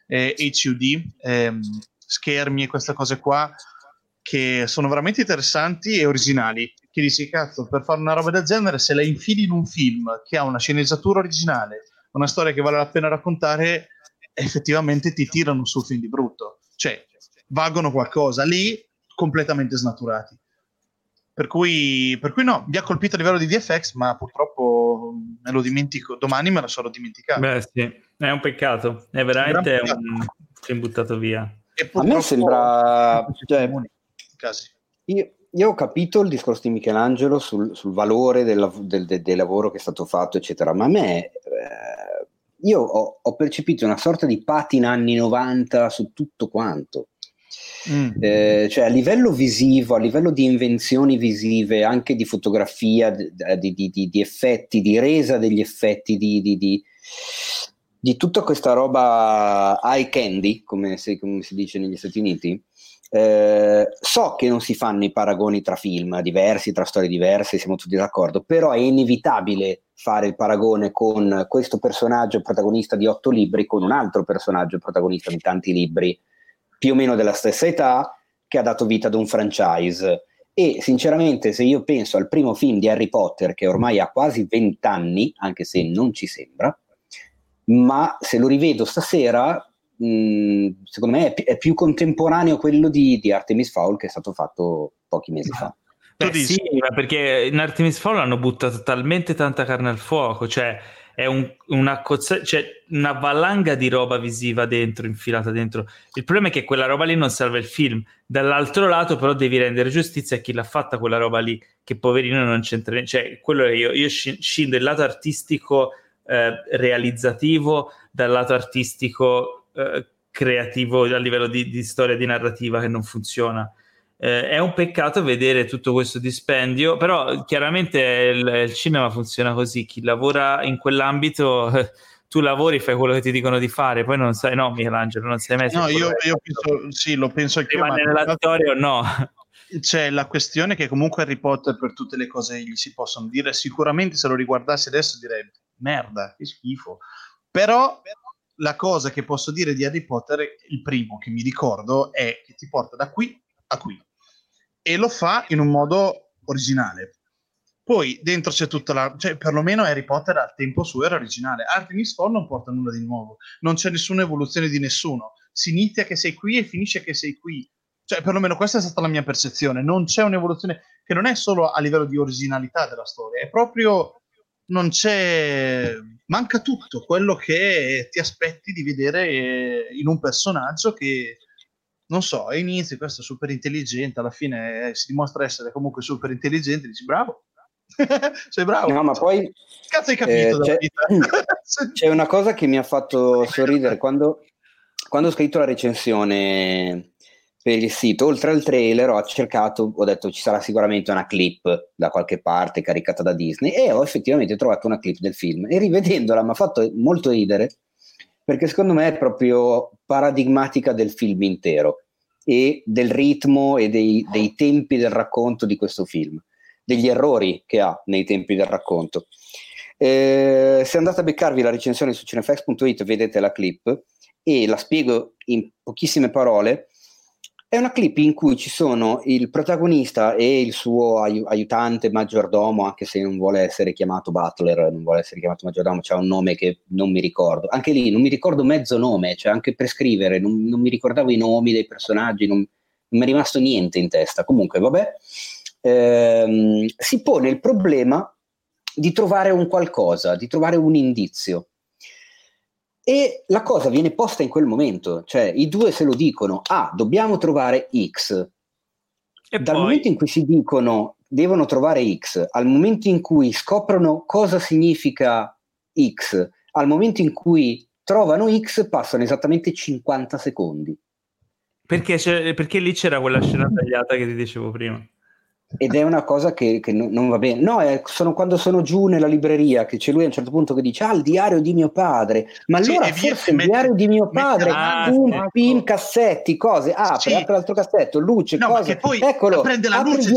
HUD, schermi e queste cose qua che sono veramente interessanti e originali, che dici cazzo, per fare una roba del genere, se la infili in un film che ha una sceneggiatura originale, una storia che vale la pena raccontare, effettivamente ti tirano sul film di brutto, cioè valgono qualcosa, lì completamente snaturati. Per cui no, mi ha colpito a livello di VFX, ma purtroppo me lo dimentico, domani me lo sarò dimenticato. Beh sì, è un peccato, è veramente un film buttato via. A me sembra, io ho capito il discorso di Michelangelo sul valore del lavoro che è stato fatto, eccetera, ma a me io ho percepito una sorta di patina anni 90 su tutto quanto. Cioè a livello visivo, a livello di invenzioni visive, anche di fotografia, di effetti, di resa degli effetti, di tutta questa roba eye candy, come si dice negli Stati Uniti. So che non si fanno i paragoni tra film diversi, tra storie diverse, siamo tutti d'accordo, però è inevitabile fare il paragone con questo personaggio protagonista di 8 libri con un altro personaggio protagonista di tanti libri, più o meno della stessa età, che ha dato vita ad un franchise. E sinceramente, se io penso al primo film di Harry Potter, che ormai ha quasi 20 anni, anche se non ci sembra, ma se lo rivedo stasera, secondo me è più contemporaneo quello di Artemis Fowl, che è stato fatto pochi mesi fa. Sì, ma perché in Artemis Fowl hanno buttato talmente tanta carne al fuoco, cioè è una valanga di roba visiva dentro, infilata dentro. Il problema è che quella roba lì non salva il film. Dall'altro lato però devi rendere giustizia a chi l'ha fatta quella roba lì, che poverino non c'entra niente. Cioè, quello è io scindo il lato artistico realizzativo dal lato artistico creativo a livello di storia, di narrativa, che non funziona. È un peccato vedere tutto questo dispendio, però chiaramente il cinema funziona così: chi lavora in quell'ambito, tu lavori, fai quello che ti dicono di fare, poi non sai, no Michelangelo, non sai mai se io penso, sì, lo penso anche io, rimane nella storia o no. C'è la questione che comunque Harry Potter, per tutte le cose che gli si possono dire, sicuramente se lo riguardassi adesso direi merda, che schifo, però la cosa che posso dire di Harry Potter, il primo che mi ricordo, è che ti porta da qui a qui e lo fa in un modo originale. Poi dentro c'è tutta cioè perlomeno Harry Potter al tempo suo era originale. Artemis Fowl non porta nulla di nuovo, non c'è nessuna evoluzione di nessuno, si inizia che sei qui e finisce che sei qui, cioè perlomeno questa è stata la mia percezione. Non c'è un'evoluzione, che non è solo a livello di originalità della storia, è proprio, non c'è, manca tutto quello che ti aspetti di vedere in un personaggio che, non so, all'inizio questo è super intelligente, alla fine si dimostra essere comunque super intelligente, dici bravo, sei bravo. No, ma poi cazzo hai capito della vita? C'è una cosa che mi ha fatto sorridere quando ho scritto la recensione per il sito. Oltre al trailer ho detto ci sarà sicuramente una clip da qualche parte caricata da Disney, e ho effettivamente trovato una clip del film, e rivedendola mi ha fatto molto ridere, perché secondo me è proprio paradigmatica del film intero e del ritmo e dei tempi del racconto di questo film, degli errori che ha nei tempi del racconto. Se andate a beccarvi la recensione su cinefx.it vedete la clip, e la spiego in pochissime parole. È una clip in cui ci sono il protagonista e il suo aiutante maggiordomo, anche se non vuole essere chiamato butler, non vuole essere chiamato maggiordomo, c'ha un nome che non mi ricordo. Anche lì non mi ricordo mezzo nome, cioè anche per scrivere non mi ricordavo i nomi dei personaggi, non mi è rimasto niente in testa. Comunque, vabbè, si pone il problema di trovare un qualcosa, di trovare un indizio. E la cosa viene posta in quel momento, cioè i due se lo dicono: dobbiamo trovare X. E dal momento in cui si dicono devono trovare X, al momento in cui scoprono cosa significa X, al momento in cui trovano X, passano esattamente 50 secondi. Perché lì c'era quella scena tagliata che ti dicevo prima. Ed è una cosa che non va bene. No, quando sono giù nella libreria, che c'è lui a un certo punto che dice il diario di mio padre, ma allora forse il diario di mio padre, film, cassetti, cose, apre l'altro cassetto, luce, cose, che poi eccolo, prende la luce,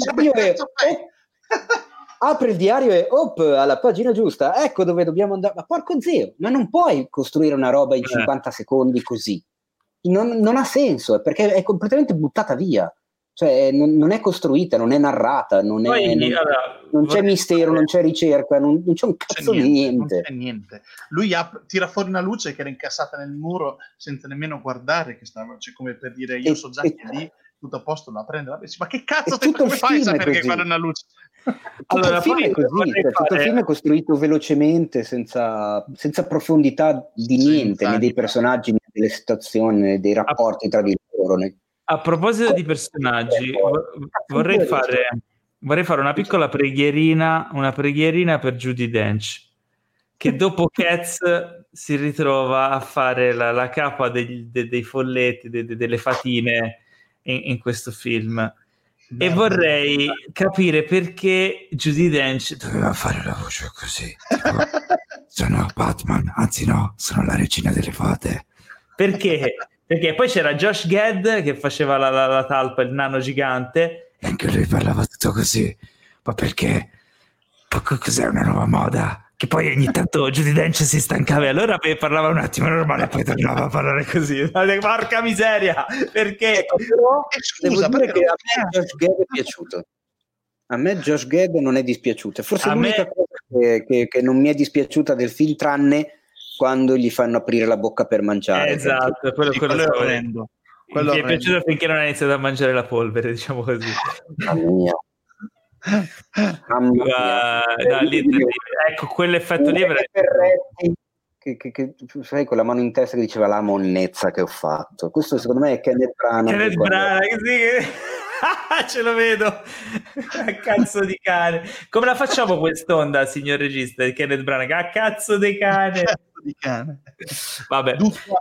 apre il diario e alla pagina giusta, ecco dove dobbiamo andare. Ma porco zio, ma non puoi costruire una roba in 50 secondi così, non ha senso, perché è completamente buttata via. Cioè non è costruita, non è narrata, non c'è mistero, non c'è ricerca, non c'è un cazzo di niente. Non c'è niente. Lui tira fuori una luce che era incassata nel muro senza nemmeno guardare, che stava, cioè, come per dire io so già che lì tutto a posto, la prende, ma che cazzo come fai a sapere che guarda una luce? Tutto il film è così, tutto il film è costruito velocemente, senza profondità di niente, né dei personaggi, né delle situazioni, né dei rapporti tra di loro. A proposito di personaggi, vorrei fare una piccola preghierina per Judi Dench, che dopo Cats si ritrova a fare la capa dei folletti, delle fatine in questo film. E vorrei capire perché Judi Dench doveva fare la voce così. Tipo, sono Batman, anzi no, sono la regina delle fate. Perché? Perché poi c'era Josh Gad che faceva la talpa, il nano gigante, e anche lui parlava tutto così. Ma perché? Cos'è una nuova moda? che poi ogni tanto Judi Dench si stancava e allora parlava un attimo normale e poi tornava a parlare così. Porca miseria, perché? Però devo dire che a me Josh Gad è piaciuto. A me Josh Gad non è dispiaciuto. Forse l'unica cosa che non mi è dispiaciuta del film, tranne quando gli fanno aprire la bocca per mangiare. Esatto, quello è orrendo. Mi è piaciuto finché non ha iniziato a mangiare la polvere, diciamo così. Mamma mia. Ecco, quell'effetto lì che sai, con la mano in testa che diceva la monnezza che ho fatto. Questo secondo me è Kenneth Branagh. Ce lo vedo, cazzo di cane. Come la facciamo quest'onda, signor regista, di Kenneth Branagh? A cazzo di cane. Vabbè,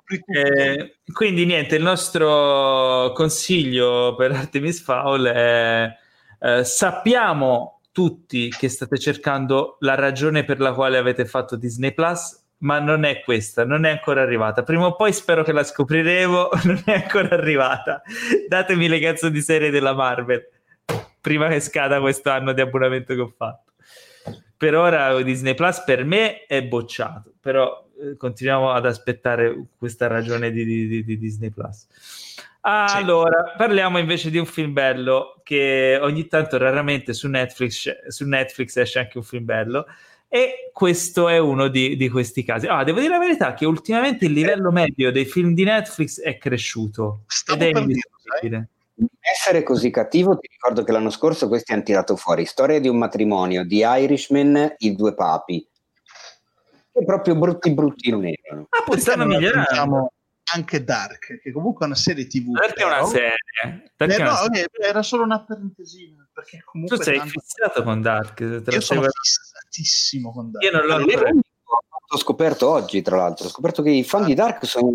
quindi niente, il nostro consiglio per Artemis Fowl è sappiamo tutti che state cercando la ragione per la quale avete fatto Disney Plus, ma non è questa, non è ancora arrivata. Prima o poi spero che la scopriremo, non è ancora arrivata. Datemi le cazzo di serie della Marvel prima che scada questo anno di abbonamento che ho fatto. Per ora Disney Plus per me è bocciato, però continuiamo ad aspettare questa ragione di Disney Plus. Allora, parliamo invece di un film bello che ogni tanto, raramente su Netflix esce anche un film bello, e questo è uno di questi casi. Devo dire la verità che ultimamente il livello medio dei film di Netflix è cresciuto ed è indiscutibile. Essere così cattivo, ti ricordo che l'anno scorso questi hanno tirato fuori Storia di un matrimonio, The Irishman, I due papi, che proprio brutti non erano. Poi stanno migliorando. Diciamo anche Dark, che comunque è una serie TV. Perché è una serie? Era solo una parentesina. Perché comunque tu sei fissato con Dark. Io sono fissatissimo con Dark. Io non l'ho scoperto oggi, tra l'altro. Ho scoperto che i fan di Dark sono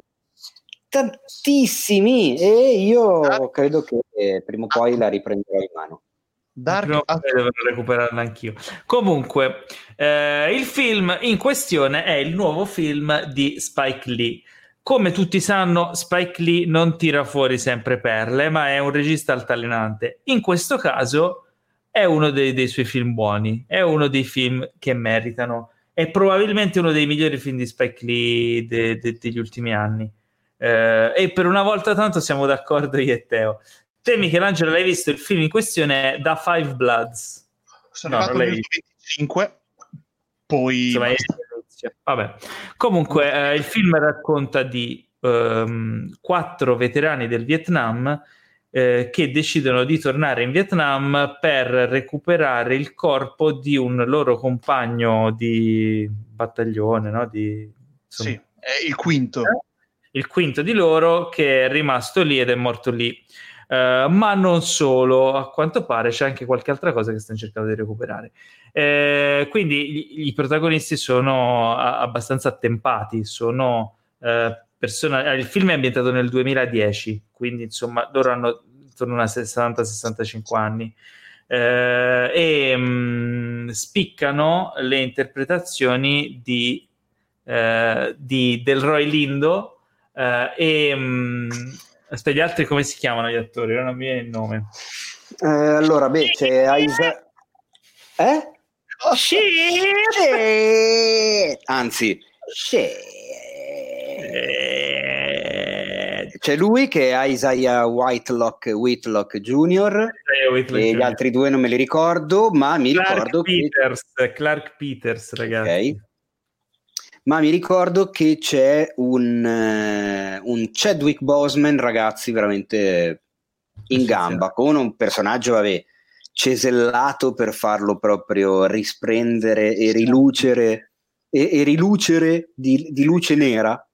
tantissimi e io credo che prima o poi la riprenderò in mano. Devo recuperarla anch'io. Comunque, il film in questione è il nuovo film di Spike Lee. Come tutti sanno, Spike Lee non tira fuori sempre perle, ma è un regista altalenante. In questo caso è uno dei suoi film buoni, è uno dei film che meritano, è probabilmente uno dei migliori film di Spike Lee degli ultimi anni. E per una volta tanto siamo d'accordo io e Teo. Te, Michelangelo, l'hai visto? Il film in questione è The Five Bloods. Sono arrivato nel 25, poi... Insomma, vabbè. Comunque il film racconta di 4 veterani del Vietnam che decidono di tornare in Vietnam per recuperare il corpo di un loro compagno di battaglione, no? Sì, è il quinto. Il quinto di loro, che è rimasto lì ed è morto lì. Ma non solo, a quanto pare c'è anche qualche altra cosa che stanno cercando di recuperare. Quindi i protagonisti sono abbastanza attempati, sono il film è ambientato nel 2010, quindi insomma loro hanno intorno a 60-65 anni e spiccano le interpretazioni di Delroy Lindo aspetta, gli altri come si chiamano gli attori? Non mi viene il nome. Allora, c'è Isaac. Anzi, c'è lui che è Isaiah Whitlock Jr. E gli altri due non me li ricordo, ma mi ricordo Clark Peters, ragazzi. Okay. Ma mi ricordo che c'è un Chadwick Boseman, ragazzi, veramente in gamba, con un personaggio cesellato per farlo proprio risplendere e rilucere e rilucere di luce nera.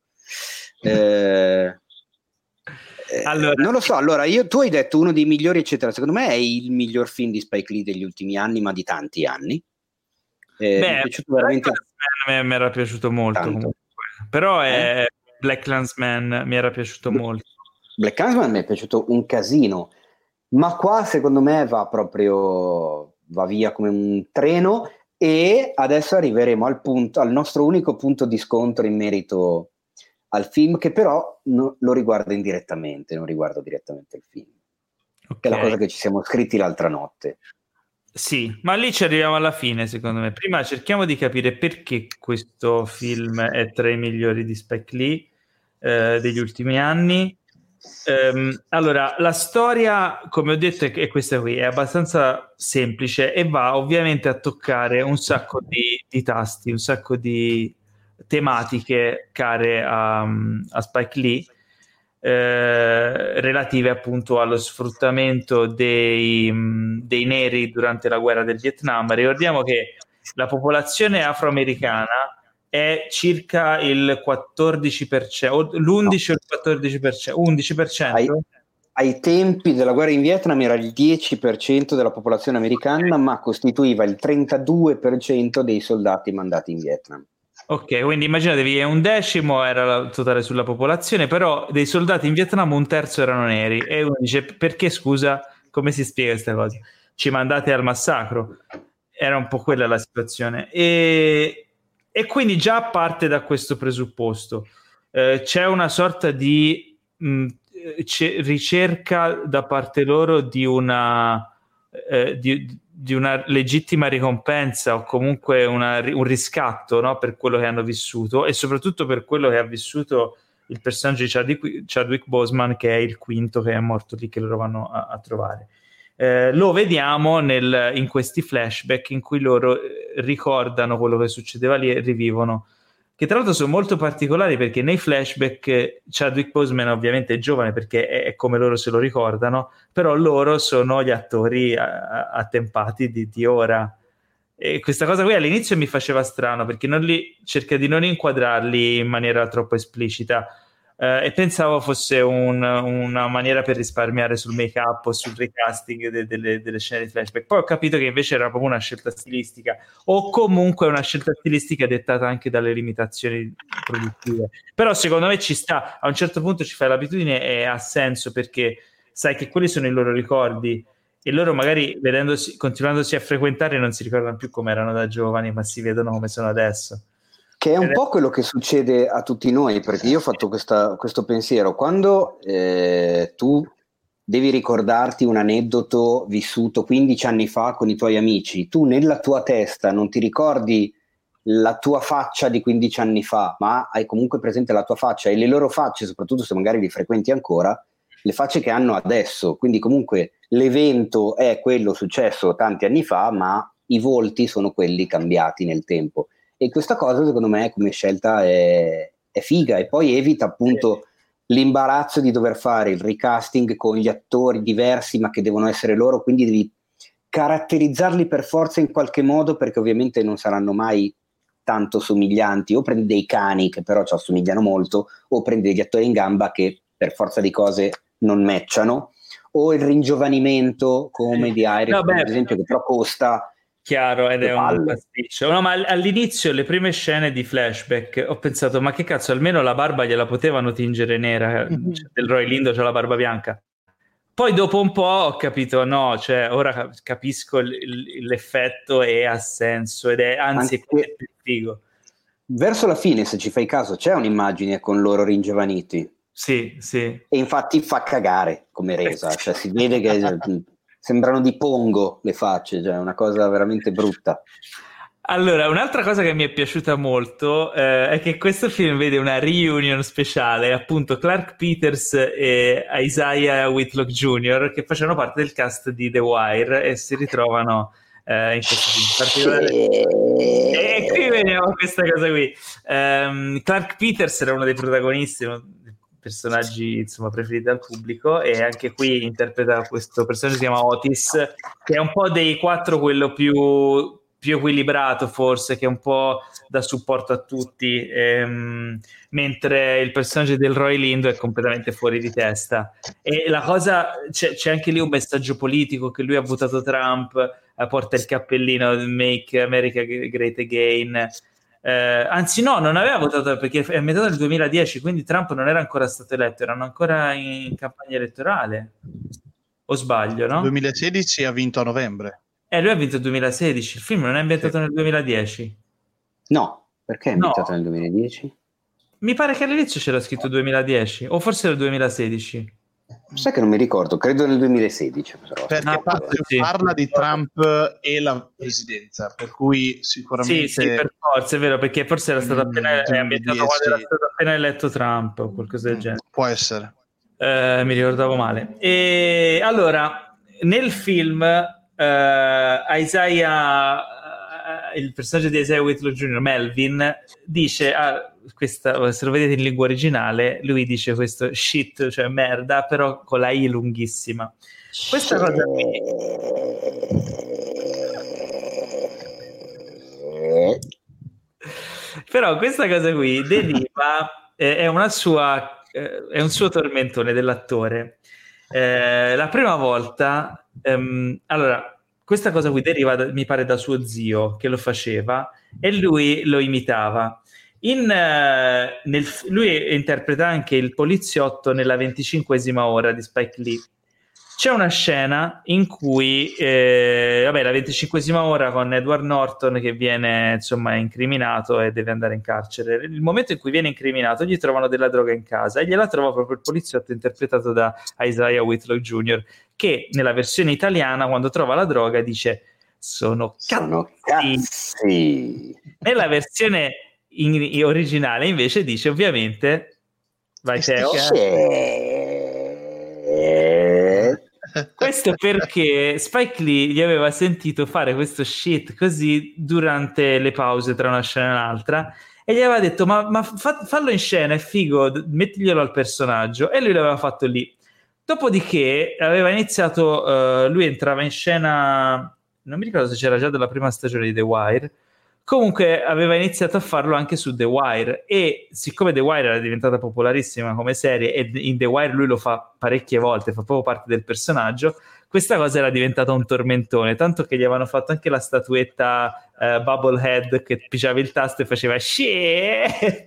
Allora, non lo so, allora tu hai detto uno dei migliori eccetera, secondo me è il miglior film di Spike Lee degli ultimi anni, ma di tanti anni. Mi è piaciuto veramente. Mi era piaciuto molto comunque. Però Black Klansman mi era piaciuto molto. Black Klansman mi è piaciuto un casino, ma qua secondo me va via come un treno, e adesso arriveremo al nostro unico punto di scontro in merito al film, che però lo riguarda indirettamente, non riguarda direttamente il film. Okay. È la cosa che ci siamo scritti l'altra notte. Sì, ma lì ci arriviamo alla fine, secondo me. Prima cerchiamo di capire perché questo film è tra i migliori di Spike Lee degli ultimi anni. Allora, la storia, come ho detto, è questa qui, è abbastanza semplice e va ovviamente a toccare un sacco di tasti, un sacco di tematiche care a Spike Lee, relative appunto allo sfruttamento dei neri durante la guerra del Vietnam. Ricordiamo che la popolazione afroamericana è circa il 14%, l'11 o il 14%, 11%. Ai tempi della guerra in Vietnam era il 10% della popolazione americana, ma costituiva il 32% dei soldati mandati in Vietnam. Ok, quindi immaginatevi, un decimo era il totale sulla popolazione, però dei soldati in Vietnam un terzo erano neri. E uno dice, perché scusa, come si spiega questa cosa? Ci mandate al massacro? Era un po' quella la situazione. E quindi già parte da questo presupposto. C'è una sorta di ricerca da parte loro di una legittima ricompensa o comunque un riscatto, no? Per quello che hanno vissuto e soprattutto per quello che ha vissuto il personaggio di Chadwick Boseman, che è il quinto che è morto lì, che loro vanno a trovare. Lo vediamo in questi flashback in cui loro ricordano quello che succedeva lì e rivivono, che tra l'altro sono molto particolari perché nei flashback Chadwick Boseman ovviamente è giovane perché è come loro se lo ricordano, però loro sono gli attori attempati di ora. E questa cosa qui all'inizio mi faceva strano perché cerca di non inquadrarli in maniera troppo esplicita, e pensavo fosse una maniera per risparmiare sul make-up o sul recasting delle scene di flashback. Poi ho capito che invece era proprio una scelta stilistica, o comunque una scelta stilistica dettata anche dalle limitazioni produttive. Però secondo me ci sta, a un certo punto ci fai l'abitudine e ha senso, perché sai che quelli sono i loro ricordi e loro magari continuandosi a frequentare non si ricordano più come erano da giovani, ma si vedono come sono adesso. Che è un po' quello che succede a tutti noi, perché io ho fatto questo pensiero. Quando tu devi ricordarti un aneddoto vissuto 15 anni fa con i tuoi amici, tu nella tua testa non ti ricordi la tua faccia di 15 anni fa, ma hai comunque presente la tua faccia e le loro facce, soprattutto se magari li frequenti ancora, le facce che hanno adesso. Quindi comunque l'evento è quello successo tanti anni fa, ma i volti sono quelli cambiati nel tempo. E questa cosa secondo me come scelta è figa, e poi evita appunto l'imbarazzo di dover fare il recasting con gli attori diversi ma che devono essere loro, quindi devi caratterizzarli per forza in qualche modo, perché ovviamente non saranno mai tanto somiglianti. O prendi dei cani che però ci assomigliano molto, o prendi degli attori in gamba che per forza di cose non matchano, o il ringiovanimento come di Irishman, per esempio, che però costa chiaro, ed è un pasticcio. No, ma all'inizio, le prime scene di flashback, ho pensato, ma che cazzo, almeno la barba gliela potevano tingere nera. Del Roy Lindo c'ha la barba bianca. Poi dopo un po' ho capito, no, cioè ora capisco l'effetto e ha senso, ed è anzi è più figo. Verso la fine, se ci fai caso, c'è un'immagine con loro ringiovaniti. Sì, sì. E infatti fa cagare come resa, cioè si vede che sembrano di pongo le facce, cioè una cosa veramente brutta. Allora, un'altra cosa che mi è piaciuta molto è che questo film vede una reunion speciale, appunto Clark Peters e Isaiah Whitlock Jr., che facevano parte del cast di The Wire e si ritrovano in questo film particolare. E qui vediamo questa cosa qui. Clark Peters era uno dei protagonisti, personaggi insomma preferiti dal pubblico, e anche qui interpreta questo personaggio che si chiama Otis, che è un po' dei quattro quello più equilibrato, forse, che è un po' da supporto a tutti, mentre il personaggio del Roy Lindo è completamente fuori di testa. E la cosa, c'è anche lì un messaggio politico, che lui ha votato Trump, porta il cappellino Make America Great Again. Anzi no, non aveva votato, perché è a metà del 2010, quindi Trump non era ancora stato eletto, erano ancora in campagna elettorale, o sbaglio, no? 2016 ha vinto a novembre. Lui ha vinto il 2016, il film non è ambientato nel 2010? No, perché è ambientato nel 2010? Mi pare che all'inizio c'era scritto 2010, o forse era il 2016. Sai che non mi ricordo, credo nel 2016 però. Perché parla di Trump e la presidenza, per cui sicuramente sì, per forza, è vero, perché forse era stato appena ambientato quando era stato appena eletto Trump o qualcosa del genere. Può essere. Mi ricordavo male. E allora, nel film Isaiah, il personaggio di Isaiah Whitlock Jr., Melvin, dice, questa, se lo vedete in lingua originale, lui dice questo shit, cioè merda, però con la I lunghissima. Questa cosa qui, però questa cosa qui deriva, è un suo tormentone dell'attore. La prima volta, allora, questa cosa qui deriva, mi pare, da suo zio che lo faceva e lui lo imitava. Lui interpreta anche il poliziotto nella 25esima ora di Spike Lee. C'è una scena in cui, la 25esima ora con Edward Norton che viene insomma incriminato e deve andare in carcere. Il momento in cui viene incriminato gli trovano della droga in casa e gliela trova proprio il poliziotto interpretato da Isaiah Whitlock Jr., che nella versione italiana quando trova la droga dice sono cazzi. Nella versione originale invece dice ovviamente vai Teo. Questo perché Spike Lee gli aveva sentito fare questo shit così durante le pause tra una scena e un'altra e gli aveva detto ma fallo in scena, è figo, mettiglielo al personaggio, e lui l'aveva fatto lì. Dopodiché aveva iniziato, lui entrava in scena, non mi ricordo se c'era già dalla prima stagione di The Wire, comunque aveva iniziato a farlo anche su The Wire, e siccome The Wire era diventata popolarissima come serie e in The Wire lui lo fa parecchie volte, fa proprio parte del personaggio, questa cosa era diventata un tormentone, tanto che gli avevano fatto anche la statuetta Bubblehead che pigiava il tasto e faceva shit.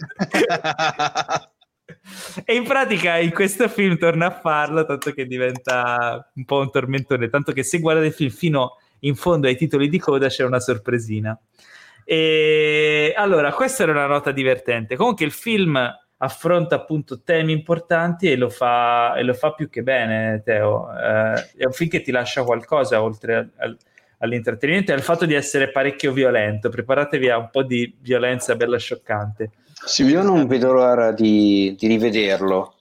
E in pratica in questo film torna a farlo, tanto che diventa un po' un tormentone, tanto che se guardate il film fino in fondo ai titoli di coda c'è una sorpresina. E allora questa era una nota divertente. Comunque il film affronta appunto temi importanti e lo fa più che bene, Teo. È un film che ti lascia qualcosa oltre all'intrattenimento e al fatto di essere parecchio violento. Preparatevi a un po' di violenza bella scioccante. Sì, io non vedo l'ora di rivederlo.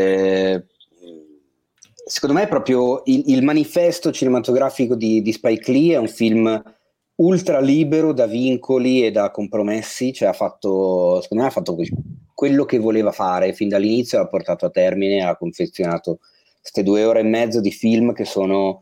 Secondo me è proprio il manifesto cinematografico di Spike Lee. È un film ultra libero da vincoli e da compromessi, cioè secondo me ha fatto quello che voleva fare fin dall'inizio, l'ha portato a termine, ha confezionato queste 2 ore e mezzo di film che sono,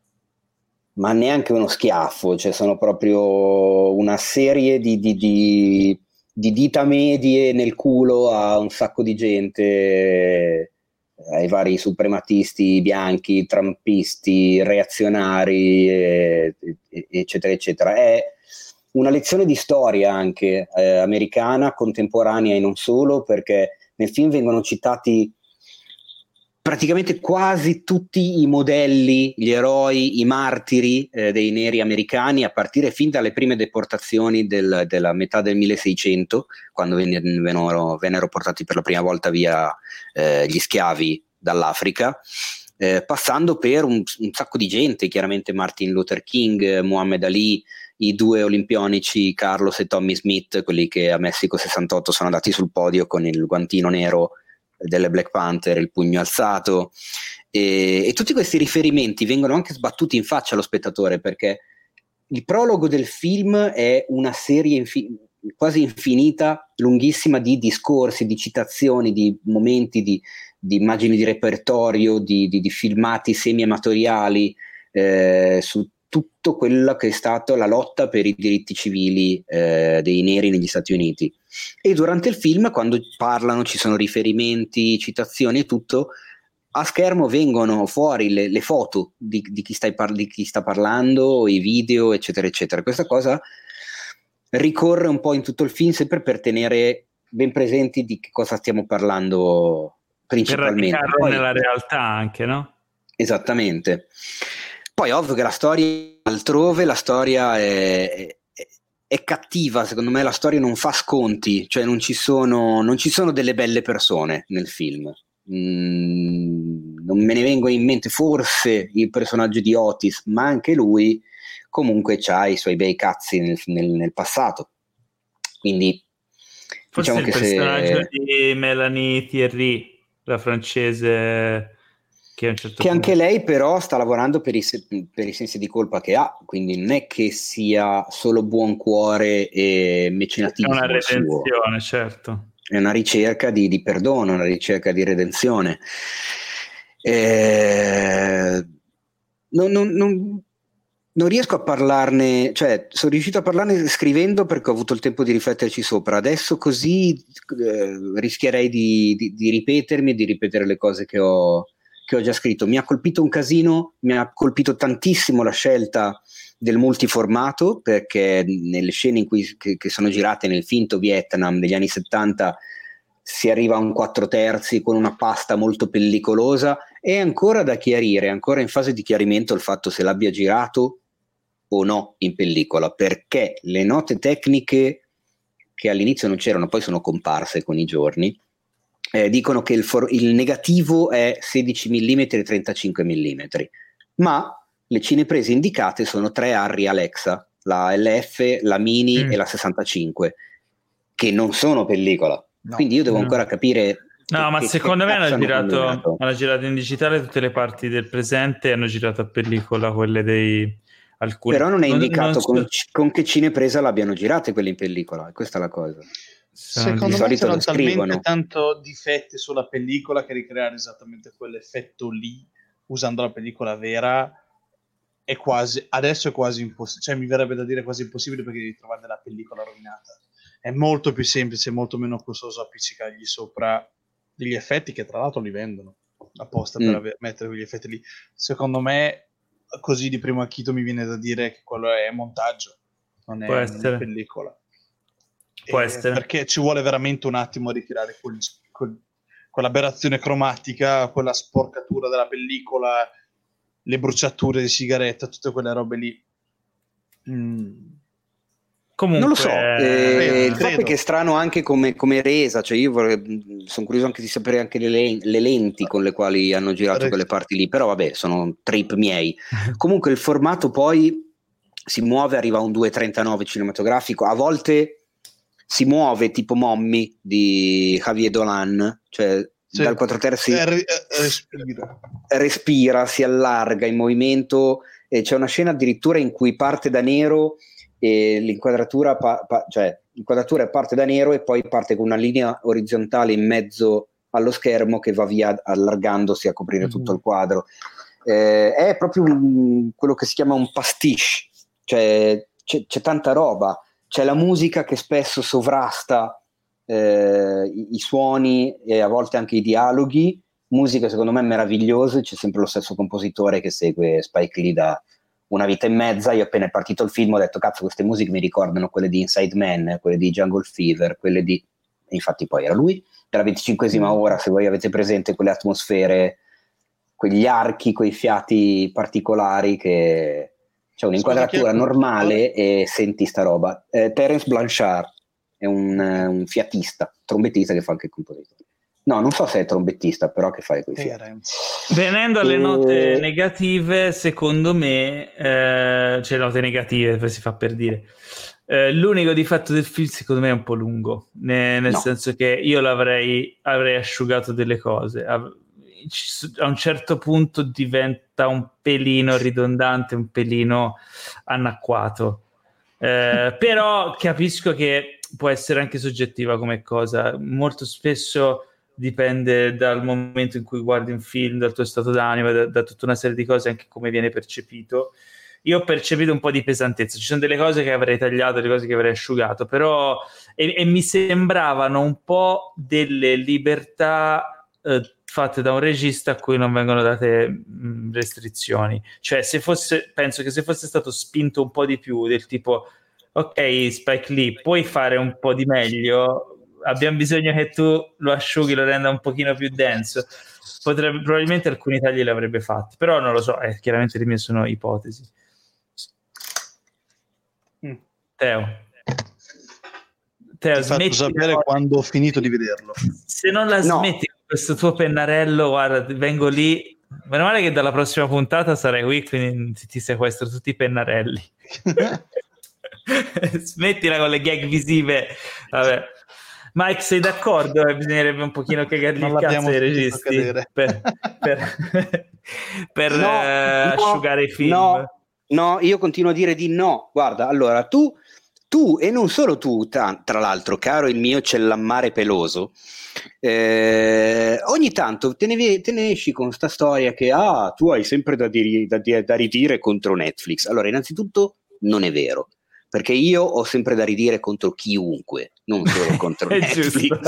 ma neanche uno schiaffo, cioè sono proprio una serie di dita medie nel culo a un sacco di gente, ai vari suprematisti bianchi, trumpisti, reazionari, eccetera, eccetera. È una lezione di storia anche americana, contemporanea e non solo, perché nel film vengono citati praticamente quasi tutti i modelli, gli eroi, i martiri dei neri americani, a partire fin dalle prime deportazioni della metà del 1600, quando vennero portati per la prima volta via gli schiavi dall'Africa, passando per un sacco di gente, chiaramente Martin Luther King, Muhammad Ali, i 2 olimpionici Carlos e Tommy Smith, quelli che a Messico 68 sono andati sul podio con il guantino nero delle Black Panther, il pugno alzato, e tutti questi riferimenti vengono anche sbattuti in faccia allo spettatore, perché il prologo del film è una serie quasi infinita, lunghissima, di discorsi, di citazioni, di momenti, di immagini di repertorio, di filmati semi-amatoriali su tutto quello che è stato la lotta per i diritti civili dei neri negli Stati Uniti. E durante il film, quando parlano, ci sono riferimenti, citazioni e tutto, a schermo vengono fuori le foto di chi sta parlando, i video, eccetera, eccetera. Questa cosa ricorre un po' in tutto il film, sempre per tenere ben presenti di che cosa stiamo parlando principalmente. Per radicarlo nella realtà anche, no? Esattamente. Poi ovvio che la storia altrove, la storia è cattiva, secondo me la storia non fa sconti, cioè non ci sono delle belle persone nel film, non me ne vengono in mente forse il personaggio di Otis, ma anche lui comunque ha i suoi bei cazzi nel passato, quindi forse diciamo il che personaggio di Melanie Thierry, la francese, che a un certo che punto... anche lei però sta lavorando per i sensi di colpa che ha, quindi non è che sia solo buon cuore e mecenatismo. È una redenzione, certo. È una ricerca di perdono, una ricerca di redenzione. Non riesco a parlarne, cioè sono riuscito a parlarne scrivendo perché ho avuto il tempo di rifletterci sopra. Adesso così rischierei di ripetermi e di ripetere le cose che ho già scritto. Mi ha colpito un casino, mi ha colpito tantissimo la scelta del multiformato, perché nelle scene che sono girate nel finto Vietnam degli anni 70 si arriva a un 4/3 con una pasta molto pellicolosa. È ancora da chiarire, è ancora in fase di chiarimento il fatto se l'abbia girato o no in pellicola, perché le note tecniche che all'inizio non c'erano, poi sono comparse con i giorni, dicono che il negativo è 16 mm e 35 mm, ma le cineprese indicate sono 3 Arri Alexa, la LF, la Mini e la 65, che non sono pellicola. No. Quindi io devo ancora capire. No, ma secondo me hanno girato in digitale tutte le parti del presente e hanno girato a pellicola quelle dei alcuni. Però non è indicato con che cinepresa l'abbiano girate quelle in pellicola, questa è la cosa. Secondo me c'erano talmente tanto difetti sulla pellicola che ricreare esattamente quell'effetto lì usando la pellicola vera adesso è quasi impossibile, cioè mi verrebbe da dire quasi impossibile, perché devi trovare della pellicola rovinata. È molto più semplice, molto meno costoso appiccicargli sopra degli effetti che tra l'altro li vendono apposta per mettere quegli effetti lì. Secondo me, così di primo acchito mi viene da dire che quello è montaggio, non è una pellicola. Può essere. Perché ci vuole veramente un attimo a ritirare quell'aberrazione cromatica, quella sporcatura della pellicola, le bruciature di sigaretta, tutte quelle robe lì. Comunque, non lo so, il fatto è che è strano anche come resa, cioè io sono curioso anche di sapere anche le lenti con le quali hanno girato quelle parti lì, però vabbè, sono trip miei. Comunque il formato poi si muove, arriva a un 2.39 cinematografico, a volte si muove tipo Mommy di Javier Dolan, cioè sì, dal 4/3 respira, si allarga in movimento, e c'è una scena addirittura in cui parte da nero e l'inquadratura cioè l'inquadratura parte da nero e poi parte con una linea orizzontale in mezzo allo schermo che va via allargandosi a coprire tutto il quadro. È proprio quello che si chiama un pastiche, cioè c'è tanta roba, c'è la musica che spesso sovrasta i suoni e a volte anche i dialoghi, musica secondo me meravigliosa, c'è sempre lo stesso compositore che segue Spike Lee da una vita e mezza. Io appena è partito il film ho detto cazzo, queste musiche mi ricordano quelle di Inside Man, quelle di Jungle Fever, quelle di... E infatti poi era lui. Per la 25esima ora, se voi avete presente quelle atmosfere, quegli archi, quei fiati particolari, che c'è un'inquadratura normale e senti sta roba. Terence Blanchard è un fiatista, trombettista che fa anche il compositore. No, non so se è trombettista, però che fa quei fiati. Venendo alle note negative, secondo me, cioè note negative, si fa per dire, l'unico difetto del film secondo me è un po' lungo, nel senso che io avrei asciugato delle cose. A un certo punto diventa un pelino ridondante, un pelino anacquato. Però capisco che può essere anche soggettiva come cosa. Molto spesso dipende dal momento in cui guardi un film, dal tuo stato d'animo, da tutta una serie di cose, anche come viene percepito. Io ho percepito un po' di pesantezza, ci sono delle cose che avrei tagliato, delle cose che avrei asciugato, però e mi sembravano un po' delle libertà fatte da un regista a cui non vengono date restrizioni. Cioè penso che se fosse stato spinto un po' di più, del tipo ok Spike Lee, puoi fare un po' di meglio, abbiamo bisogno che tu lo asciughi, lo renda un pochino più denso, probabilmente alcuni tagli li avrebbe fatti, però non lo so, chiaramente le mie sono ipotesi. Teo, ti faccio sapere quando ho finito di vederlo. Se non la smetti questo tuo pennarello, guarda, vengo lì. Meno male che dalla prossima puntata sarai qui, quindi ti sequestro tutti i pennarelli. Smettila con le gag visive. Vabbè. Mike, sei d'accordo? Bisognerebbe un pochino cagargli il cazzo ai registi per asciugare i film. No, io continuo a dire di no. Guarda, allora, tu e non solo tu, tra l'altro, caro il mio cellammare peloso, ogni tanto te ne esci con sta storia che tu hai sempre da ridire contro Netflix. Allora, innanzitutto non è vero, perché io ho sempre da ridire contro chiunque, non solo contro Netflix.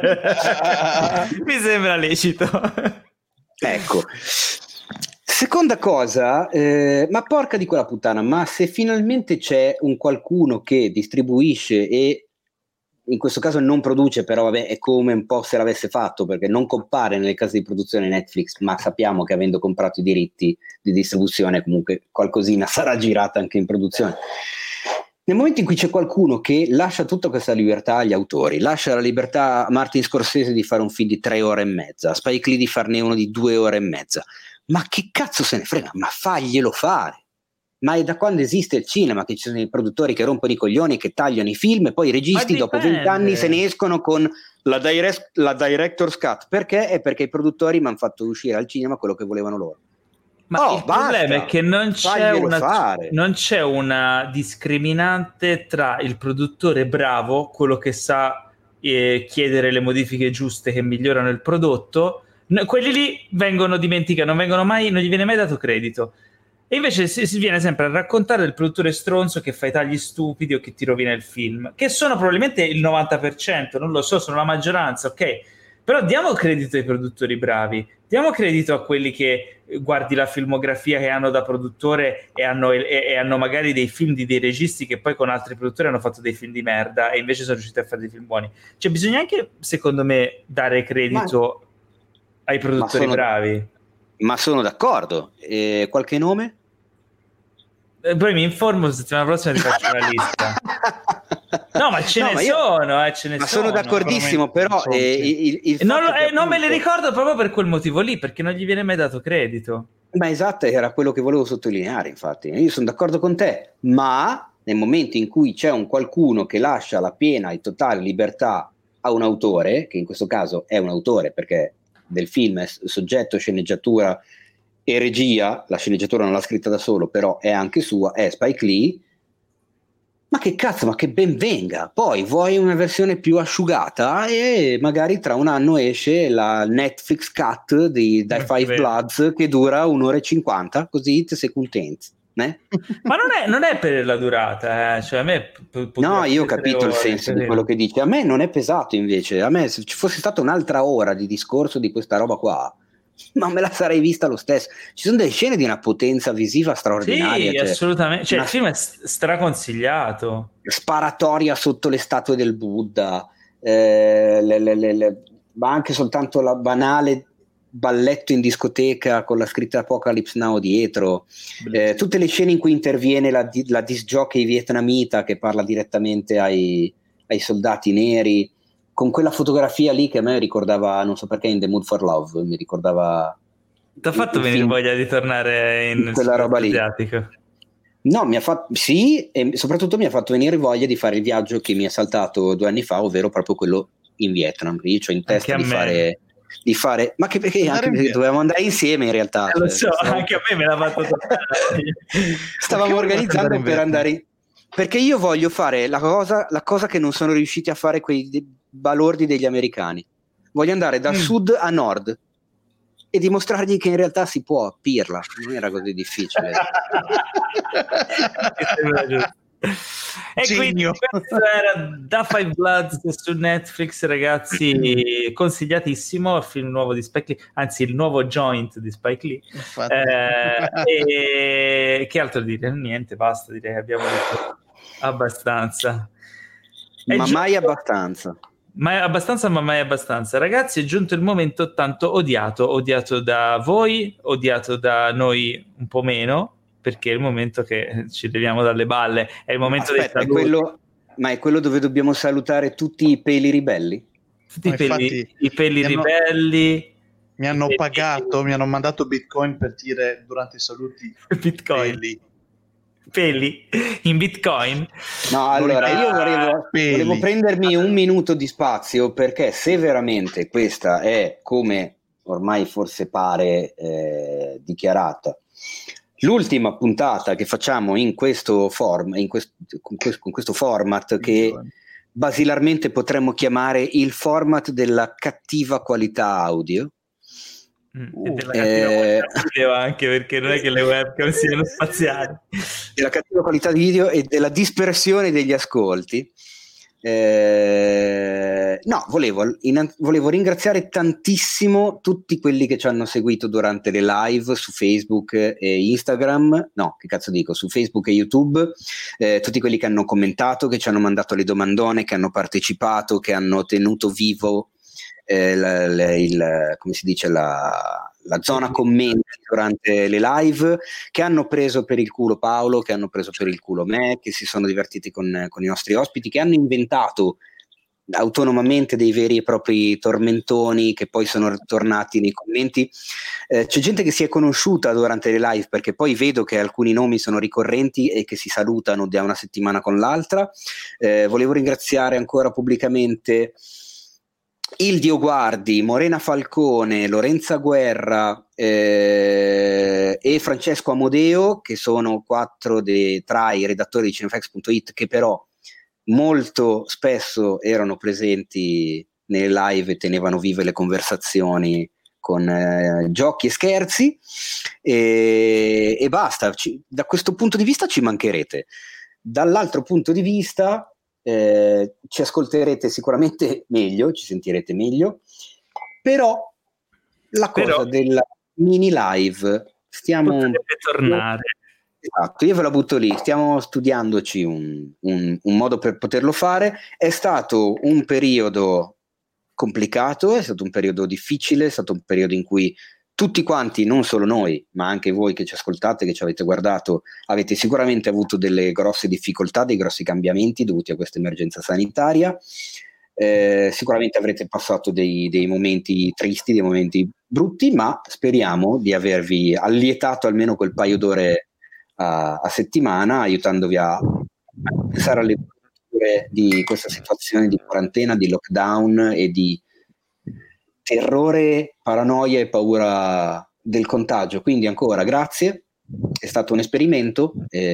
Mi sembra lecito. Ecco. Seconda cosa, ma porca di quella puttana, ma se finalmente c'è un qualcuno che distribuisce e in questo caso non produce, però vabbè, è come un po' se l'avesse fatto, perché non compare nelle case di produzione Netflix, ma sappiamo che avendo comprato i diritti di distribuzione comunque qualcosina sarà girata anche in produzione. Nel momento in cui c'è qualcuno che lascia tutta questa libertà agli autori, lascia la libertà a Martin Scorsese di fare un film di 3 ore e mezza, a Spike Lee di farne uno di 2 ore e mezza, ma che cazzo se ne frega? Ma faglielo fare! Ma è da quando esiste il cinema che ci sono i produttori che rompono i coglioni, che tagliano i film e poi i registi dopo 20 anni se ne escono con la director's cut. Perché? È perché i produttori mi hanno fatto uscire al cinema quello che volevano loro. Ma il problema è che non c'è una discriminante tra il produttore bravo, quello che sa chiedere le modifiche giuste che migliorano il prodotto. Quelli lì vengono dimenticati, non gli viene mai dato credito. E invece si viene sempre a raccontare del produttore stronzo che fa i tagli stupidi o che ti rovina il film, che sono probabilmente il 90%, non lo so, sono la maggioranza, ok? Però diamo credito ai produttori bravi, diamo credito a quelli che guardi la filmografia che hanno da produttore e hanno magari dei film di dei registi che poi con altri produttori hanno fatto dei film di merda e invece sono riusciti a fare dei film buoni. Cioè bisogna anche, secondo me, dare credito ai produttori bravi. Ma sono d'accordo. Qualche nome? Poi mi informo, la settimana prossima ti faccio una lista. No, ma ce ne sono. Ma sono d'accordissimo, però non me le ricordo proprio per quel motivo lì, perché non gli viene mai dato credito. Ma esatto, era quello che volevo sottolineare, infatti. Io sono d'accordo con te, ma nel momento in cui c'è un qualcuno che lascia la piena e totale libertà a un autore, che in questo caso è un autore perché del film è soggetto, sceneggiatura e regia, la sceneggiatura non l'ha scritta da solo, però è anche sua, è Spike Lee, ma che cazzo, ma che ben venga. Poi vuoi una versione più asciugata e magari tra un anno esce la Netflix cut di Five Bloods che dura 1 ora e 50, così te sei contento. Ma non è per la durata, cioè a me no, io ho capito il senso di quello che dici. A me non è pesato, invece. A me, se ci fosse stata un'altra ora di discorso di questa roba qua, ma me la sarei vista lo stesso. Ci sono delle scene di una potenza visiva straordinaria. Sì, assolutamente. Cioè, il film è straconsigliato. Sparatoria sotto le statue del Buddha, ma anche soltanto la banale balletto in discoteca con la scritta Apocalypse Now dietro, tutte le scene in cui interviene la disc jockey vietnamita che parla direttamente ai soldati neri, con quella fotografia lì che a me ricordava, non so perché, In the Mood for Love, mi ricordava. Ti ha fatto venire voglia di tornare in quella roba lì? Asiatico? No, sì, e soprattutto mi ha fatto venire voglia di fare il viaggio che mi è saltato 2 anni fa, ovvero proprio quello in Vietnam. Io ho in testa di fare, ma che perché dovevamo andare insieme in realtà. Lo so, anche a me me l'ha fatto toccare. Stavamo organizzando per andare perché io voglio fare la cosa che non sono riusciti a fare quei balordi degli americani. Voglio andare da sud a nord e dimostrargli che in realtà si può, pirla, non era così difficile. E quindi questo era Da Five Bloods su Netflix, ragazzi, consigliatissimo, il film nuovo di Spike Lee, anzi il nuovo joint di Spike Lee. E che altro dire? Niente, basta, direi che abbiamo detto abbastanza. Mai abbastanza. Ma mai abbastanza. Ragazzi, è giunto il momento tanto odiato da voi, odiato da noi un po' meno, perché è il momento che ci leviamo dalle balle, è il momento dei saluti. Ma è quello dove dobbiamo salutare tutti i peli ribelli? Tutti i peli ribelli. Mi hanno pagato, mi hanno mandato Bitcoin per dire durante i saluti Bitcoin. Peli in Bitcoin. No, allora io volevo prendermi un minuto di spazio, perché se veramente questa è, come ormai forse pare dichiarata, l'ultima puntata che facciamo in questo con questo format che basilarmente potremmo chiamare il format della cattiva qualità audio, e della cattiva qualità video, anche perché non è che le webcam siano spaziali, della cattiva qualità di video e della dispersione degli ascolti. No, volevo ringraziare tantissimo tutti quelli che ci hanno seguito durante le live su Facebook e Instagram, no, che cazzo dico, su Facebook e YouTube, tutti quelli che hanno commentato, che ci hanno mandato le domandone, che hanno partecipato, che hanno tenuto vivo come si dice, la zona commenti durante le live, che hanno preso per il culo Paolo, che hanno preso per il culo me, che si sono divertiti con i nostri ospiti, che hanno inventato autonomamente dei veri e propri tormentoni che poi sono tornati nei commenti. C'è gente che si è conosciuta durante le live, perché poi vedo che alcuni nomi sono ricorrenti e che si salutano da una settimana con l'altra. Volevo ringraziare ancora pubblicamente il Dio Guardi, Morena Falcone, Lorenza Guerra e Francesco Amodeo, che sono 4 tra i redattori di Cinefx.it, che però molto spesso erano presenti nelle live e tenevano vive le conversazioni con giochi e scherzi, e basta. Da questo punto di vista ci mancherete. Dall'altro punto di vista ci ascolterete sicuramente meglio, ci sentirete meglio, però la cosa della mini live potrebbe tornare. Esatto, io ve la butto lì, stiamo studiandoci un modo per poterlo fare. È stato un periodo complicato, è stato un periodo difficile, è stato un periodo in cui tutti quanti, non solo noi, ma anche voi che ci ascoltate, che ci avete guardato, avete sicuramente avuto delle grosse difficoltà, dei grossi cambiamenti dovuti a questa emergenza sanitaria. Sicuramente avrete passato dei momenti tristi, dei momenti brutti, ma speriamo di avervi allietato almeno quel paio d'ore a settimana, aiutandovi a pensare alle culture di questa situazione di quarantena, di lockdown e di terrore, paranoia e paura del contagio. Quindi ancora grazie, è stato un esperimento,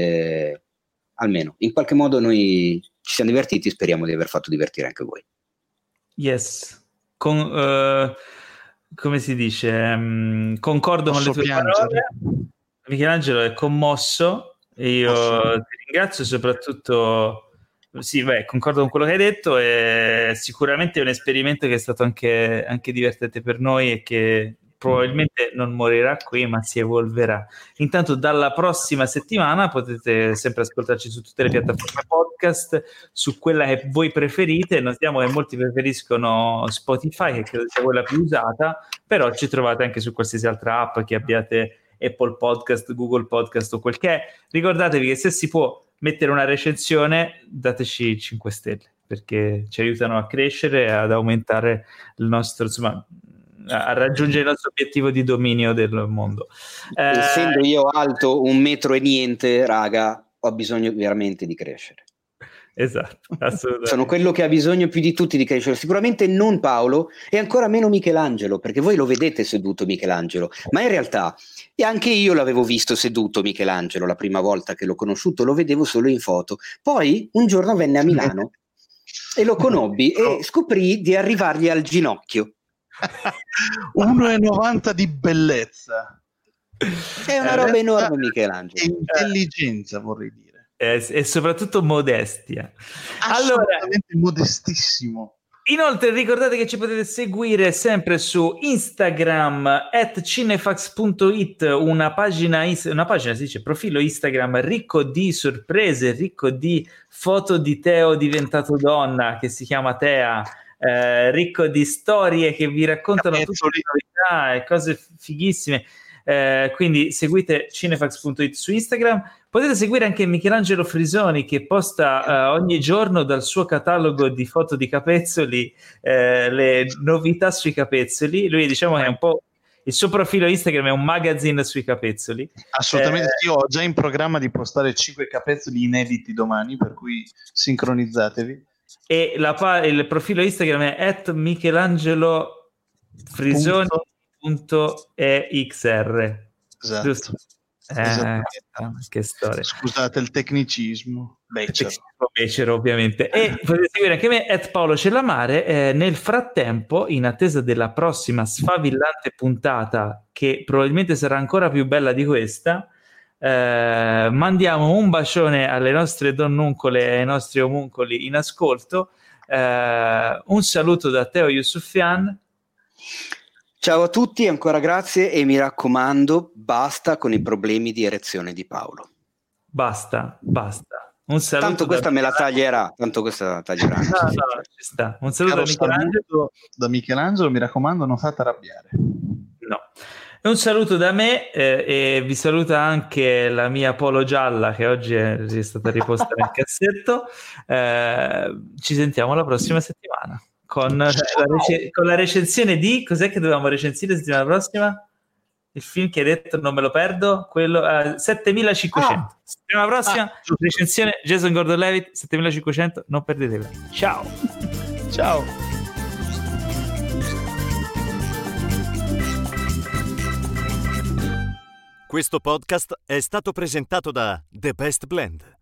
almeno in qualche modo noi ci siamo divertiti, speriamo di aver fatto divertire anche voi. Yes, come si dice, concordo con le tue parole. Michelangelo è commosso e io ti ringrazio, soprattutto concordo con quello che hai detto, e sicuramente è un esperimento che è stato anche divertente per noi e che probabilmente non morirà qui, ma si evolverà. Intanto dalla prossima settimana potete sempre ascoltarci su tutte le piattaforme podcast, su quella che voi preferite. Notiamo che molti preferiscono Spotify, che credo sia quella più usata, però ci trovate anche su qualsiasi altra app che abbiate, Apple Podcast, Google Podcast o quel che è. Ricordatevi che se si può mettere una recensione, dateci 5 stelle, perché ci aiutano a crescere e ad aumentare il nostro, insomma, a raggiungere il nostro obiettivo di dominio del mondo. Essendo io alto 1 metro e niente, raga, ho bisogno veramente di crescere. Esatto, assolutamente. Sono quello che ha bisogno più di tutti di crescere, sicuramente non Paolo e ancora meno Michelangelo, perché voi lo vedete seduto Michelangelo, ma in realtà e anche io l'avevo visto seduto Michelangelo la prima volta che l'ho conosciuto, lo vedevo solo in foto. Poi un giorno venne a Milano e lo conobbi e scoprì di arrivargli al ginocchio. 1,90 di bellezza. È una roba enorme Michelangelo. E intelligenza, vorrei dire. E soprattutto modestia. Assolutamente modestissimo. Inoltre ricordate che ci potete seguire sempre su Instagram @cinefax.it, una pagina si dice profilo Instagram ricco di sorprese, ricco di foto di Teo diventato donna che si chiama Tea, ricco di storie che vi raccontano tutte le novità e cose fighissime. quindi seguite cinefax.it su Instagram. Potete seguire anche Michelangelo Frisoni, che posta ogni giorno dal suo catalogo di foto di capezzoli le novità sui capezzoli. Lui, diciamo, è un po', il suo profilo Instagram è un magazine sui capezzoli. Assolutamente, io ho già in programma di postare 5 capezzoli inediti domani, per cui sincronizzatevi. E il profilo Instagram è @michelangelo_frisoni.exr. Esatto. Che storia. Scusate il tecnicismo becero ovviamente. E potete seguire anche me Paolo Cellamare. Nel frattempo, in attesa della prossima sfavillante puntata, che probabilmente sarà ancora più bella di questa, mandiamo un bacione alle nostre donnuncole e ai nostri omuncoli in ascolto. Un saluto da Teo Yusufian. Ciao a tutti, ancora grazie, e mi raccomando, basta con i problemi di erezione di Paolo. Basta. Un saluto. Tanto questa me la taglierà. No, ci sta. Un saluto da Michelangelo, mi raccomando, non fate arrabbiare. No. E un saluto da me, e vi saluta anche la mia polo gialla, che oggi è stata riposta nel cassetto. Ci sentiamo la prossima settimana con la recensione di... Cos'è che dovevamo recensire la settimana prossima? Il film che hai detto, non me lo perdo, quello 7500. Settimana prossima, recensione Jason Gordon-Levitt, 7500, non perdetela. Ciao. Questo podcast è stato presentato da The Best Blend.